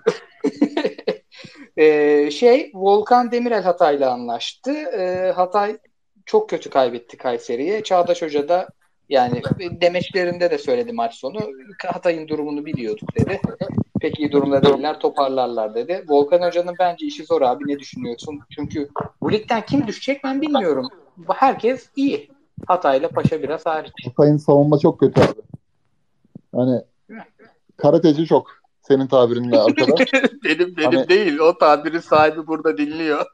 Ee, şey Volkan Demirel Hatay'la anlaştı. Ee, Hatay çok kötü kaybetti Kayseri'ye. Çağdaş Hoca da yani demeçlerinde de söyledi maç sonu. Hatay'ın durumunu biliyorduk dedi. Pek iyi durumda değiller, toparlarlar dedi. Volkan Hoca'nın bence işi zor abi. Ne düşünüyorsun? Çünkü bu ligden kim düşecek ben bilmiyorum. Herkes iyi. Hatay'la Paşa biraz hariç. Hatay'ın savunma çok kötü abi. Hani karateci çok. Senin tabirinle arkada. benim benim Hani... değil. O tabirin sahibi burada dinliyor.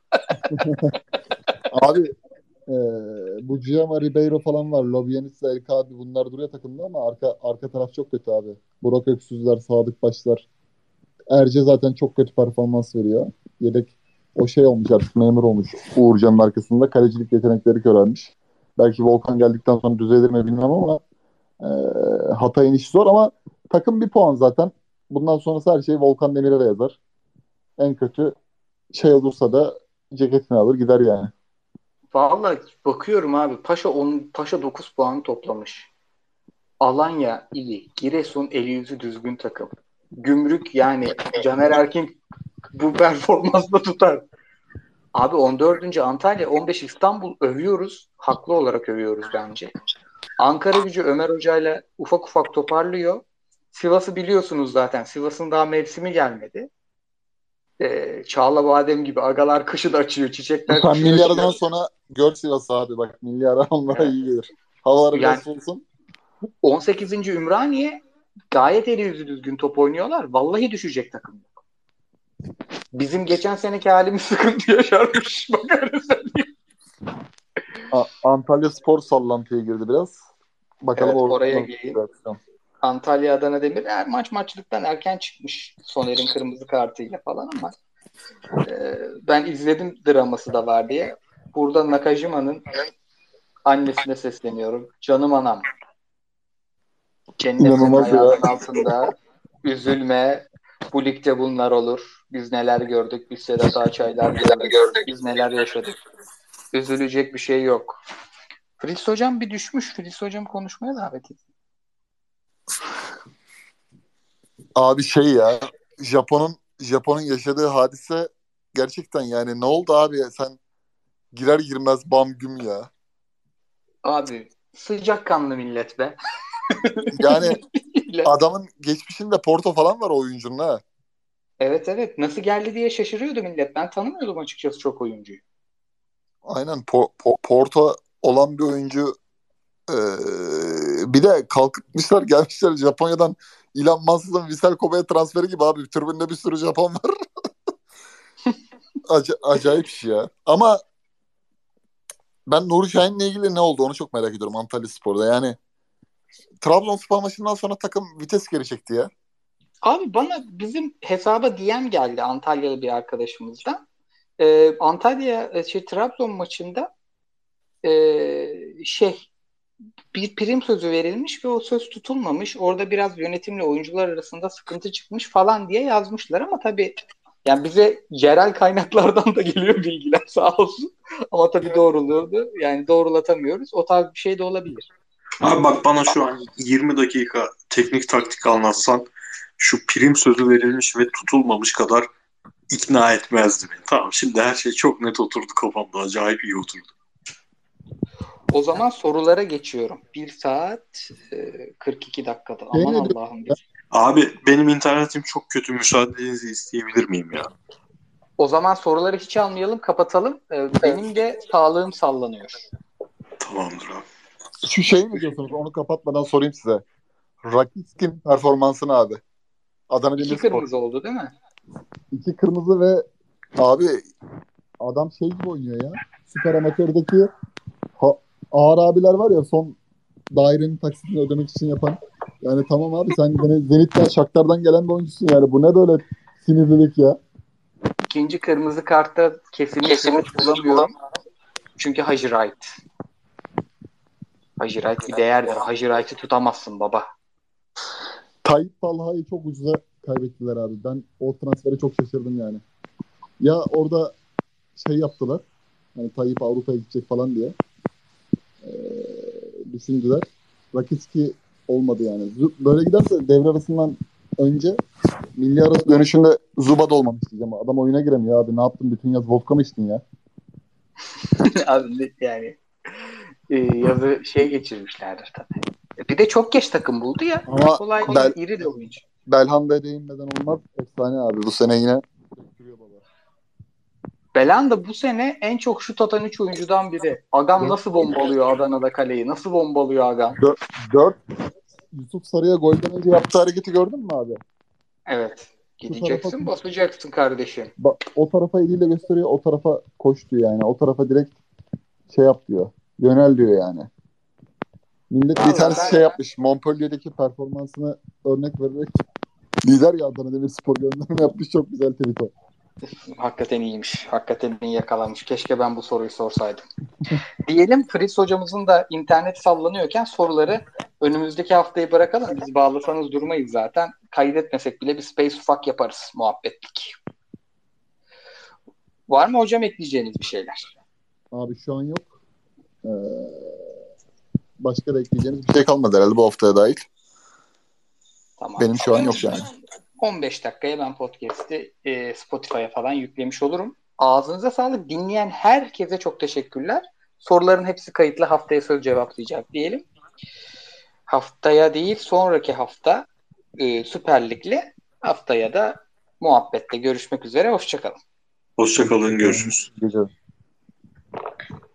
Abi e, bu Gianma Ribeiro falan var. Lobianis'le El Kaabi bunlar duruyor takımda ama arka arka taraf çok kötü abi. Burak Öksüzler, Sadık Başlar. Erce zaten çok kötü performans veriyor. Yedek o şey olmuş artık memur olmuş Uğurcan'ın arkasında. Kalecilik yetenekleri körelmiş. Belki Volkan geldikten sonra düzelir mi bilmem ama e, Hatay'ın işi zor ama takım bir puan zaten. Bundan sonrası her şey Volkan Demirel'e yazar. En kötü şey olursa da ceketini alır gider yani. Vallahi bakıyorum abi. Paşa on, Paşa dokuz puan toplamış. Alanya iyi. Giresun eli yüzü düzgün takım. Gümrük yani Caner Erkin bu performansla tutar. Abi on dördüncü Antalya, on beş İstanbul övüyoruz. Haklı olarak övüyoruz bence. Ankaragücü Ömer Hoca'yla ufak ufak toparlıyor. Sivas'ı biliyorsunuz zaten. Sivas'ın daha mevsimi gelmedi. Ee, Çağla Badem gibi agalar kışın açıyor. Çiçekler Sen kışın milli aradan açıyor. sonra gör Sivas'ı abi bak milli ara onlara iyi gelir. Havaları Yani biraz soğusun. on sekizinci Ümraniye gayet eli yüzü düzgün top oynuyorlar. Vallahi düşecek takım. Bizim geçen seneki halimiz sıkıntı yaşarmış. Bak öyle söyleyeyim. A- Antalya Spor sallantıya girdi biraz. Bakalım Evet orada oraya nasıl bir geleyim. reaksiyon. Antalya Adana Demir er, maç maçlıktan erken çıkmış Soner'in kırmızı kartıyla falan ama e, ben izledim draması da var diye. Burada Nakajima'nın annesine sesleniyorum. Canım anam. Cennet senin İnanılmaz ya. ayağının altında. Üzülme. Bu ligde bunlar olur. Biz neler gördük. Biz Sedat Ağaçaylar gördük. Biz neler yaşadık. Üzülecek bir şey yok. Filiz Hocam bir düşmüş. Filiz Hocam konuşmaya davet etti. Abi şey ya Japon'un Japon'un yaşadığı hadise gerçekten yani ne oldu abi ya sen girer girmez bam güm ya. Abi sıcakkanlı millet be. Yani adamın geçmişinde Porto falan var o oyuncunun ha. Evet evet. Nasıl geldi diye şaşırıyordu millet. Ben tanımıyordum açıkçası çok oyuncuyu. Aynen Po- Po- Porto olan bir oyuncu. Ee, bir de kalkıpmışlar gelmişler Japonya'dan Elon Musk'ın Vissel Kobe'ye transferi gibi abi. Tribünde bir sürü Japon var. Ac- acayip iş ya. Ama ben Nuri Şahin'le ilgili ne oldu onu çok merak ediyorum Antalyaspor'da. Yani Trabzonspor maçından sonra takım vites geri çekti ya. Abi bana bizim hesaba D M geldi Antalyalı bir arkadaşımızdan. Ee, Antalya e, şey, Trabzon maçında e, şey bir prim sözü verilmiş ve o söz tutulmamış. Orada biraz yönetimle oyuncular arasında sıkıntı çıkmış falan diye yazmışlar ama tabii yani bize yerel kaynaklardan da geliyor bilgiler sağ olsun. Ama tabii doğruluğu yani doğrulatamıyoruz. O tarz bir şey de olabilir. Abi bak bana şu an yirmi dakika teknik taktik anlatsan şu prim sözü verilmiş ve tutulmamış kadar ikna etmezdi beni. Tamam şimdi her şey çok net oturdu kafamda. Acayip iyi oturdu. O zaman sorulara geçiyorum. Bir saat e, kırk iki dakikada. Şey Aman ne diyor? Allah'ım biz. Abi benim internetim çok kötü. Müsaadenizi isteyebilir miyim ya? O zaman soruları hiç almayalım, kapatalım. E, benim de sağlığım sallanıyor. Tamamdır abi. Şu şey mi diyorsunuz? Onu kapatmadan sorayım size. Rakit'in performansını abi. Adana İki Demirspor. kırmızı oldu değil mi? İki kırmızı ve abi adam şey gibi oynuyor ya. Süper Amatör'deki ha- ağır abiler var ya son dairenin taksitini ödemek için yapan. Yani tamam abi sen gene Zenit'ten Shakhtar'dan gelen bir oyuncusun yani. Bu ne böyle sinirlilik ya. İkinci kırmızı kartta kesinlikle suç bulamıyorum. Çünkü Hacı Wright. Hacı Wright bir değerdir. Hacı Wright'ı tutamazsın baba. Tayyip Talha'yı çok ucuza kaybettiler abi. Ben o transfere çok şaşırdım yani. Ya orada şey yaptılar. Hani Tayyip Avrupa'ya gidecek falan diye e, düşündüler. Rakitski olmadı yani. Zu- Böyle giderse devre arasından önce milli arası dönüşünde Zuba'da olmamı isteyeceğim. Adam oyuna giremiyor abi. Ne yaptın? Bütün yaz vodka mı içtin ya? Abi yani e, yazı şey geçirmişlerdir tabii. E, Bir de çok geç takım buldu ya. Ama Kolay değil. Bel İri de oyuncu. Belhanda'ya değinmeden olmaz. Efsane abi. Bu sene yine götürüyor baba. Belanda bu sene en çok şut atan üç oyuncudan biri. Agam Dört, nasıl bombalıyor Adana'da kaleyi? Nasıl bombalıyor Agam? dört, dört Yusuf Sarı'ya golden önce yaptığı hareketi gördün mü abi? Evet. Şu tarafa Gideceksin basacaksın kardeşim. ba- o tarafa eliyle gösteriyor. O tarafa koş diyor yani. O tarafa direkt şey yap diyor. Yönel diyor yani. Millet bir Vallahi tanesi ben şey yapmış. Montpellier'deki performansını örnek vererek lider ya Adana Demirspor gönderme yapmış. Çok güzel tweet o. hakikaten iyiymiş. Hakikaten iyi yakalamış. Keşke ben bu soruyu sorsaydım. Diyelim Fritz hocamızın da internet sallanıyorken soruları önümüzdeki haftayı bırakalım. Biz bağlasanız durmayız zaten. Kaydetmesek bile bir space ufak yaparız muhabbetlik. Var mı hocam ekleyeceğiniz bir şeyler? Abi şu an yok. Ee, başka da ekleyeceğiniz bir şey kalmadı herhalde bu haftaya dahil. Tamam. Benim şu an yok yani. on beş dakikaya ben podcast'i e, Spotify'a falan yüklemiş olurum. Ağzınıza sağlık. Dinleyen herkese çok teşekkürler. Soruların hepsi kayıtlı. Haftaya söz cevaplayacak diyelim. Haftaya değil sonraki hafta e, Süper Lig'le haftaya da muhabbette görüşmek üzere. Hoşçakalın. Hoşçakalın, görüşürüz. Güzel.